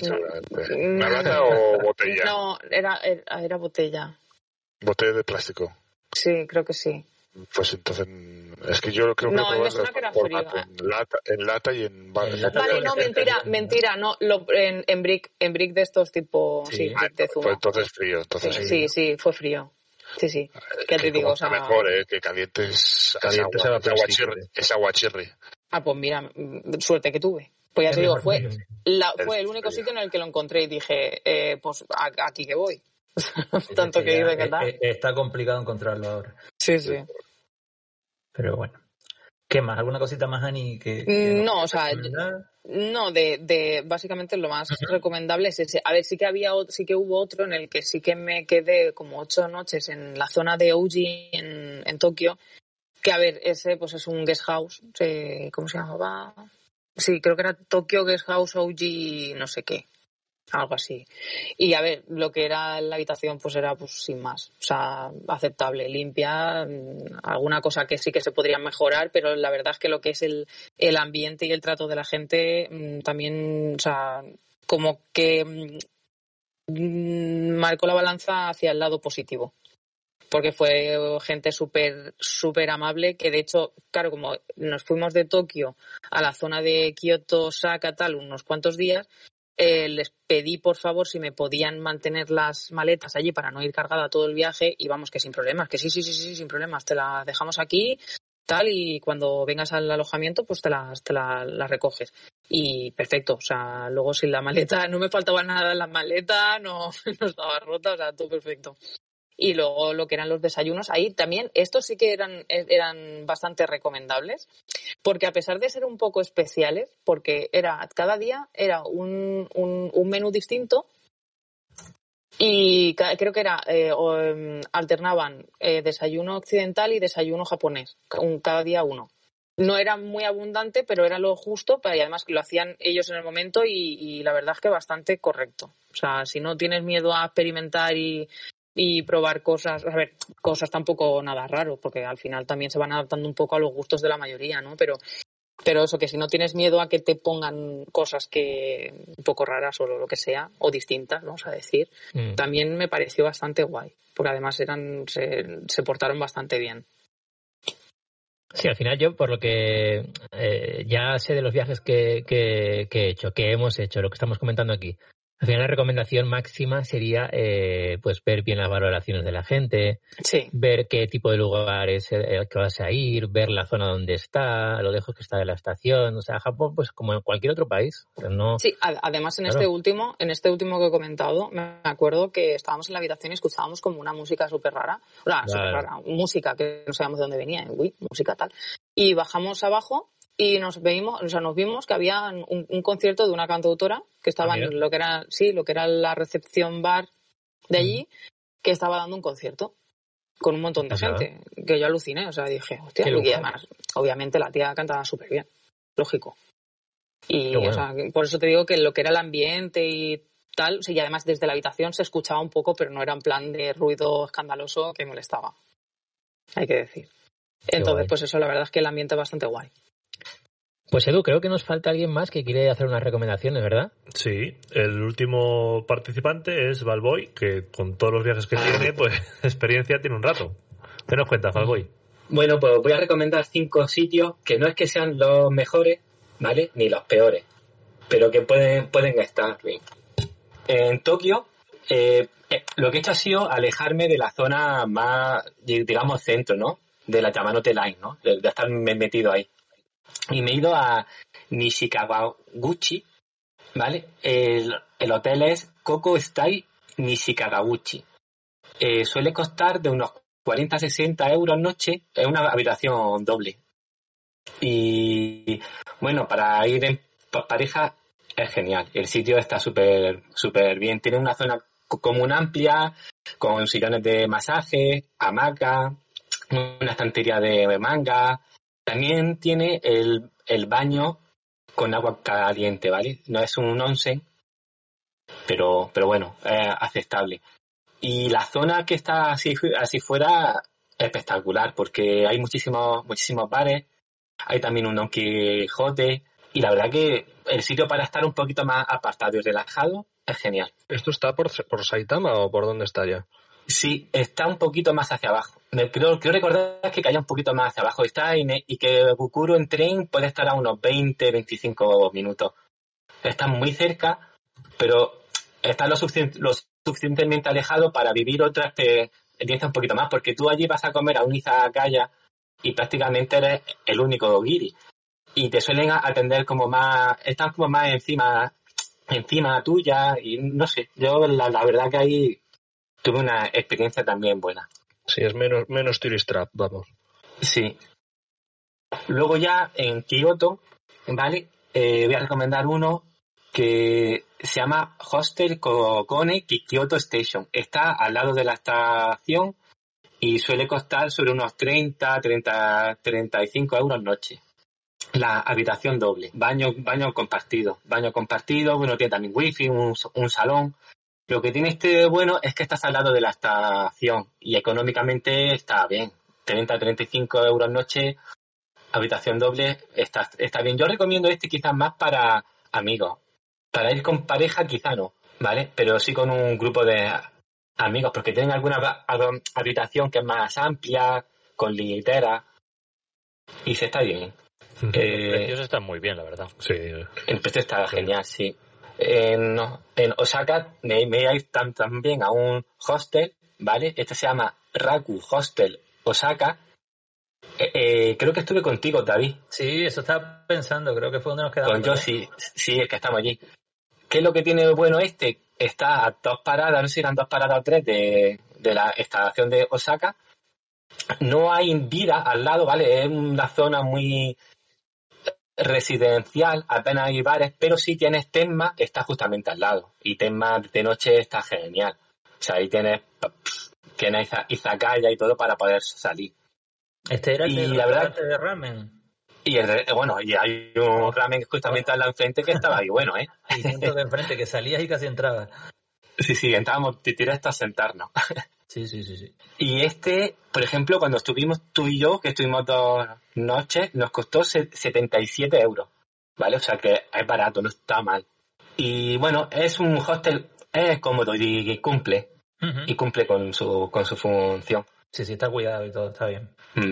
¿Una lata o botella? No, era botella. ¿Botella de plástico? Sí, creo que sí. Pues entonces, es que yo creo que me suena que era frío. En lata y en... Vale, no, mentira, no, en brick de estos tipo, brick de zumo. Pues entonces frío, Sí, fue frío. Sí, que te digo, o sea... mejor, que caliente es agua cherry. Ah, pues mira, suerte que tuve. Pues ya te digo, fue el único sitio en el que lo encontré y dije, pues aquí que voy. Tanto que dice que tal. Está complicado encontrarlo ahora. Sí. Pero bueno. ¿Qué más? ¿Alguna cosita más, Ani? No, o sea, no, de básicamente lo más recomendable es ese. A ver, sí que hubo otro en el que sí que me quedé como 8 noches en la zona de Ouji en Tokio, que a ver, ese pues es un guest house, ¿cómo se llamaba? Sí, creo que era Tokyo Guest House Ouji no sé qué. Algo así. Y a ver, lo que era la habitación pues era pues sin más, o sea, aceptable, limpia, alguna cosa que sí que se podría mejorar, pero la verdad es que lo que es el ambiente y el trato de la gente también, o sea, como que marcó la balanza hacia el lado positivo. Porque fue gente súper amable, que de hecho, claro, como nos fuimos de Tokio a la zona de Kioto, Osaka, tal, unos cuantos días, les pedí por favor si me podían mantener las maletas allí para no ir cargada todo el viaje y vamos, que sin problemas, que sí, sin problemas, te las dejamos aquí tal y cuando vengas al alojamiento pues te las recoges y perfecto, o sea, luego sin la maleta no me faltaba nada en la maleta, no estaba rota, o sea, todo perfecto. Y luego lo que eran los desayunos, ahí también, estos sí que eran bastante recomendables, porque a pesar de ser un poco especiales, porque cada día era un menú distinto y creo que alternaban desayuno occidental y desayuno japonés, cada día uno. No era muy abundante, pero era lo justo, y además lo hacían ellos en el momento y la verdad es que bastante correcto. O sea, si no tienes miedo a experimentar y probar cosas, a ver, cosas tampoco nada raro, porque al final también se van adaptando un poco a los gustos de la mayoría, ¿no? Pero eso, que si no tienes miedo a que te pongan cosas que un poco raras o lo que sea, o distintas, vamos a decir, también me pareció bastante guay, porque además se portaron bastante bien. Sí, al final yo, por lo que ya sé de los viajes que hemos hecho, lo que estamos comentando aquí, al final la recomendación máxima sería pues ver bien las valoraciones de la gente, ver qué tipo de lugares que vas a ir, ver la zona donde está, lo lejos que está de la estación. O sea, Japón, pues como en cualquier otro país. No... Sí, además en este último que he comentado, me acuerdo que estábamos en la habitación y escuchábamos como una música súper rara. Súper rara, música que no sabíamos de dónde venía, música tal. Y bajamos abajo y nos vimos que había un concierto de una cantautora que estaba en lo que era la recepción bar de allí, que estaba dando un concierto con un montón de gente, que yo aluciné, o sea, dije, hostia, y además, obviamente la tía cantaba súper bien, lógico. Y, o sea, por eso te digo que lo que era el ambiente y tal, o sea, y además desde la habitación se escuchaba un poco, pero no era en plan de ruido escandaloso que molestaba, hay que decir. Entonces, pues eso, la verdad es que el ambiente es bastante guay. Pues Edu, creo que nos falta alguien más que quiere hacer unas recomendaciones, ¿verdad? Sí, el último participante es Valboy, que con todos los viajes que tiene, pues experiencia tiene un rato. ¿Qué nos cuentas, Valboy? Bueno, pues voy a recomendar 5 sitios que no es que sean los mejores, ¿vale? Ni los peores, pero que pueden estar bien. En Tokio, lo que he hecho ha sido alejarme de la zona más, digamos, centro, ¿no? De la Yamanote Line, ¿no? De estar metido ahí. Y me he ido a Nishikagaguchi, ¿vale? El hotel es Koko Stay Nishikagaguchi. Suele costar de unos 40-60 euros noche, es una habitación doble. Y bueno, para ir en pareja es genial. El sitio está súper bien. Tiene una zona común amplia, con sillones de masaje, hamaca, una estantería de manga. También tiene el baño con agua caliente, ¿vale? No es un onsen, pero bueno, es aceptable. Y la zona que está así fuera es espectacular, porque hay muchísimos bares, hay también un Don Quijote, y la verdad que el sitio para estar un poquito más apartado y relajado es genial. ¿Esto está por Saitama o por dónde está ya? Sí, está un poquito más hacia abajo. Creo recordar que caía un poquito más hacia abajo. Está y que Bukuro en tren puede estar a unos 20-25 minutos. Está muy cerca, pero está lo suficientemente alejado para vivir otra experiencia un poquito más, porque tú allí vas a comer a un izakaya y prácticamente eres el único guiri. Y te suelen atender como más, están como más encima tuya, y no sé, yo la verdad que ahí tuve una experiencia también buena. Sí, es menos tourist trap, vamos. Sí. Luego ya en Kioto, ¿vale? Voy a recomendar uno que se llama Hostel Kokone Kyoto Station. Está al lado de la estación y suele costar sobre unos 35 euros noche. La habitación doble, baño compartido, bueno, tiene también wifi, un salón. Lo que tiene bueno es que estás al lado de la estación y económicamente está bien. 30-35 euros noche, habitación doble, está bien. Yo recomiendo quizás más para amigos. Para ir con pareja quizá no, ¿vale? Pero sí con un grupo de amigos, porque tienen alguna habitación que es más amplia, con litera, y se está bien. Los precios están muy bien, la verdad. Sí. El precio está genial, sí. En Osaka me he ido también a un hostel, ¿vale? Este se llama Raku Hostel Osaka. Creo que estuve contigo, David. Sí, eso estaba pensando, creo que fue donde nos quedamos. Con yo sí, es que estamos allí. ¿Qué es lo que tiene bueno este? Está a 2 paradas, no sé si eran 2 paradas o 3 de la estación de Osaka. No hay vida al lado, ¿vale? Es una zona muy residencial, apenas hay bares, pero sí tienes Tenma, está justamente al lado, y Tenma de noche está genial. O sea, ahí tienes izakaya y todo para poder salir. Este era el de ramen. Y hay un ramen justamente al lado enfrente que estaba ahí bueno, ¿eh? Y dentro de enfrente, que salías y casi entrabas. Sí, entrábamos directo a sentarnos. Sí. Y por ejemplo, cuando estuvimos tú y yo, que estuvimos 2 noches, nos costó 77 euros, ¿vale? O sea que es barato, no está mal. Y bueno, es un hostel, es cómodo y cumple. Uh-huh. Y cumple con su función. Sí, está cuidado y todo, está bien.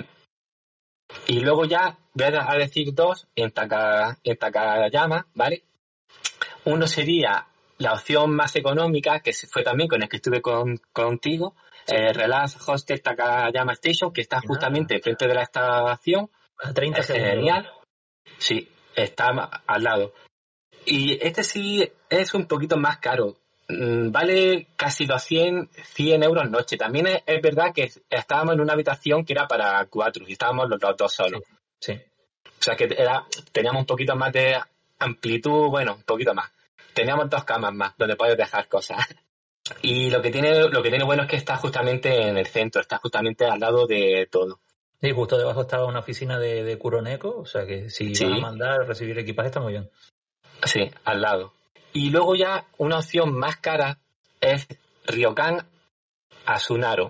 Y luego ya voy a decir 2 en Takayama, ¿vale? Uno sería la opción más económica, que fue también con el que estuve contigo, sí. Relax Hostel Takayama Station, que está justamente enfrente de la estación. A 30 segundos. Genial. Sí, está al lado. Y sí es un poquito más caro. Vale casi 100 euros noche. También es verdad que estábamos en una habitación que era para 4 y estábamos los 2 solos. Sí. O sea que teníamos un poquito más de amplitud, bueno, un poquito más. Teníamos 2 camas más donde puedes dejar cosas. Y lo que tiene bueno es que está justamente en el centro, está justamente al lado de todo. Sí, justo debajo estaba una oficina de Kuroneko, o sea que si van a mandar, recibir equipaje está muy bien. Sí, al lado. Y luego ya una opción más cara es Ryokan Asunaro,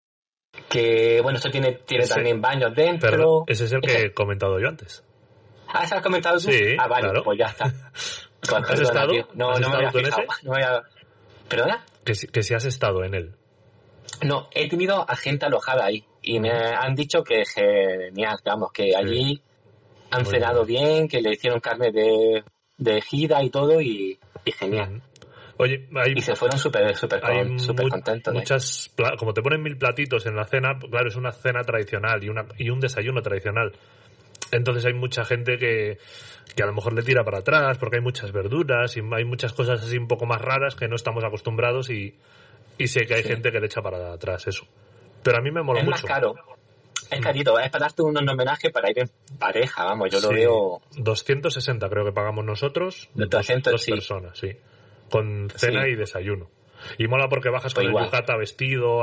que bueno, esto tiene también baños dentro. Pero ese es el que he comentado yo antes. ¿Ah, ¿se has comentado tú? Sí, vale, claro. Pues ya está. ¿Has estado? No me había fijado. ¿Perdona? Que si has estado en él. No, he tenido a gente alojada ahí y me han dicho que es genial, vamos, que allí han cenado bien, que le hicieron carne de ejida y todo y genial. Oye, y se fueron súper contentos. Como te ponen 1000 platitos en la cena, claro, es una cena tradicional y un desayuno tradicional. Entonces hay mucha gente que a lo mejor le tira para atrás porque hay muchas verduras y hay muchas cosas así un poco más raras que no estamos acostumbrados y sé que hay gente que le echa para atrás eso. Pero a mí me mola mucho. Es más caro. Es carito, es para darte un homenaje para ir en pareja, vamos, yo lo veo... 260 creo que pagamos nosotros, 200, dos personas, sí. Con cena y desayuno. Y mola porque bajas con el yukata vestido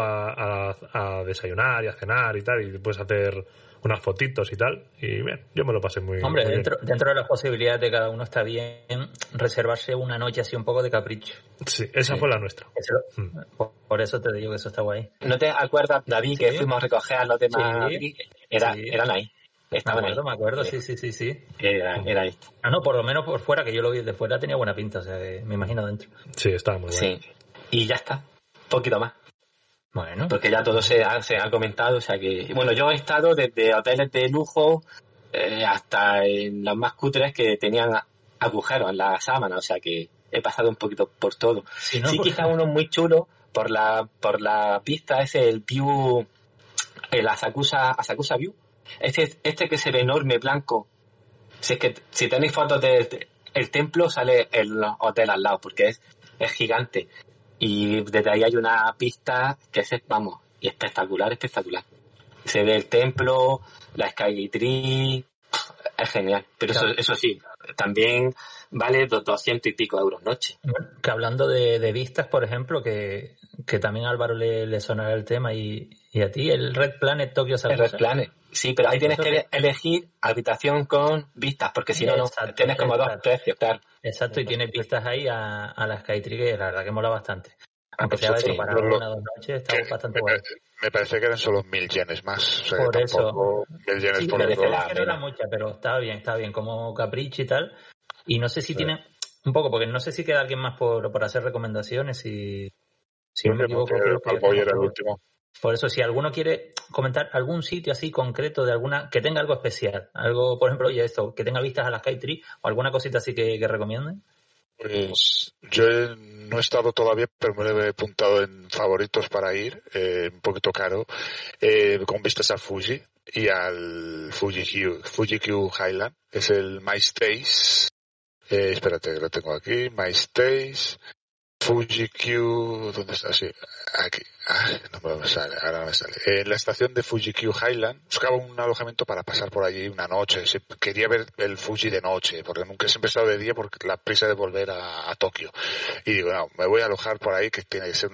a desayunar y a cenar y tal, y puedes hacer unas fotitos y tal, y bien, yo me lo pasé muy bien. Hombre, dentro de las posibilidades de cada uno está bien reservarse una noche así un poco de capricho. Sí, esa fue la nuestra. Por eso te digo que eso está guay. ¿No te acuerdas, David, que fuimos a recoger a los demás? Eran ahí. Estaban ahí. Me acuerdo, sí. Era ahí. No, por lo menos por fuera, que yo lo vi de fuera, tenía buena pinta, o sea, que me imagino dentro. Sí, estaba muy bueno. Sí, y ya está, un poquito más. Bueno. Porque ya todo se ha comentado, o sea que... Bueno, yo he estado desde hoteles de lujo hasta en los más cutres que tenían agujeros en la sábana, o sea que he pasado un poquito por todo. Sí, quizá uno muy chulo por la pista es el View, el Asakusa View. Este que se ve enorme, blanco. Si tenéis fotos del templo, sale el hotel al lado, porque es gigante. Y desde ahí hay una pista que es, vamos, y espectacular. Se ve el templo, la Skytree, es genial. Pero claro, eso sí, también vale 200 y pico euros noche. Que hablando de vistas, por ejemplo, que también a Álvaro le sonará el tema y a ti, el Red Planet Tokyo Sakusa. El Red Planet, sí, pero ahí tienes que elegir habitación con vistas, porque si no, tienes como dos precios, claro. Exacto, y tienes vistas ahí a la Skytree, que la verdad que mola bastante. Aunque sea de para 1 o 2 noches, está bastante guay. Me parece que eran solo 1000 yenes más. O sea, por eso. 1000 yenes sí, por me parece que no era mucha, pero estaba bien, como capricho y tal. Y no sé si tiene un poco, porque no sé si queda alguien más por hacer recomendaciones y si no me equivoco. Hoy era el último. Por eso, si alguno quiere comentar algún sitio así concreto de alguna que tenga algo especial, algo, por ejemplo, oye, esto, que tenga vistas a la Skytree o alguna cosita así que recomienden. Pues yo no he estado todavía, pero me lo he apuntado en favoritos para ir, un poquito caro, con vistas al Fuji y al Fuji Q Highland. Es el My Stays. Espérate, lo tengo aquí. My Stays. Fuji Q, ¿dónde está? Sí, aquí. No me sale, ahora no me sale. En la estación de Fuji Q Highland buscaba un alojamiento para pasar por allí una noche. Quería ver el Fuji de noche, porque nunca he empezado de día porque la prisa de volver a Tokio. Y digo, no, me voy a alojar por ahí, que tiene que ser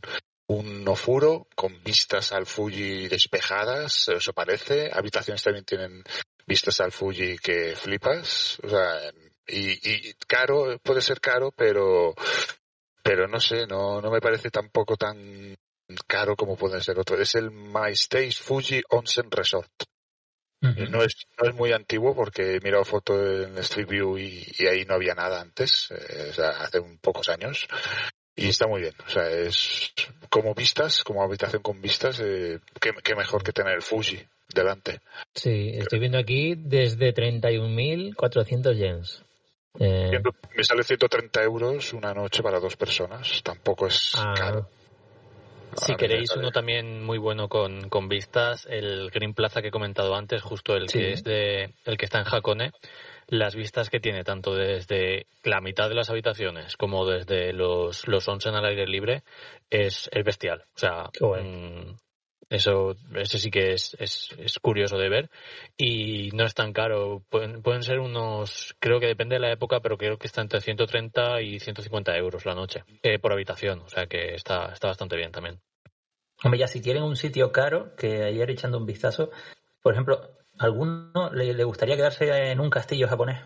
un ofuro con vistas al Fuji despejadas, eso parece. Habitaciones también tienen vistas al Fuji que flipas. O sea, y caro, puede ser caro, pero no sé, no me parece tampoco tan caro como puede ser otro. Es el My Stays Fuji Onsen Resort. Uh-huh. No es muy antiguo porque he mirado fotos en Street View y ahí no había nada antes, o sea, hace pocos años. Y está muy bien, o sea, es como vistas, como habitación con vistas, qué mejor que tener el Fuji delante. Sí, estoy viendo aquí desde 31.400 yens. Me sale 130 euros una noche para 2 personas. Tampoco es caro. Si queréis uno también muy bueno con vistas, el Green Plaza que he comentado antes, justo el que es el que está en Hakone, las vistas que tiene tanto desde la mitad de las habitaciones como desde los onsen al aire libre es bestial. O sea, Eso sí que es curioso de ver y no es tan caro. Pueden ser unos, creo que depende de la época, pero creo que está entre 130 y 150 euros la noche por habitación. O sea que está bastante bien también. Hombre, ya si quieren un sitio caro, que ayer echando un vistazo, por ejemplo, ¿a alguno le gustaría quedarse en un castillo japonés?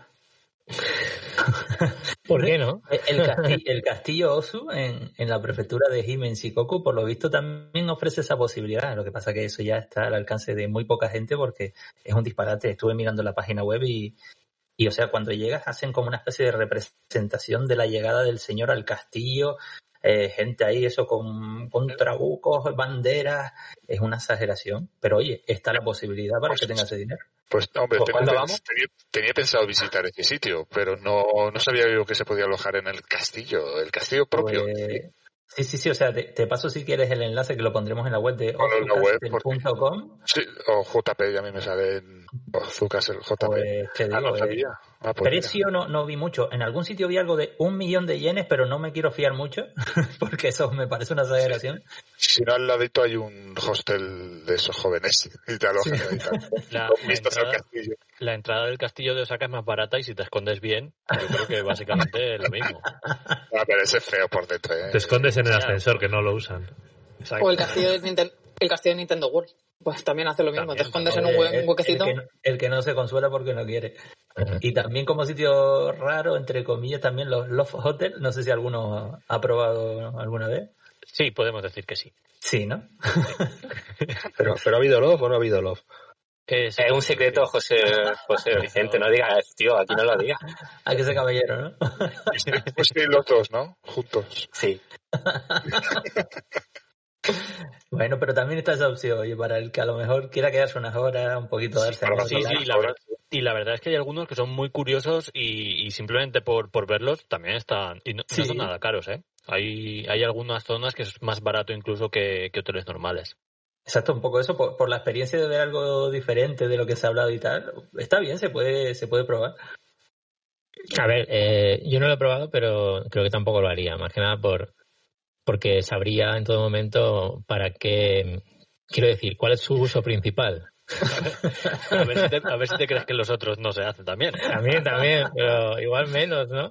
¿Por qué no? El castillo Ozu en la prefectura de Hime en Shikoku, por lo visto, también ofrece esa posibilidad. Lo que pasa que eso ya está al alcance de muy poca gente porque es un disparate. Estuve mirando la página web y o sea, cuando llegas hacen como una especie de representación de la llegada del señor al castillo. Gente ahí, eso con trabucos, banderas, es una exageración. Pero oye, está la posibilidad para que tenga ese dinero. Pues hombre, ¿Cuándo vamos? tenía pensado visitar ese sitio, pero no sabía yo que se podía alojar en el castillo propio. Sí, o sea, te paso si quieres el enlace que lo pondremos en la web de ozucastle.com. Sí, o JP, ya a mí me sale en Ozucastle JP. Pues te digo, no sabía. Pues precio no vi mucho. En algún sitio vi algo de 1 millón de yenes, pero no me quiero fiar mucho, porque eso me parece una exageración. Sí. Si no, al ladito hay un hostel de esos jóvenes y te alojan ahí. La entrada del castillo de Osaka es más barata y si te escondes bien, yo creo que básicamente es lo mismo. Pero ese es feo por dentro. Te escondes en el ascensor, que no lo usan. Exacto. O el castillo de Nintendo World. Pues también hace lo mismo, también, te escondes en un huequecito. El que no se consuela porque no quiere. Y también como sitio raro, entre comillas, también los Love Hotel. No sé si alguno ha probado alguna vez. Sí, podemos decir que sí. Sí, ¿no? pero ¿ha habido Love o no ha habido Love? Es un secreto, José Vicente, no digas, tío, aquí no lo digas. Hay que ser caballero, ¿no? Pues sí, los dos, ¿no? Juntos. Sí. Bueno, pero también está esa opción, oye, para el que a lo mejor quiera quedarse unas horas, un poquito darse la verdad es que hay algunos que son muy curiosos y simplemente por verlos también están, y no son nada caros, ¿eh? Hay algunas zonas que es más barato incluso que hoteles normales. Exacto, un poco eso, por la experiencia de ver algo diferente de lo que se ha hablado y tal, está bien, se puede probar. A ver, yo no lo he probado, pero creo que tampoco lo haría, más que nada porque sabría en todo momento para qué, quiero decir, cuál es su uso principal. A ver si te crees que los otros no se hacen también. También, pero igual menos, ¿no?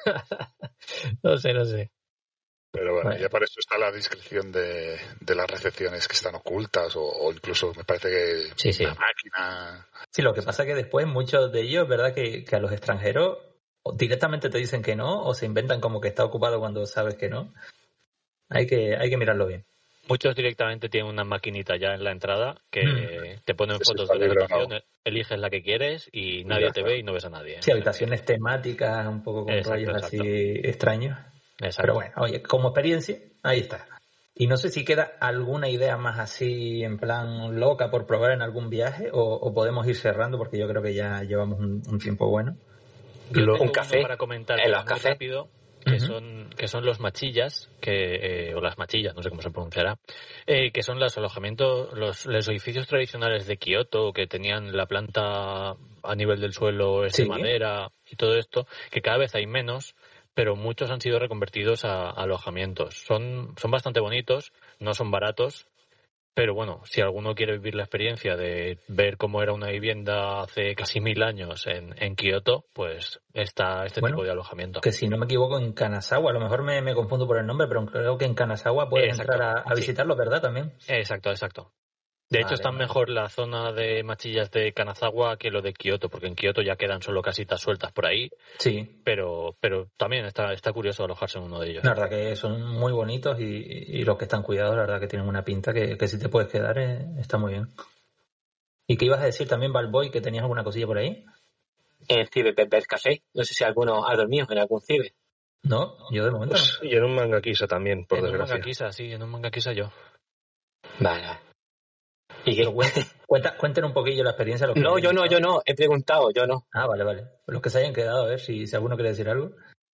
No sé. Pero bueno, ya para eso está la descripción de las recepciones que están ocultas o incluso me parece que una máquina. Sí, lo que pasa es que después muchos de ellos, ¿verdad? Que a los extranjeros directamente te dicen que no o se inventan como que está ocupado cuando sabes que no. Hay que mirarlo bien. Muchos directamente tienen una maquinita ya en la entrada que te ponen fotos de la habitación, eliges la que quieres y nadie te ve y no ves a nadie. Sí, habitaciones temáticas, un poco con rollos así extraños. Exacto. Pero bueno, oye, como experiencia, ahí está. Y no sé si queda alguna idea más así en plan loca por probar en algún viaje o podemos ir cerrando porque yo creo que ya llevamos un tiempo bueno. Un café para comentar muy rápido. Que son los machillas, o las machillas, no sé cómo se pronunciará, que son los alojamientos, los edificios tradicionales de Kioto, que tenían la planta a nivel del suelo de madera y todo esto, que cada vez hay menos, pero muchos han sido reconvertidos a alojamientos. Son bastante bonitos, no son baratos, pero bueno, si alguno quiere vivir la experiencia de ver cómo era una vivienda hace casi 1000 años en Kioto, pues está este tipo de alojamiento. Que si no me equivoco en Kanazawa, a lo mejor me confundo por el nombre, pero creo que en Kanazawa puedes entrar a visitarlo, ¿verdad? También. Exacto. De hecho, está mejor la zona de machillas de Kanazawa que lo de Kioto, porque en Kioto ya quedan solo casitas sueltas por ahí. Sí. Pero también está curioso alojarse en uno de ellos. La verdad que son muy bonitos y los que están cuidados, la verdad que tienen una pinta que si te puedes quedar está muy bien. ¿Y qué ibas a decir también, Balboy, que tenías alguna cosilla por ahí? En el Cibe Pepper Café. No sé si alguno ha dormido en algún cibe. No, yo de momento pues, no. Y en un Mangakisa también, por desgracia. En un Mangakisa yo. Vale. ¿Y cuéntenos un poquillo la experiencia? No, yo no. He preguntado, yo no. Ah, vale. Los que se hayan quedado, a ver si alguno quiere decir algo.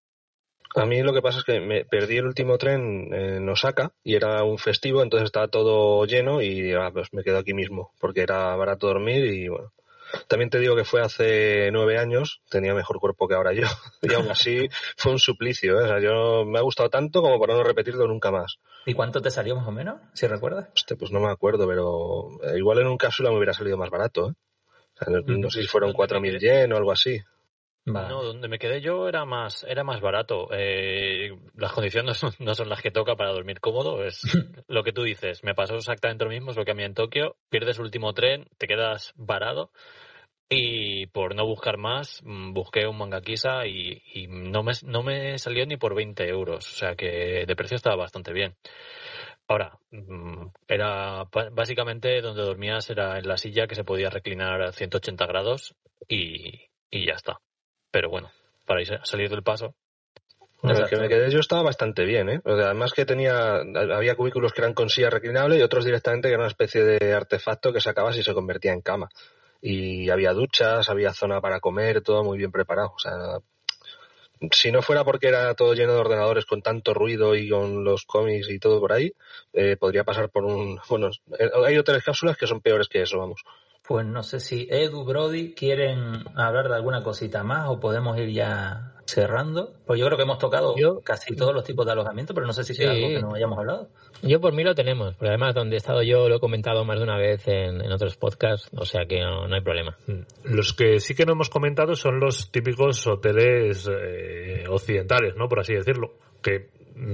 A mí lo que pasa es que me perdí el último tren en Osaka y era un festivo, entonces estaba todo lleno y pues me quedo aquí mismo porque era barato dormir y bueno. También te digo que fue hace 9 años, tenía mejor cuerpo que ahora yo, y aún así fue un suplicio, ¿eh? O sea, yo me ha gustado tanto como para no repetirlo nunca más. ¿Y cuánto te salió más o menos, si recuerdas? Hostia, pues no me acuerdo, pero igual en un cápsula me hubiera salido más barato, ¿eh? O sea, no sé si fueron 4.000 yen o algo así. Vale. No, donde me quedé yo era más barato. Las condiciones no son las que toca para dormir cómodo. Es lo que tú dices. Me pasó exactamente lo mismo. Es lo que a mí en Tokio. Pierdes el último tren, te quedas varado. Y por no buscar más, busqué un Mangakisa y no me salió ni por 20 euros. O sea que de precio estaba bastante bien. Ahora, era básicamente donde dormías era en la silla que se podía reclinar a 180 grados y ya está. Pero bueno, para salir del paso. Bueno, el que me quedé yo estaba bastante bien, ¿eh? O sea, además que había cubículos que eran con silla reclinable y otros directamente que era una especie de artefacto que sacabas y se convertía en cama. Y había duchas, había zona para comer, todo muy bien preparado. O sea, si no fuera porque era todo lleno de ordenadores con tanto ruido y con los cómics y todo por ahí, podría pasar por Bueno, hay hoteles cápsulas que son peores que eso, vamos. Pues no sé si Edu, Brody, quieren hablar de alguna cosita más o podemos ir ya cerrando. Pues yo creo que hemos tocado casi todos los tipos de alojamiento, pero no sé si sea algo que no hayamos hablado. Yo por mí lo tenemos, porque además donde he estado yo lo he comentado más de una vez en otros podcasts, o sea que no hay problema. Los que sí que no hemos comentado son los típicos hoteles occidentales, ¿no? Por así decirlo, que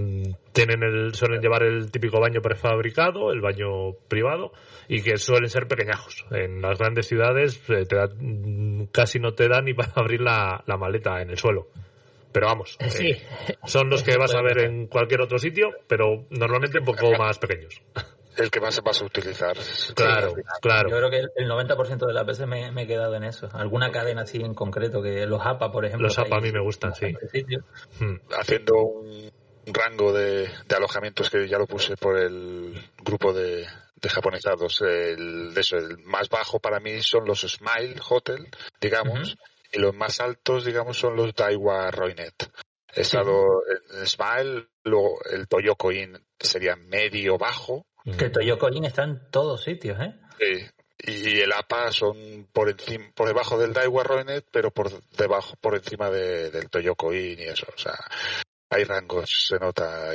suelen llevar el típico baño prefabricado, el baño privado, y que suelen ser pequeñajos. En las grandes ciudades casi no te da ni para abrir la maleta en el suelo. Pero vamos, son los que vas a ver en cualquier otro sitio, pero normalmente un poco más pequeños. El que más se vas a utilizar. Claro. Yo creo que el 90% de las veces me he quedado en eso. Alguna cadena así en concreto, que los APA, por ejemplo. Los APA a mí me gustan, sí. Haciendo un rango de alojamientos que ya lo puse por el grupo de japonizados. El más bajo para mí son los Smile Hotel, digamos, y los más altos, digamos, son los Daiwa Roynet. He estado en Smile, luego el Toyoko Inn sería medio bajo. Que el Toyoko Inn está en todos sitios, ¿eh? Sí. Y el APA son por debajo del Daiwa Roynet, pero por encima del Toyoko Inn y eso. O sea, hay rangos, se nota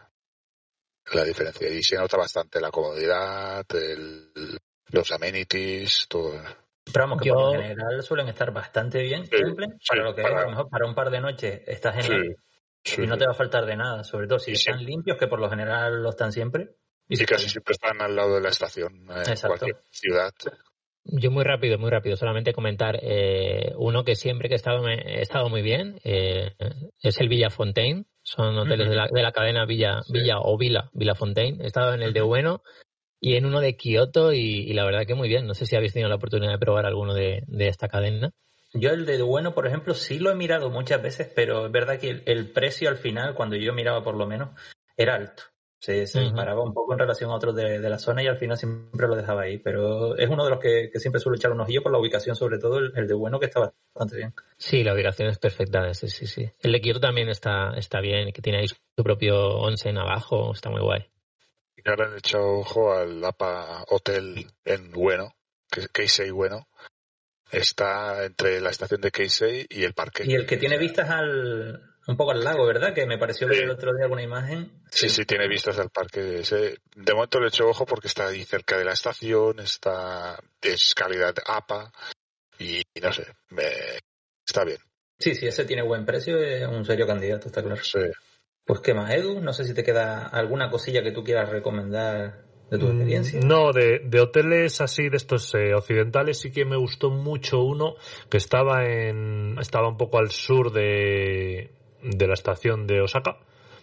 la diferencia. Y se nota bastante la comodidad, los amenities, todo. Pero vamos, que por lo general suelen estar bastante bien, para lo que es, a lo mejor para un par de noches está genial. Y no te va a faltar de nada, sobre todo si están limpios, que por lo general lo están siempre. Y casi siempre están al lado de la estación, en cualquier ciudad. Yo muy rápido, solamente comentar uno que siempre que he estado muy bien, es el Villa Fontaine. Son hoteles de la cadena Villa Fontaine. He estado en el de Ueno y en uno de Kioto y la verdad que muy bien. No sé si habéis tenido la oportunidad de probar alguno de esta cadena. Yo el de Ueno, por ejemplo, sí lo he mirado muchas veces, pero es verdad que el precio al final, cuando yo miraba por lo menos, era alto. Se disparaba un poco en relación a otros de la zona y al final siempre lo dejaba ahí. Pero es uno de los que siempre suelo echar un ojillo por la ubicación, sobre todo el de Ueno, que está bastante bien. Sí, la ubicación es perfecta, sí. El de Kyoto también está bien, que tiene ahí su propio onsen abajo, está muy guay. Y ahora han echado ojo al APA Hotel en Ueno, que es Keisei Ueno. Está entre la estación de Keisei y el parque. Y el que tiene vistas un poco al lago, ¿verdad? Que me pareció ver el otro día alguna imagen. Sí, tiene vistas al parque. De momento le he hecho ojo porque está ahí cerca de la estación, es calidad APA y no sé, está bien. Sí, ese tiene buen precio, es un serio candidato, está claro. Sí. Pues qué más, Edu, no sé si te queda alguna cosilla que tú quieras recomendar de tu experiencia. No, de hoteles así de estos occidentales sí que me gustó mucho uno que estaba un poco al sur de la estación de Osaka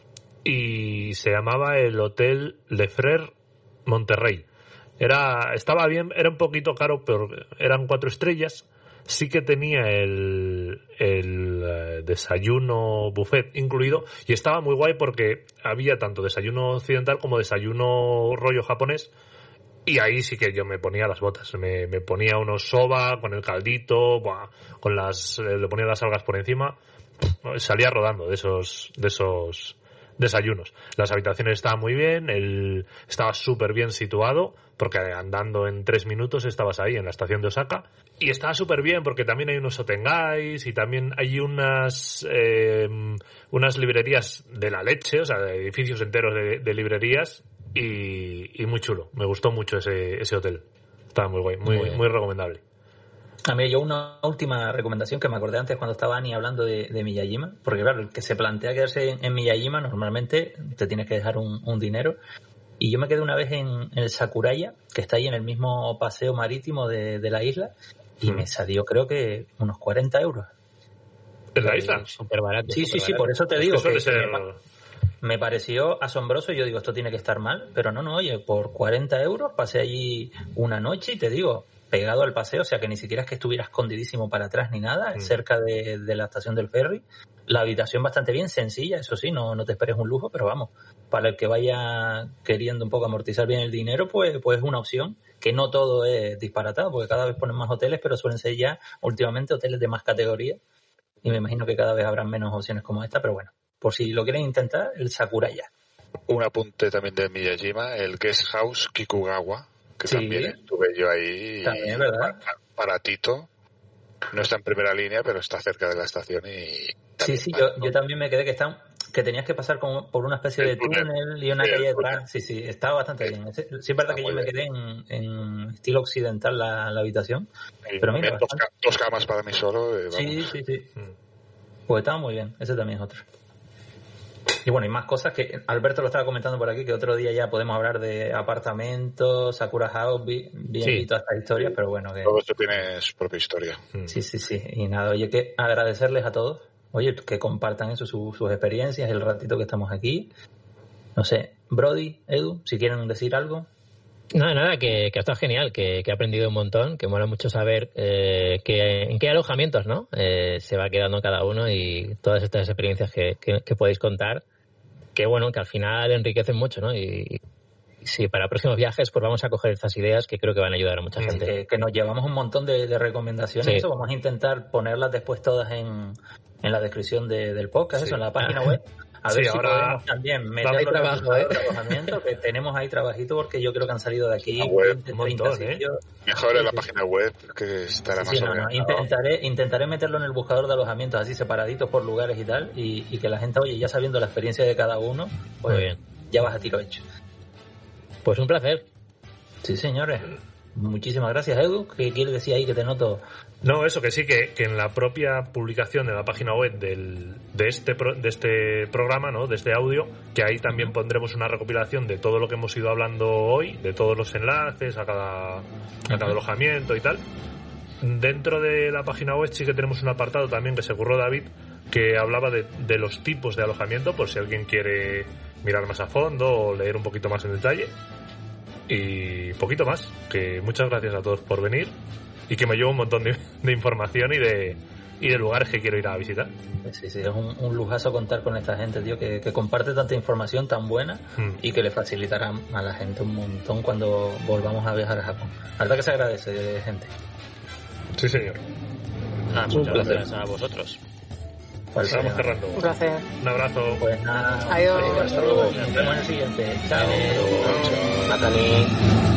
y se llamaba el Hotel Le Frère Monterrey. Estaba bien, era un poquito caro, pero eran 4 estrellas. Sí que tenía el desayuno buffet incluido y estaba muy guay porque había tanto desayuno occidental como desayuno rollo japonés y ahí sí que yo me ponía las botas, me ponía unos soba con el caldito, le ponía las algas por encima, salía rodando de esos desayunos. Las habitaciones estaban muy bien, estaba súper bien situado, porque andando en 3 minutos estabas ahí en la estación de Osaka, y estaba súper bien porque también hay unos otengais y también hay unas librerías de la leche, o sea, de edificios enteros de librerías, y muy chulo. Me gustó mucho ese hotel. Estaba muy guay, muy recomendable. A mí, yo una última recomendación que me acordé antes cuando estaba Ani hablando de Miyajima, porque claro, el que se plantea quedarse en Miyajima normalmente te tienes que dejar un dinero, y yo me quedé una vez en el Sakuraya, que está ahí en el mismo paseo marítimo de la isla, y me salió creo que unos 40 euros. ¿En la isla? Súper barato. Sí, por eso te digo que ser... me pareció asombroso. Yo digo, esto tiene que estar mal, pero no, oye, por 40 euros pasé allí una noche y te digo, pegado al paseo, o sea que ni siquiera es que estuviera escondidísimo para atrás ni nada, cerca de la estación del ferry. La habitación bastante bien, sencilla, eso sí, no te esperes un lujo, pero vamos, para el que vaya queriendo un poco amortizar bien el dinero, pues es una opción, que no todo es disparatado, porque cada vez ponen más hoteles, pero suelen ser ya últimamente hoteles de más categoría, y me imagino que cada vez habrán menos opciones como esta, pero bueno, por si lo quieren intentar, el Sakuraya. Un apunte también de Miyajima, el Guest House Kikugawa, que también estuve yo ahí. También, ¿verdad? Baratito. No está en primera línea, pero está cerca de la estación y... Sí, yo también me quedé que tenías que pasar por una especie de túnel y una calle detrás. Sí, estaba bastante bien. Sí, es verdad que yo me quedé en estilo occidental la habitación. Pero mira, dos camas para mí solo. Sí. Pues estaba muy bien. Ese también es otro. Y bueno, hay más cosas que Alberto lo estaba comentando por aquí, que otro día ya podemos hablar de apartamentos, Sakura House, y todas estas historias, pero bueno. Que... Todo esto tiene su propia historia. Sí. Y nada, oye, que agradecerles a todos, que compartan eso, sus experiencias, el ratito que estamos aquí. No sé, Brody, Edu, si quieren decir algo. Nada, que ha estado genial, que he aprendido un montón, que mola mucho saber en qué alojamientos, ¿no? Se va quedando cada uno, y todas estas experiencias que podéis contar, que bueno, que al final enriquecen mucho, ¿no? Y sí, para próximos viajes pues vamos a coger estas ideas que creo que van a ayudar a mucha gente. Que nos llevamos un montón de recomendaciones, eso vamos a intentar ponerlas después todas en la descripción del podcast, eso en la página web. A ver si podemos también meterlo en el alojamiento, que tenemos ahí trabajito, porque yo creo que han salido de aquí 20, 30 sitios. Mejor en la página web, que estará más organizado. Intentaré meterlo en el buscador de alojamientos, así separaditos por lugares y tal, y que la gente, oye, ya sabiendo la experiencia de cada uno, pues muy bien, ya vas a tiro hecho. Pues un placer. Sí, señores. Muchísimas gracias, Edu. ¿Qué quieres decir ahí que te noto? No, eso que sí, que en la propia publicación de la página web de este programa, ¿no? De este audio, que ahí también pondremos una recopilación de todo lo que hemos ido hablando hoy, de todos los enlaces a cada alojamiento y tal. Dentro de la página web sí que tenemos un apartado también que se curró David, que hablaba de los tipos de alojamiento, por si alguien quiere mirar más a fondo o leer un poquito más en detalle. Y poquito más, que muchas gracias a todos por venir, y que me llevo un montón de información y de lugares que quiero ir a visitar. Sí, es un lujazo contar con esta gente, tío, que comparte tanta información tan buena y que le facilitará a la gente un montón cuando volvamos a viajar a Japón. La verdad que se agradece, gente. Sí, señor. Muchas gracias a vosotros. Pues estamos cerrando. Un placer. Un abrazo. Pues nada. Adiós. Hasta luego. Nos vemos en el siguiente. Chao. Nathalie.